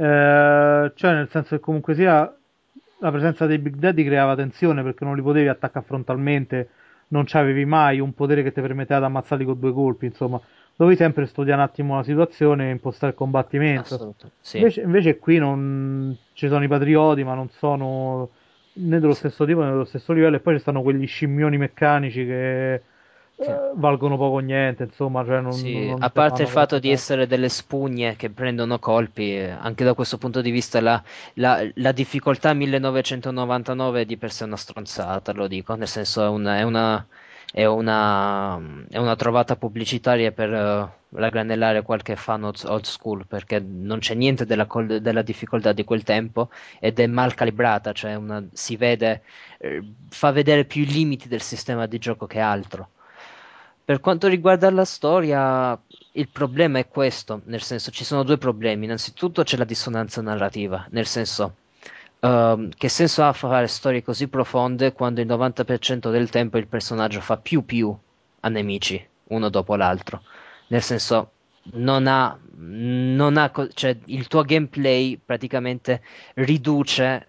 Eh, cioè nel senso che comunque sia la presenza dei Big Daddy creava tensione perché non li potevi attaccare frontalmente, non c'avevi mai un potere che ti permetteva di ammazzarli con due colpi, insomma, dovevi sempre studiare un attimo la situazione e impostare il combattimento. Assolutamente, sì. Invece, invece qui non ci sono i patrioti, ma non sono né dello Sì, stesso tipo né dello stesso livello, e poi ci stanno quegli scimmioni meccanici che eh, sì. valgono poco o niente, insomma, cioè non, non, Sì, non a ti parte il fanno fatto proprio di tanto. essere delle spugne che prendono colpi, eh, anche da questo punto di vista la, la- la difficoltà millenovecentonovantanove è di per sé una stronzata, lo dico, nel senso è una, è una, è una, è una trovata pubblicitaria per eh, raggranellare qualche fan old, old school, perché non c'è niente della, col- della difficoltà di quel tempo ed è mal calibrata, cioè una- si vede, eh, fa vedere più i limiti del sistema di gioco che altro. Per quanto riguarda la storia, il problema è questo, nel senso ci sono due problemi. Innanzitutto c'è la dissonanza narrativa, nel senso ehm, che senso ha fare storie così profonde quando il novanta per cento del tempo il personaggio fa più più a nemici, uno dopo l'altro. Nel senso non ha, non ha, co- cioè il tuo gameplay praticamente riduce,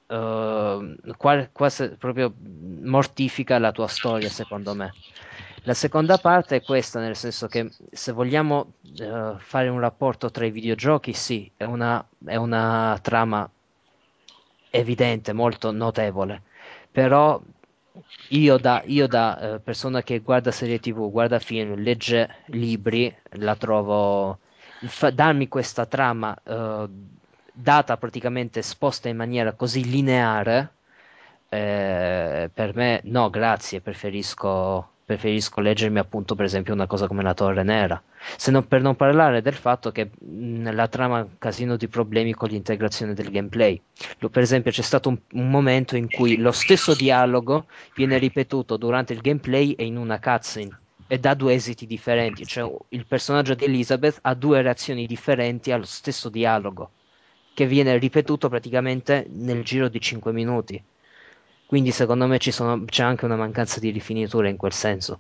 eh, qua- quasi proprio mortifica la tua storia, secondo me. La seconda parte è questa, nel senso che se vogliamo eh, fare un rapporto tra i videogiochi, sì, è una, è una trama evidente, molto notevole, però io da, io da eh, persona che guarda serie T V, guarda film, legge libri, la trovo, fa- darmi questa trama eh, data praticamente esposta in maniera così lineare, eh, per me no, grazie, preferisco, preferisco leggermi appunto per esempio una cosa come La Torre Nera. Se non per non parlare del fatto che mh, la trama ha un casino di problemi con l'integrazione del gameplay. Lo- Per esempio, c'è stato un, un momento in cui lo stesso dialogo viene ripetuto durante il gameplay e in una cutscene e dà due esiti differenti, cioè il personaggio di Elizabeth ha due reazioni differenti allo stesso dialogo, che viene ripetuto praticamente nel giro di cinque minuti. Quindi secondo me ci sono- c'è anche una mancanza di rifinitura in quel senso.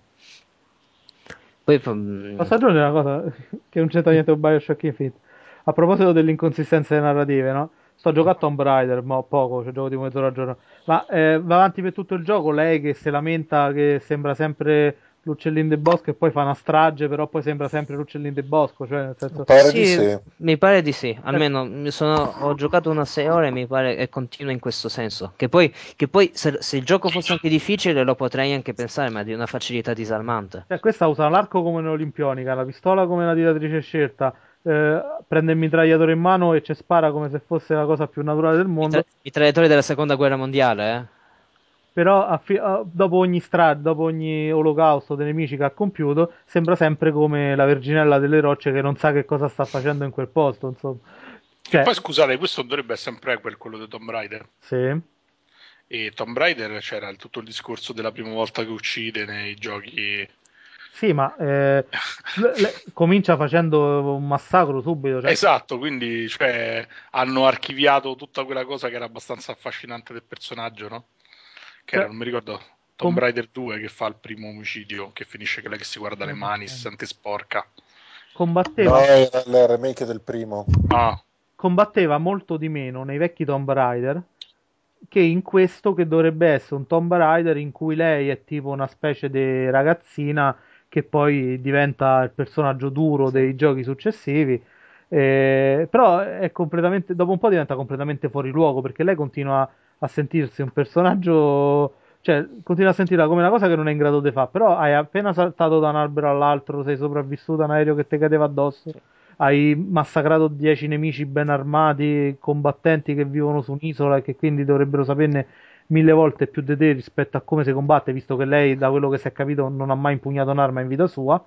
Poi, mm, Posso aggiungere una cosa che non c'entra niente con Bioshock Infinite? A proposito delle inconsistenze narrative, no? Sto a giocare a Tomb Raider, ma poco, cioè gioco di mezz'ora al giorno. Ma eh, va avanti per tutto il gioco, lei che si lamenta che sembra sempre l'uccellino del bosco e poi fa una strage, però poi sembra sempre l'uccellino del bosco, cioè nel senso... Pare Sì, di sì. mi pare di sì, almeno mi sono- ho giocato una sei ore e mi pare e continua in questo senso. Che poi, che poi se, se il gioco fosse anche difficile lo potrei anche pensare, ma di una facilità disarmante. Cioè, questa usa l'arco come un'olimpionica, la pistola come una tiratrice scelta, eh, prende il mitragliatore in mano e ci spara come se fosse la cosa più naturale del I, tra- mondo. i traditori della seconda guerra mondiale, eh? Però a fi- a- dopo ogni strage, dopo ogni olocausto dei nemici che ha compiuto, sembra sempre come la Verginella delle Rocce che non sa che cosa sta facendo in quel posto, insomma. Che Cioè, poi scusate, questo dovrebbe essere un prequel, quello di Tomb Raider. sì. E Tomb Raider c'era il- tutto il discorso della prima volta che uccide nei giochi. Sì, ma eh, le- le- comincia facendo un massacro subito, cioè, Esatto, quindi cioè, hanno archiviato tutta quella cosa che era abbastanza affascinante del personaggio, no? Che cioè, era, non mi ricordo, Tomb com- Raider due che fa il primo omicidio, che finisce che lei che si guarda le mani, si sente sporca. combatteva, No, era il remake del primo. Ah, combatteva molto di meno nei vecchi Tomb Raider che in questo che dovrebbe essere un Tomb Raider in cui lei è tipo una specie di ragazzina che poi diventa il personaggio duro dei giochi successivi. Eh, però è completamente, dopo un po' diventa completamente fuori luogo perché lei continua a sentirsi un personaggio, cioè continua a sentirla come una cosa che non è in grado di fare. Però hai appena saltato da un albero all'altro, sei sopravvissuto a un aereo che ti cadeva addosso, Sì. hai massacrato dieci nemici ben armati, combattenti che vivono su un'isola e che quindi dovrebbero saperne mille volte più di te rispetto a come si combatte, visto che lei, da quello che si è capito, non ha mai impugnato un'arma in vita sua.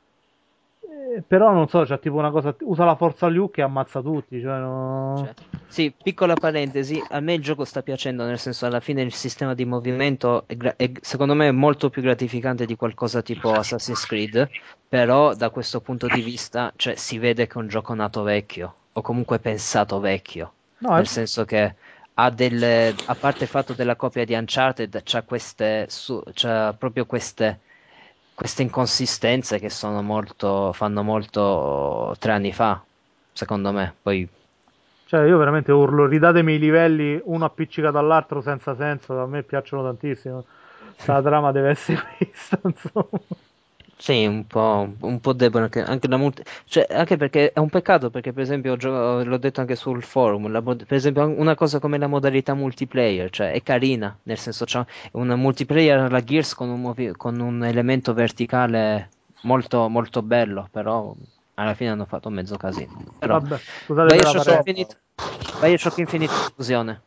Eh, però non so, c'è tipo una cosa, usa la forza Luke e ammazza tutti, cioè no... Cioè, sì, piccola parentesi, a me il gioco sta piacendo, nel senso alla fine il sistema di movimento è, gra- è- secondo me è molto più gratificante di qualcosa tipo Assassin's Creed, però da questo punto di vista, cioè, si vede che è un gioco nato vecchio, o comunque pensato vecchio, No, è... nel senso che ha delle, a parte il fatto della copia di Uncharted, c'ha queste, su- c'ha proprio queste, queste inconsistenze che sono molto, fanno molto tre anni fa, secondo me, poi... Cioè, io veramente urlo, ridatemi i livelli uno appiccicato all'altro senza senso, a me piacciono tantissimo. La trama deve essere questa, insomma. Sì, un po', un po' debole anche, anche la multi- cioè, anche perché è un peccato perché per esempio gio- l'ho detto anche sul forum, la mod- per esempio una cosa come la modalità multiplayer, cioè è carina, nel senso c'è un multiplayer alla Gears con un, movi- con un elemento verticale molto, molto bello, però alla fine hanno fatto mezzo casino. Però Vabbè, scusate per la Bioshock parentesi. Insomma, Infinite, Bioshock Infinite esclusione.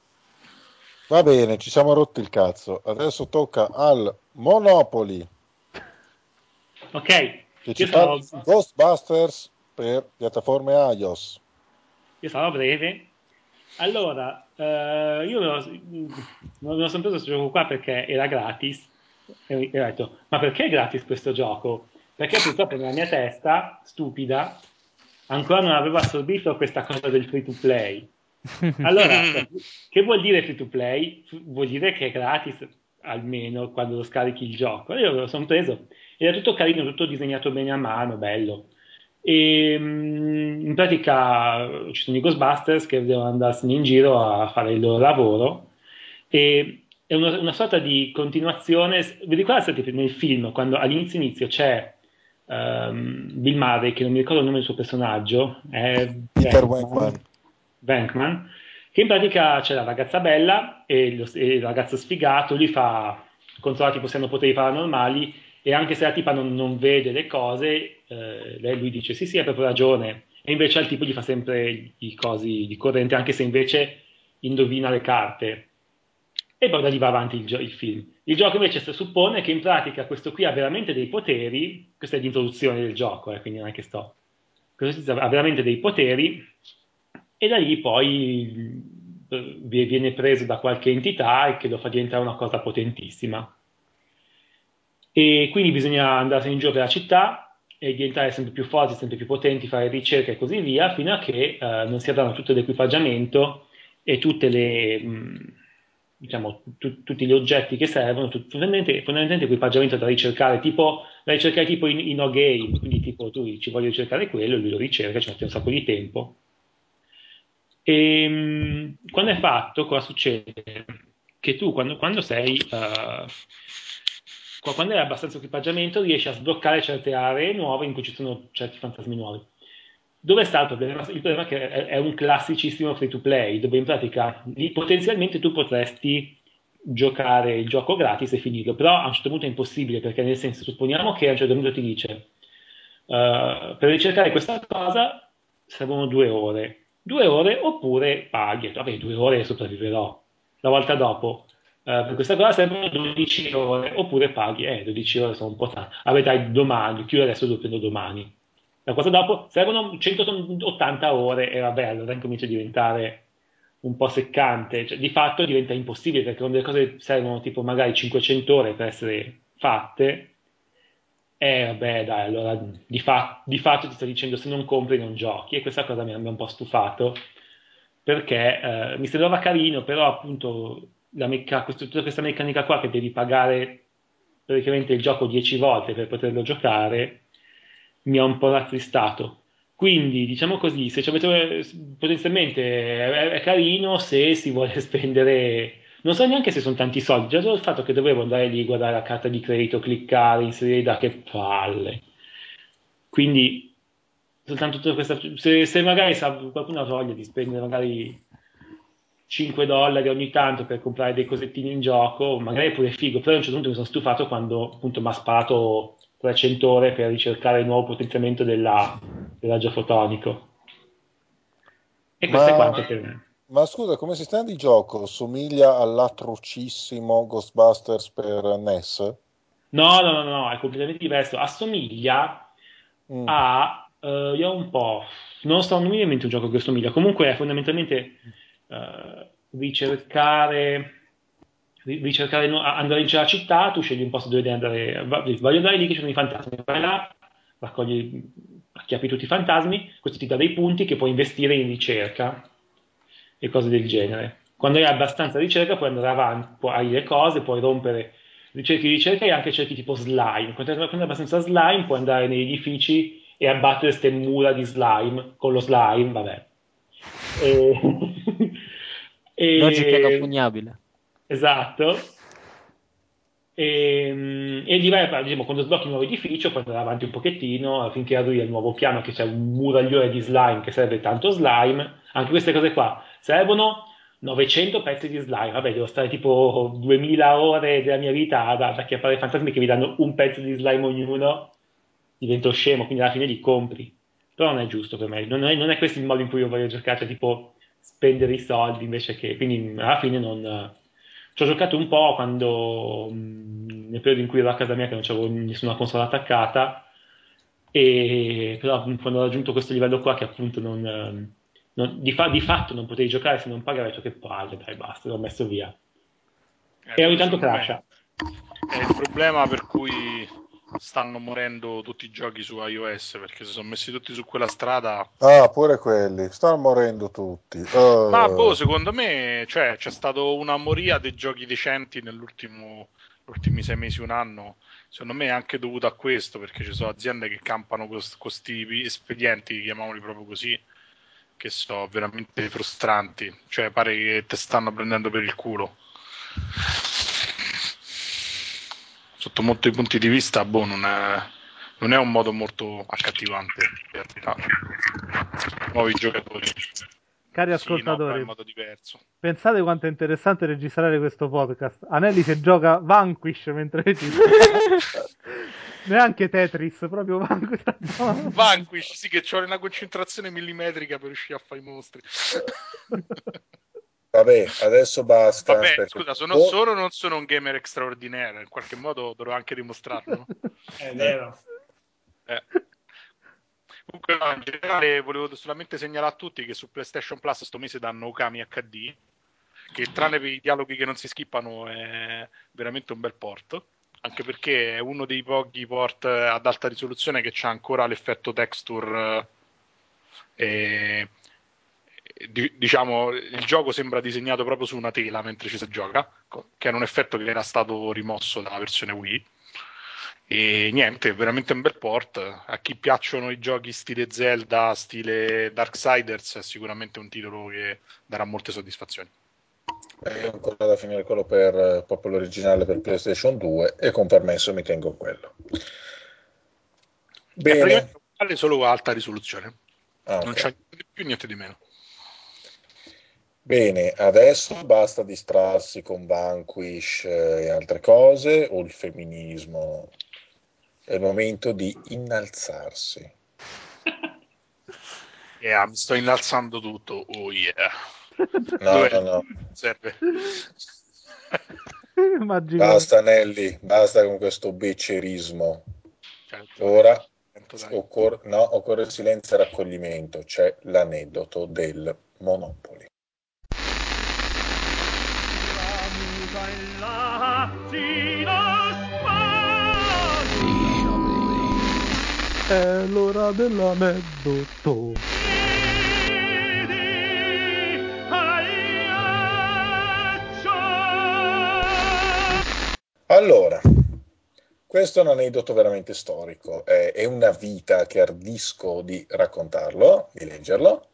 va bene, ci siamo rotti il cazzo. Adesso tocca al Monopoly, Ok, che ci io parla sarò, di Ghostbusters per piattaforme iOS. io sarò breve. Allora, eh, io me lo, me lo sono preso questo gioco qua perché era gratis e ho e ho detto, ma perché è gratis questo gioco? Perché purtroppo nella mia testa, stupida, ancora non avevo assorbito questa cosa del free to play. Allora, che vuol dire free to play? Vuol dire che è gratis almeno quando lo scarichi il gioco. Io me lo sono preso ed è tutto carino, tutto disegnato bene a mano, bello. E mm, in pratica ci sono i Ghostbusters che devono andarsene in giro a fare il loro lavoro e è una, una sorta di continuazione. Vi ricordate nel film quando all'inizio inizio c'è ehm, Bill Murray, che non mi ricordo il nome del suo personaggio, è Peter Venkman, Wankman. Venkman, che in pratica c'è la ragazza bella e, lo, e il ragazzo sfigato, lui fa controlla tipo se hanno poteri paranormali e anche se la tipa non, non vede le cose, eh, lei, lui dice sì sì hai proprio ragione e invece al tipo gli fa sempre i cosi di corrente anche se invece indovina le carte e poi da lì va avanti il, gio- il film. Il gioco invece si suppone che in pratica questo qui ha veramente dei poteri, questa è l'introduzione del gioco, eh, quindi non è che sto, questo tizio ha veramente dei poteri e da lì poi eh, viene preso da qualche entità e che lo fa diventare una cosa potentissima. E quindi bisogna andare in giro per la città e diventare sempre più forti, sempre più potenti, fare ricerche e così via, fino a che eh, non si danno tutto l'equipaggiamento e tutte le, mh, diciamo, tu- tutti gli oggetti che servono, tu- fondamentalmente, fondamentalmente equipaggiamento da ricercare, tipo, da ricercare tipo in, in no game, quindi tipo tu ci voglio ricercare quello, lui lo ricerca, ci mette un sacco di tempo. E mh, quando è fatto, cosa succede? Che tu quando, quando sei, eh, quando hai abbastanza equipaggiamento riesci a sbloccare certe aree nuove in cui ci sono certi fantasmi nuovi. Dove sta il problema? Il problema è che è, è un classicissimo free to play, dove in pratica lì, potenzialmente tu potresti giocare il gioco gratis e finirlo, però a un certo punto è impossibile, perché nel senso, supponiamo che a un certo punto ti dice uh, per ricercare questa cosa servono due ore, due ore oppure paghi, vabbè, due ore sopravviverò, la volta dopo Uh, per questa cosa servono dodici ore, oppure paghi, eh, dodici ore sono un po' tanto. Vabbè, dai, domani, chiudo adesso, lo prendo domani. La cosa dopo servono centottanta ore, e vabbè, allora incomincia a diventare un po' seccante. Cioè, di fatto diventa impossibile, perché quando le cose servono tipo magari cinquecento ore per essere fatte, eh, vabbè, dai, allora di, fa- di fatto ti sta dicendo se non compri non giochi, e questa cosa mi ha mi ha un po' stufato, perché eh, mi sembrava carino, però appunto la mecca- questo- tutta questa meccanica qua che devi pagare praticamente il gioco dieci volte per poterlo giocare mi ha un po' rattristato. Quindi, diciamo così, se ci avete, potenzialmente è, è carino se si vuole spendere, non so neanche se sono tanti soldi, già solo il fatto che dovevo andare lì, guardare la carta di credito, cliccare, inserire da che palle. Quindi, soltanto tutta questa, se, se magari sa, qualcuno ha voglia di spendere magari cinque dollari ogni tanto per comprare dei cosettini in gioco, magari è pure figo, però a un certo punto mi sono stufato quando appunto mi ha sparato trecento ore per ricercare il nuovo potenziamento della, dell'agio fotonico. E questo è Ma, quanto per me. ma scusa, come sistema di gioco somiglia all'atrocissimo Ghostbusters per N E S? No, no, no, no, è completamente diverso. Assomiglia Mm. a... eh, io ho un po'... Non so, non mi viene in mente un gioco che assomiglia. Comunque è fondamentalmente eh, ricercare... ri- ricercare no- andare in la città, tu scegli un posto dove devi andare. Va- Voglio andare lì che ci sono i fantasmi. Vai là, raccogli, acchiappi tutti i fantasmi, questo ti dà dei punti che puoi investire in ricerca e cose del genere. Quando hai abbastanza ricerca puoi andare avanti, puoi, hai le cose, puoi rompere ricerchi di ricerca e anche cerchi tipo slime. Quando hai quando hai abbastanza slime puoi andare negli edifici e abbattere queste mura di slime con lo slime, vabbè. E... Logica e... inoppugnabile. Esatto. E, e lì vai, diciamo, quando sblocchi un nuovo edificio puoi andare avanti un pochettino finché arrivi al nuovo piano che c'è un muraglione di slime che serve tanto slime. Anche queste cose qua servono novecento pezzi di slime. Vabbè, devo stare tipo duemila ore della mia vita ad, ad acchiappare fantasmi che mi danno un pezzo di slime ognuno. Divento scemo, quindi alla fine li compri. Però non è giusto per me, non è, non è questo il modo in cui io voglio giocare, cioè tipo spendere i soldi invece che... Quindi alla fine non... Ci ho giocato un po' quando, mh, nel periodo in cui ero a casa mia che non c'avevo nessuna console attaccata, e però quando ho raggiunto questo livello qua che appunto non, ehm, non- di, fa- di fatto non potevi giocare se non pagavi, ho detto che palle, dai basta, l'ho messo via. Eh, E ogni quello tanto secondo me crasha. è il problema per cui stanno morendo tutti i giochi su iOS, perché si sono messi tutti su quella strada. Ah, pure quelli, stanno morendo tutti. Ma boh, Eh, secondo me, cioè, c'è stata una moria dei giochi decenti nell'ultimo, negli ultimi sei mesi, un anno. Secondo me è anche dovuto a questo, perché ci sono aziende che campano con questi espedienti, chiamiamoli proprio così, che sono veramente frustranti. Cioè, pare che te stanno prendendo per il culo. Sotto molti punti di vista, boh, non è, non è un modo molto accattivante per attirare nuovi giocatori. Cari Sì, no, però in ascoltatori, modo diverso. pensate quanto è interessante registrare questo podcast. Anelli se gioca Vanquish mentre registra. Neanche Tetris, proprio Vanquish. Vanquish, sì, che c'ho una concentrazione millimetrica per riuscire a fare i mostri. vabbè, adesso basta Vabbè, perché... scusa, sono, Oh, solo non sono un gamer straordinario, in qualche modo dovrò anche dimostrarlo. È eh, vero. Eh. Comunque, no, in generale, volevo solamente segnalare a tutti che su PlayStation Plus questo mese danno Okami acca di, che tranne per i dialoghi che non si skippano è veramente un bel port, anche perché è uno dei pochi port ad alta risoluzione che c'ha ancora l'effetto texture. eh, e, di- diciamo, il gioco sembra disegnato proprio su una tela mentre ci si gioca, che era un effetto che era stato rimosso dalla versione Wii. E niente, è veramente un bel port. A chi piacciono i giochi stile Zelda, stile Darksiders, è sicuramente un titolo che darà molte soddisfazioni. E ho ancora da finire quello per eh, proprio l'originale per PlayStation due e con permesso mi tengo quello. È Bene. praticamente uguale, solo a alta risoluzione. Ah, Non ok. c'è niente di più, niente di meno. Bene, adesso basta distrarsi con Vanquish eh, e altre cose, o il femminismo. È il momento di innalzarsi. Yeah, mi sto innalzando tutto. Oh yeah. No, Dov'è? no, no. Serve. Immagino. Basta, Nelly, basta con questo beccerismo. C'è ragione. Ora Tanto, dai. occor- no, occorre silenzio e raccoglimento. C'è l'aneddoto del Monopoli. È l'ora dell'aneddoto. Allora, questo è un aneddoto veramente storico, è, è una vita che ardisco di raccontarlo, di leggerlo,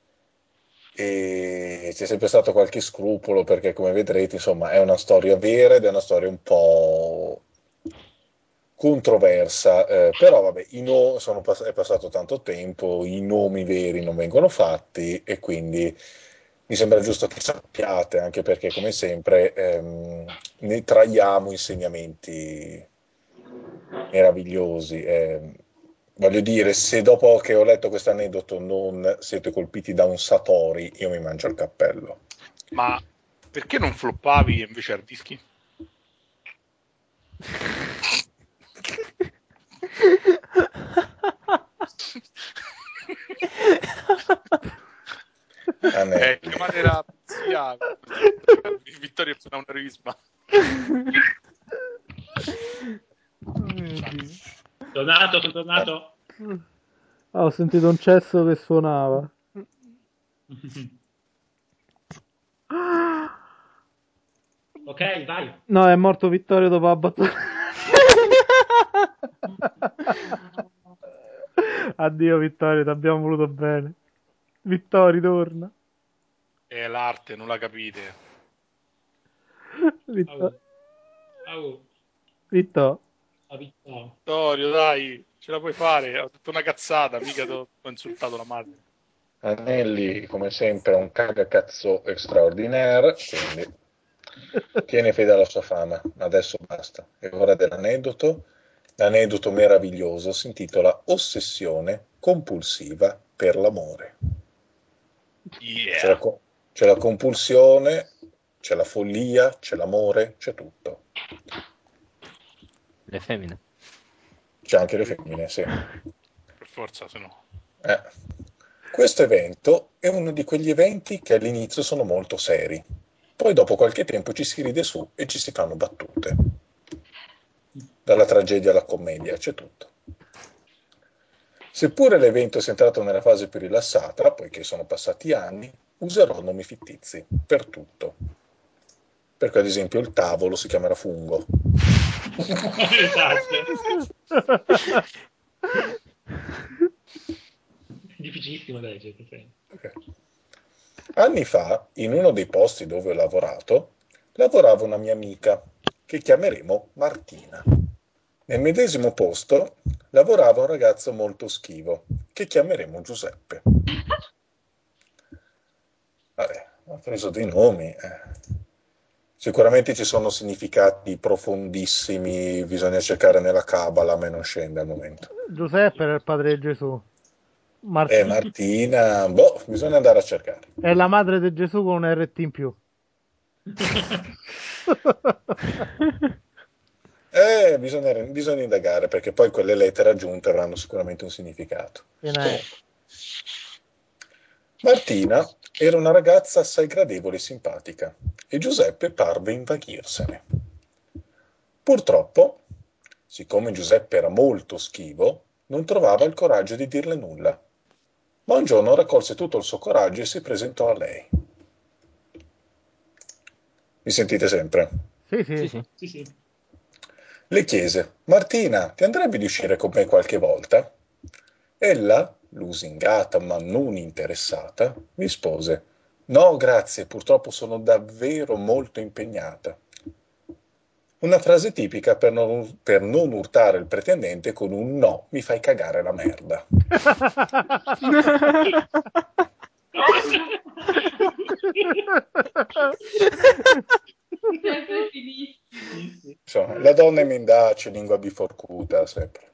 e c'è sempre stato qualche scrupolo perché, come vedrete, insomma, è una storia vera ed è una storia un po' controversa, eh, però vabbè, i no- sono pass- è passato tanto tempo, i nomi veri non vengono fatti e quindi mi sembra giusto che sappiate, anche perché come sempre ehm, ne traiamo insegnamenti meravigliosi. eh. Voglio dire, se dopo che ho letto questo aneddoto non siete colpiti da un Satori, io mi mangio il cappello. Ma perché non floppavi e invece ardischi? Anelli. Eh, chiamate la polizia. Vittorio è un aneurisma. Oh mio Dio. Tornato, sono tornato. Ah, ho sentito un cesso che suonava. Ok, vai. No, è morto Vittorio dopo la battuta. Addio Vittorio, ti abbiamo voluto bene. Vittorio, torna. È l'arte, non la capite. Vittorio. Au. Au. Vittorio. Ah, Vittorio. Vittorio, dai, ce la puoi fare. Ho detto una cazzata, mica ti ho ho insultato la madre. Anelli, come sempre, è un cagacazzo straordinario, quindi tiene fede alla sua fama. Adesso basta. È ora dell'aneddoto. L'aneddoto meraviglioso si intitola Ossessione compulsiva per l'amore. C'è la, Yeah. co- c'è la compulsione, c'è la follia, c'è l'amore, c'è tutto. Le femmine. C'è anche le femmine, sì. Per forza, se no. Eh. Questo evento è uno di quegli eventi che all'inizio sono molto seri, poi dopo qualche tempo ci si ride su e ci si fanno battute. Dalla tragedia alla commedia, c'è tutto. Seppure l'evento sia entrato nella fase più rilassata, poiché sono passati anni, userò nomi fittizi per tutto. Perché ad esempio il tavolo si chiamerà fungo. Esatto. Difficilissimo da leggere, sì. Okay. Anni fa, in uno dei posti dove ho lavorato, lavorava una mia amica, che chiameremo Martina. Nel medesimo posto lavorava un ragazzo molto schivo, che chiameremo Giuseppe. Vabbè, ho preso dei nomi. eh. Sicuramente ci sono significati profondissimi, bisogna cercare nella Cabala, ma non scende al momento. Giuseppe era il padre di Gesù. E Martina Martina, boh, bisogna andare a cercare. è la madre di Gesù con un R T in più. Eh, bisogna, bisogna indagare, perché poi quelle lettere aggiunte avranno sicuramente un significato. Piena è. Martina era una ragazza assai gradevole e simpatica, e Giuseppe parve invaghirsene. Purtroppo, siccome Giuseppe era molto schivo, non trovava il coraggio di dirle nulla. Ma un giorno raccolse tutto il suo coraggio e si presentò a lei. Mi sentite sempre? Sì, Sì, sì. sì. Sì, sì. Le chiese: Martina, ti andrebbe di uscire con me qualche volta? Ella, lusingata ma non interessata, rispose: No, grazie, purtroppo sono davvero molto impegnata. Una frase tipica per non, per non urtare il pretendente con un no, mi fai cagare la merda. Sempre finissimo. Insomma, la donna è mendace, lingua biforcuta, sempre.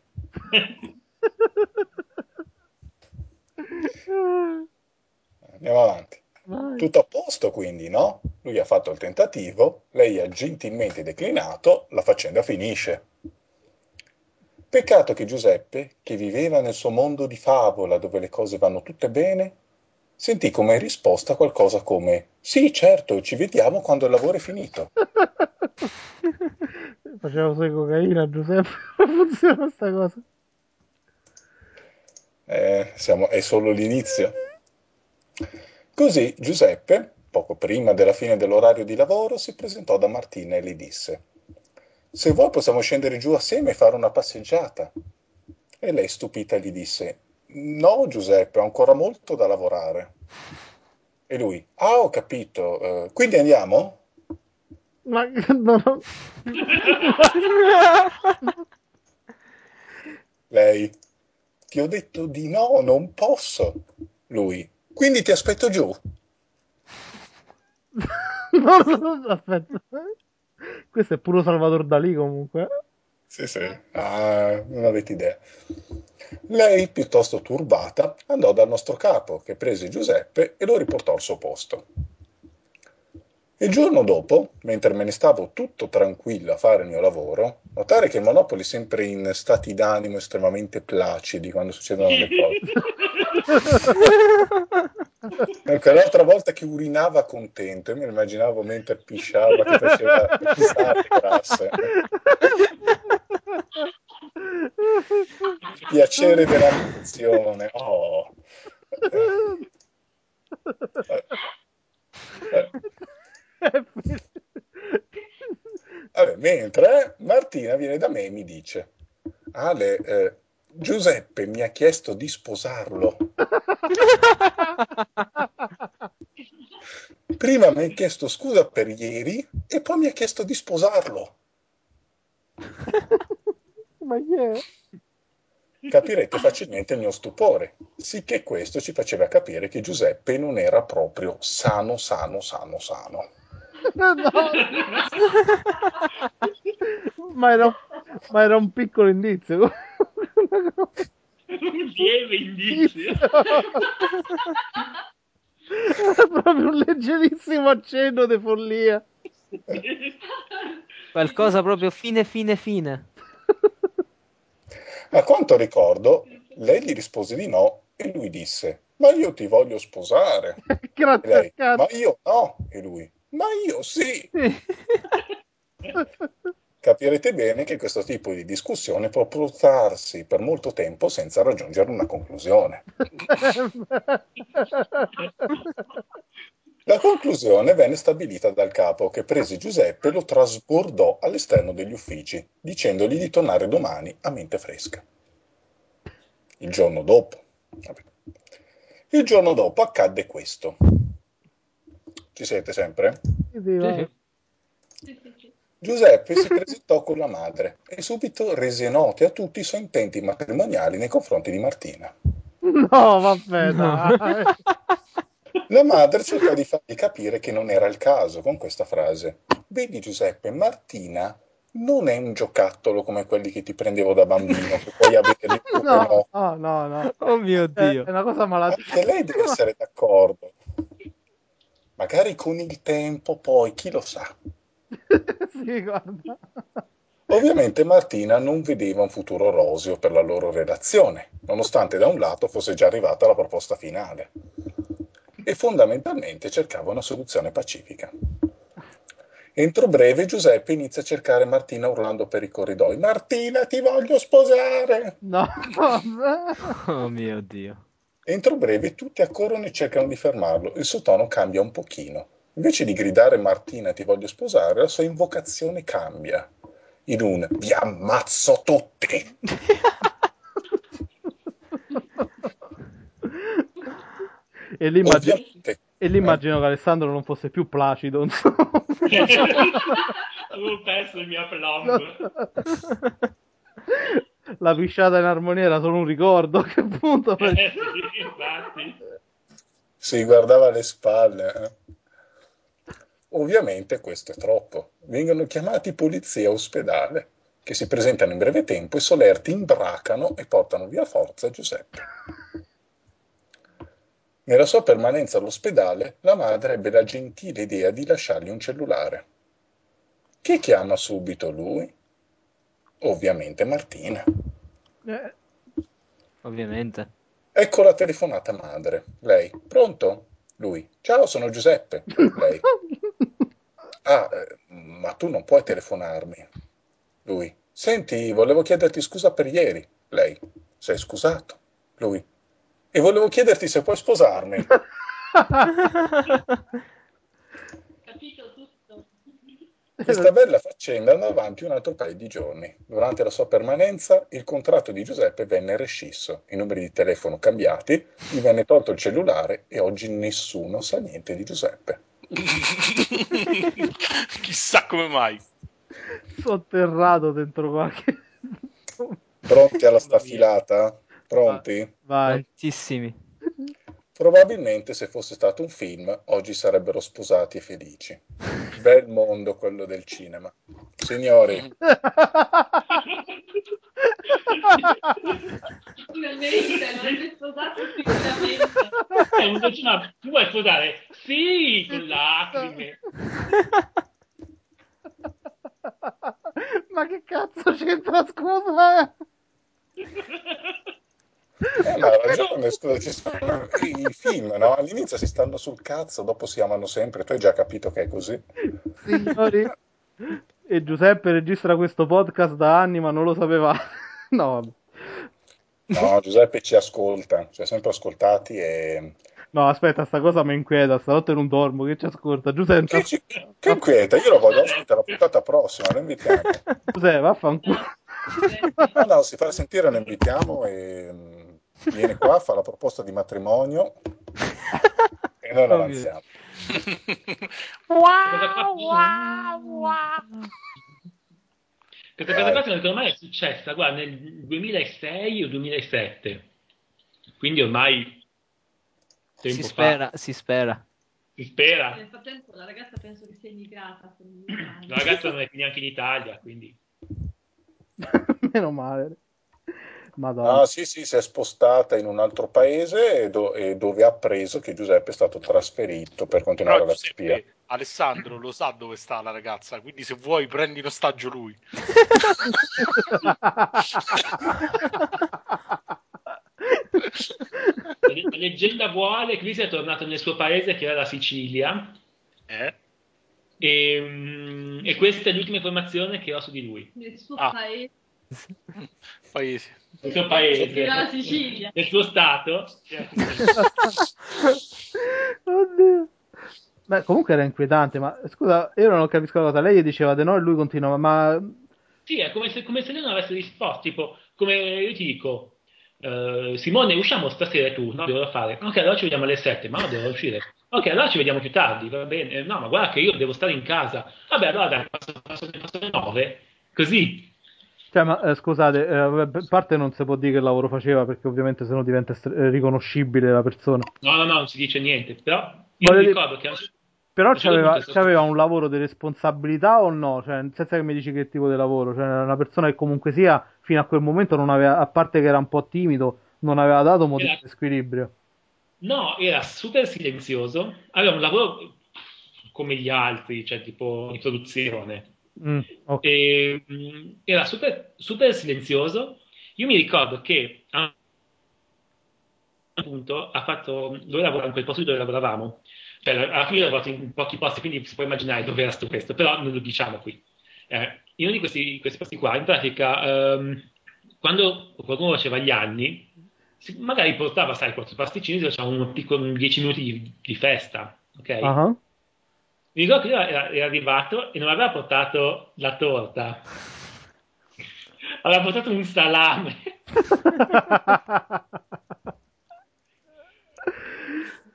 Andiamo avanti. Vai. Tutto a posto quindi, no? Lui ha fatto il tentativo, lei ha gentilmente declinato, la faccenda finisce. Peccato che Giuseppe, che viveva nel suo mondo di favola dove le cose vanno tutte bene, sentì come risposta qualcosa come «Sì, certo, ci vediamo quando il lavoro è finito». Facevo sai cocaina, Giuseppe. Non funziona sta cosa. Eh, siamo, è solo l'inizio. Così Giuseppe, poco prima della fine dell'orario di lavoro, si presentò da Martina e le disse «Se vuoi possiamo scendere giù assieme e fare una passeggiata». E lei stupita gli disse «No, Giuseppe, ho ancora molto da lavorare». E lui «Ah, ho capito, eh, quindi andiamo?» Ma no, no. Lei «Ti ho detto di no, non posso». Lui «Quindi ti aspetto giù». No, no, no, aspetta. Questo è puro Salvador Dalì comunque. Sì, sì. Ah, non avete idea. Lei, piuttosto turbata, andò dal nostro capo, che prese Giuseppe e lo riportò al suo posto. Il giorno dopo, mentre me ne stavo tutto tranquillo a fare il mio lavoro, notare che Monopoli è sempre in stati d'animo estremamente placidi quando succedono le cose. Ecco, l'altra volta che urinava contento, io mi immaginavo mentre pisciava che faceva risate grasse. Il piacere della nazione. Oh. Eh, eh. Vabbè, mentre Martina viene da me e mi dice Ale, eh, Giuseppe mi ha chiesto di sposarlo. Prima mi ha chiesto scusa per ieri e poi mi ha chiesto di sposarlo. Ma chi è? Capirete facilmente il mio stupore, sicché questo ci faceva capire che Giuseppe non era proprio sano, sano, sano, sano. No. Ma era, un, ma era un piccolo indizio. Un lieve indizio. Era proprio un leggerissimo accenno di follia. Qualcosa proprio fine, fine, fine. A quanto ricordo, lei gli rispose di no e lui disse: Ma io ti voglio sposare. E Grazie al lei: Ma cazzo. io no. E lui: Ma io sì. Capirete bene che questo tipo di discussione può portarsi per molto tempo senza raggiungere una conclusione. La conclusione venne stabilita dal capo, che prese Giuseppe e lo trasbordò all'esterno degli uffici, dicendogli di tornare domani a mente fresca. Il giorno dopo, vabbè. Il giorno dopo accadde questo. Ci siete sempre? Sì, sì, Sì, vai. sì. Sì, sì, sì. Giuseppe si presentò con la madre e subito rese note a tutti i suoi intenti matrimoniali nei confronti di Martina. No, vabbè, No. dai. La madre cercò di fargli capire che non era il caso con questa frase. Vedi Giuseppe, Martina non è un giocattolo come quelli che ti prendevo da bambino, che puoi averli oppure No, no. no, no, no. Oh mio È Dio. una cosa malatina. Anche lei deve essere d'accordo. Magari con il tempo poi, chi lo sa. Sì, guarda. Ovviamente Martina non vedeva un futuro roseo per la loro relazione, nonostante da un lato fosse già arrivata la proposta finale. E fondamentalmente cercava una soluzione pacifica. Entro breve Giuseppe inizia a cercare Martina urlando per i corridoi. Martina, ti voglio sposare! No, vabbè. Oh mio Dio. Entro breve tutti accorrono e cercano di fermarlo. Il suo tono cambia un pochino. Invece di gridare Martina, ti voglio sposare, la sua invocazione cambia. In un vi ammazzo tutti! E lì immagino, Ovviamente. E lì immagino che Alessandro non fosse più placido, insomma. Avevo perso il mio aplomb. La pisciata in armonia era solo un ricordo, a che punto? Eh, sì, infatti. Si guardava alle spalle. eh. Ovviamente questo è troppo. Vengono chiamati polizia ospedale, che si presentano in breve tempo e solerti imbracano e portano via forza Giuseppe. Nella sua permanenza all'ospedale, la madre ebbe la gentile idea di lasciargli un cellulare. Chi chiama subito lui? Ovviamente Martina. Eh, Ovviamente. Ecco la telefonata madre. Lei, pronto? Lui, ciao, sono Giuseppe. Lei, ah, eh, ma tu non puoi telefonarmi. Lui, senti, volevo chiederti scusa per ieri. Lei, sei scusato? Lui, e volevo chiederti se puoi sposarmi. Capito tutto. Questa bella faccenda andò avanti un altro paio di giorni. Durante la sua permanenza, il contratto di Giuseppe venne rescisso, i numeri di telefono cambiati, gli venne tolto il cellulare e oggi nessuno sa niente di Giuseppe. Chissà come mai. Sotterrato dentro qualche... Pronti alla Mamma mia. staffilata? Pronti? Vai. Prontissimi. Probabilmente se fosse stato un film, oggi sarebbero sposati e felici. Bel mondo quello del cinema. Signori, Finalmente, l'avete sposato sicuramente. Eh, uno dice, ma tu vuoi sposare? Sì, con lacrime. Ma che cazzo c'entra, scusa? eh, ma ha ragione, scusa, ci sono i film, no? All'inizio si stanno sul cazzo, dopo si amano sempre, tu hai già capito che è così. Signori, e Giuseppe registra questo podcast da anni, ma non lo sapeva. No, vabbè. No, Giuseppe ci ascolta, ci ha sempre ascoltati e... No, aspetta, sta cosa mi inquieta. Stanotte non dormo, che ci ascolta? Giuseppe, Che, ci... che inquieta, io lo voglio ascoltare la puntata prossima, lo invitiamo. Giuseppe, vaffanculo. No, no, si fa sentire, lo invitiamo e mm, viene qua, fa la proposta di matrimonio e noi lo Ovvio. avanziamo. Questa cosa qua- Questa cosa qua secondo me è successa, guarda, nel duemilasei o duemilasette. Quindi ormai Si tempo spera, fa. si spera. Si spera. Nel frattempo la ragazza penso che sia immigrata. La ragazza non è più neanche in Italia, quindi... Meno male. Madonna. Ah, sì, sì, si è spostata in un altro paese e, do- e dove ha appreso che Giuseppe è stato trasferito per Però continuare la spia. Giuseppe, Alessandro lo sa dove sta la ragazza, quindi se vuoi prendi in ostaggio lui. La, la leggenda vuole che lui sia tornato nel suo paese, che era la Sicilia, Eh? e, mm, e questa è l'ultima informazione che ho su di lui. Nel suo Ah. paese. Paese. Nel suo Era la paese, Sicilia. nel suo stato. Oddio. Beh, comunque era inquietante, ma scusa, io non capisco la cosa. Lei diceva di no e lui continuava, ma... Sì, è come se, come se lui non avesse risposto, tipo, come io ti dico, eh, Simone, usciamo stasera e tu? No, devo fare. Ok, allora ci vediamo alle sette, ma no, devo uscire. Ok, allora ci vediamo più tardi, va bene. Eh, No, ma guarda che io devo stare in casa. Vabbè, allora dai, passo, passo, passo le nove, così. Cioè, ma eh, scusate, eh, vabbè, a parte non si può dire che lavoro faceva, perché ovviamente sennò diventa est- eh, riconoscibile la persona. No, no, no, non si dice niente, però io Voglio mi dire, ricordo che a un però a un certo punto c'aveva, è stato... c'aveva un lavoro di responsabilità o no? Cioè, senza che mi dici che tipo di lavoro. Cioè, una persona che comunque sia, fino a quel momento non aveva, a parte che era un po' timido, non aveva dato motivo Era- di squilibrio. No, era super silenzioso, aveva un lavoro come gli altri, cioè tipo in produzione. Mm, ok. E, mh, era super, super silenzioso. Io mi ricordo che a un punto ha fatto, dove lavorava, in quel posto dove lavoravamo, cioè alla fine ho lavorato in pochi posti, quindi si può immaginare dove era sto questo, però non lo diciamo qui. Eh, in uno di questi, questi posti qua, in pratica, ehm, quando qualcuno faceva gli anni, si- magari portava, sai, quattro pasticcini, si faceva un piccolo dieci minuti di, di festa, ok? Ah. Mi ricordo che lui era, era arrivato e non aveva portato la torta, aveva portato un salame.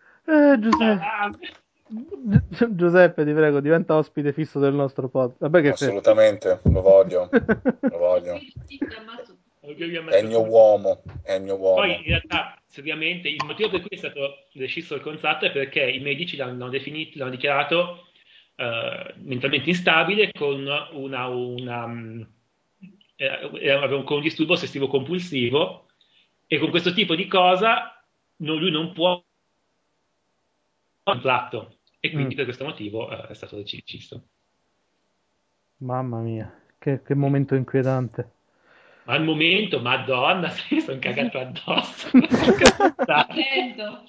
Eh, Giuseppe. Gi- Giuseppe, ti prego, diventa ospite fisso del nostro podcast. Vabbè che Assolutamente, lo voglio, lo voglio. È il mio uomo, è il mio uomo. Poi in realtà, seriamente, il motivo per cui è stato rescisso il contratto è perché i medici l'hanno definito, l'hanno dichiarato eh, mentalmente instabile con una, una um, eh, aveva- con un disturbo ossessivo compulsivo, e con questo tipo di cosa non- lui non può contratto, e quindi Mm. per questo motivo eh, è stato rescisso. Mamma mia, che, che momento inquietante. Ma al momento, Madonna, si sono cagato addosso. Attento.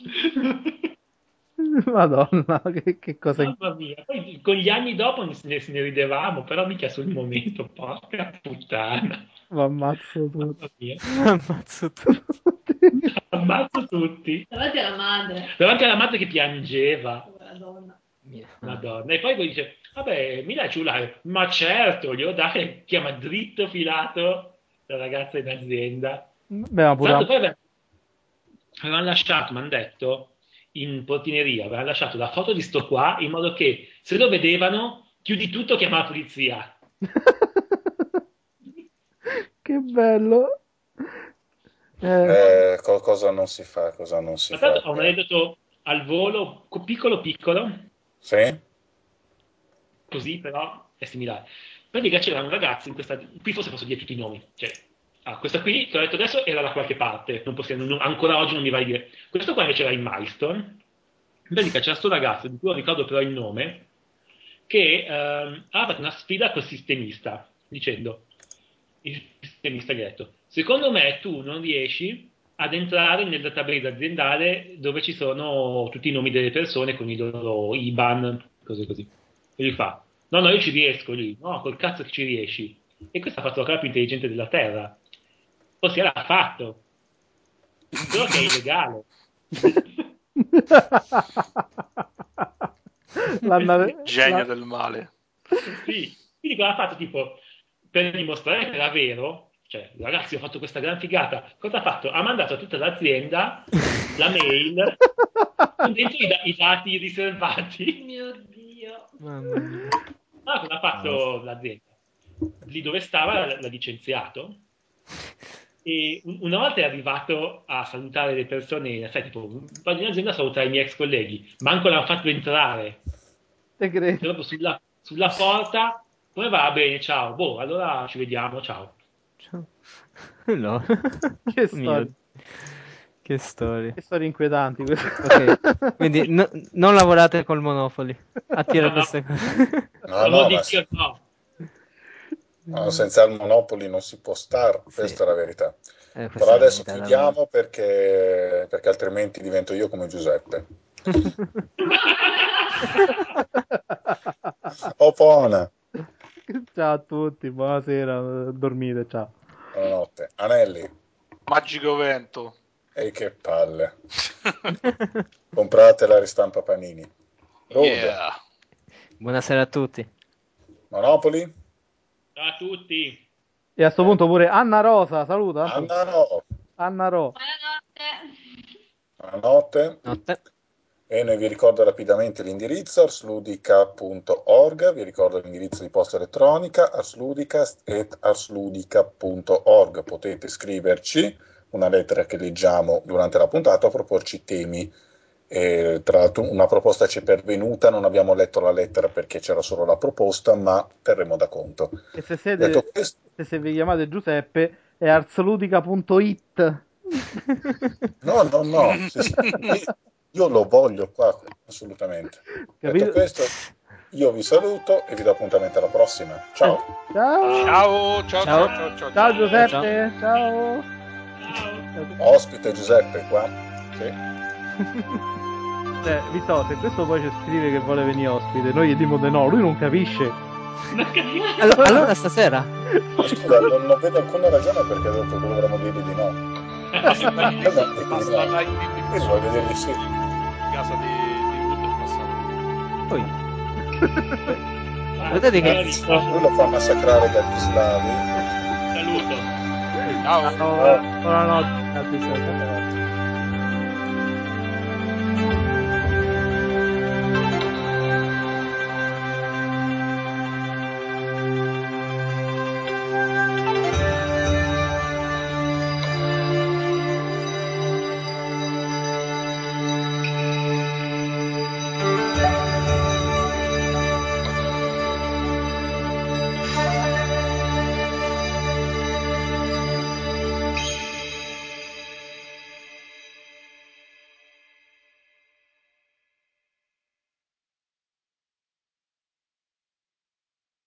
Madonna, che, che cosa in... Mamma mia, poi con gli anni dopo ne, ne, ne ridevamo, però mica sul momento, porca puttana. Ma ammazzo tutto. Mamma mia, Ammazzo tu. ammazzo tutti. Davanti alla madre. Davanti alla madre che piangeva. Povera donna. Madonna. E poi poi dice, vabbè, mi dai il cellulare? Ma certo, glielo dai, chiama dritto filato la ragazza in azienda. Beh, ma pure... Tanto poi ave- avevano lasciato, mi hanno detto, in portineria, avevano lasciato la foto di sto qua, in modo che se lo vedevano, chiudi tutto, chiama la polizia. Che bello. Eh, Eh, co- cosa non si fa, cosa non si Ma fa. tanto ho un aneddoto al volo, co- piccolo piccolo, Sì? così però è similare. In pratica c'era un ragazzo in questa, qui forse posso dire tutti i nomi, cioè, ah, questa qui che ho detto adesso era da qualche parte, non possiamo, non- ancora oggi non mi va di dire. Questo qua invece era in Milestone. In pratica c'era questo ragazzo, di cui non ricordo però il nome, che ehm, ha fatto una sfida col sistemista, dicendo, il sistemista gli ha detto, secondo me tu non riesci ad entrare nel database aziendale dove ci sono tutti i nomi delle persone con i loro I B A N, cose così. E lui fa, no, no, io ci riesco lì, no, col cazzo che ci riesci. E questo ha fatto la cosa più intelligente della Terra. Ossia l'ha fatto, solo che è illegale. L'hanno... Genio la- del male. Sì, quindi cosa ha fatto tipo per dimostrare che era vero, cioè ragazzi ho fatto questa gran figata, cosa ha fatto? Ha mandato a tutta l'azienda la mail con dentro i, da- i dati riservati. Mio Dio. Mamma mia. Ah, cosa ha fatto l'azienda? Lì dove stava l'ha l'ha licenziato, e un- una volta è arrivato a salutare le persone, sai, tipo, vado in azienda a salutare i miei ex colleghi, manco l'hanno fatto entrare. Te credo. Proprio sulla, sulla porta, come va? Bene, ciao. Boh, allora ci vediamo, ciao. Ciao. No. Che Mio... storia. Che storia. Che storie inquietanti queste. Ok, quindi no- non lavorate col Monopoli. Attira No, no, queste cose. No, amor no, di ma Dio, no. no, senza il Monopoli non si può star, Sì. questa è la verità. Eh, questa Però è la adesso verità, davvero. chiudiamo perché, perché altrimenti divento io come Giuseppe. Oh, buona. Ciao a tutti, buonasera, dormite, ciao. Buonanotte. Anelli. Magico vento. E che palle. Comprate la ristampa Panini. Road. Yeah. Buonasera a tutti. Monopoli. Ciao a tutti. E a sto punto pure Anna Rosa, saluta. Anna no. Anna Ro. Buonanotte. Buonanotte. Notte. E noi vi ricordo rapidamente l'indirizzo arsludica punto org, vi ricordo l'indirizzo di posta elettronica arsludicast at arsludica punto org. Potete scriverci una lettera che leggiamo durante la puntata o proporci temi. E, tra l'altro una proposta ci è pervenuta, non abbiamo letto la lettera perché c'era solo la proposta, ma terremo da conto. E se Detto siete, questo, e se vi chiamate Giuseppe è arsludica punto it. no, no, no, sì, sì, io lo voglio qua, assolutamente. Detto Capito? questo, io vi saluto e vi do appuntamento alla prossima. Ciao. Eh, ciao. Ciao, ciao, Ciao. ciao, ciao, ciao. Ciao ciao. Giuseppe, ciao. Ciao. Ospite Giuseppe qua. Sì. Cioè, Vittorio, se questo poi ci scrive che vuole venire ospite, noi gli diciamo di no, lui non capisce. Allora, allora stasera. Ma scusa, non, non vedo alcuna ragione perché ha detto che dovremmo dirgli di no. Basta dai di Cosa? basta dai di Io vuoi vedere di sì. casa di, di Wood è passato. Poi. Guardate che. Lui lo fa massacrare dagli slavi. Saluto. Ciao. Ciao, buonanotte. a tutti.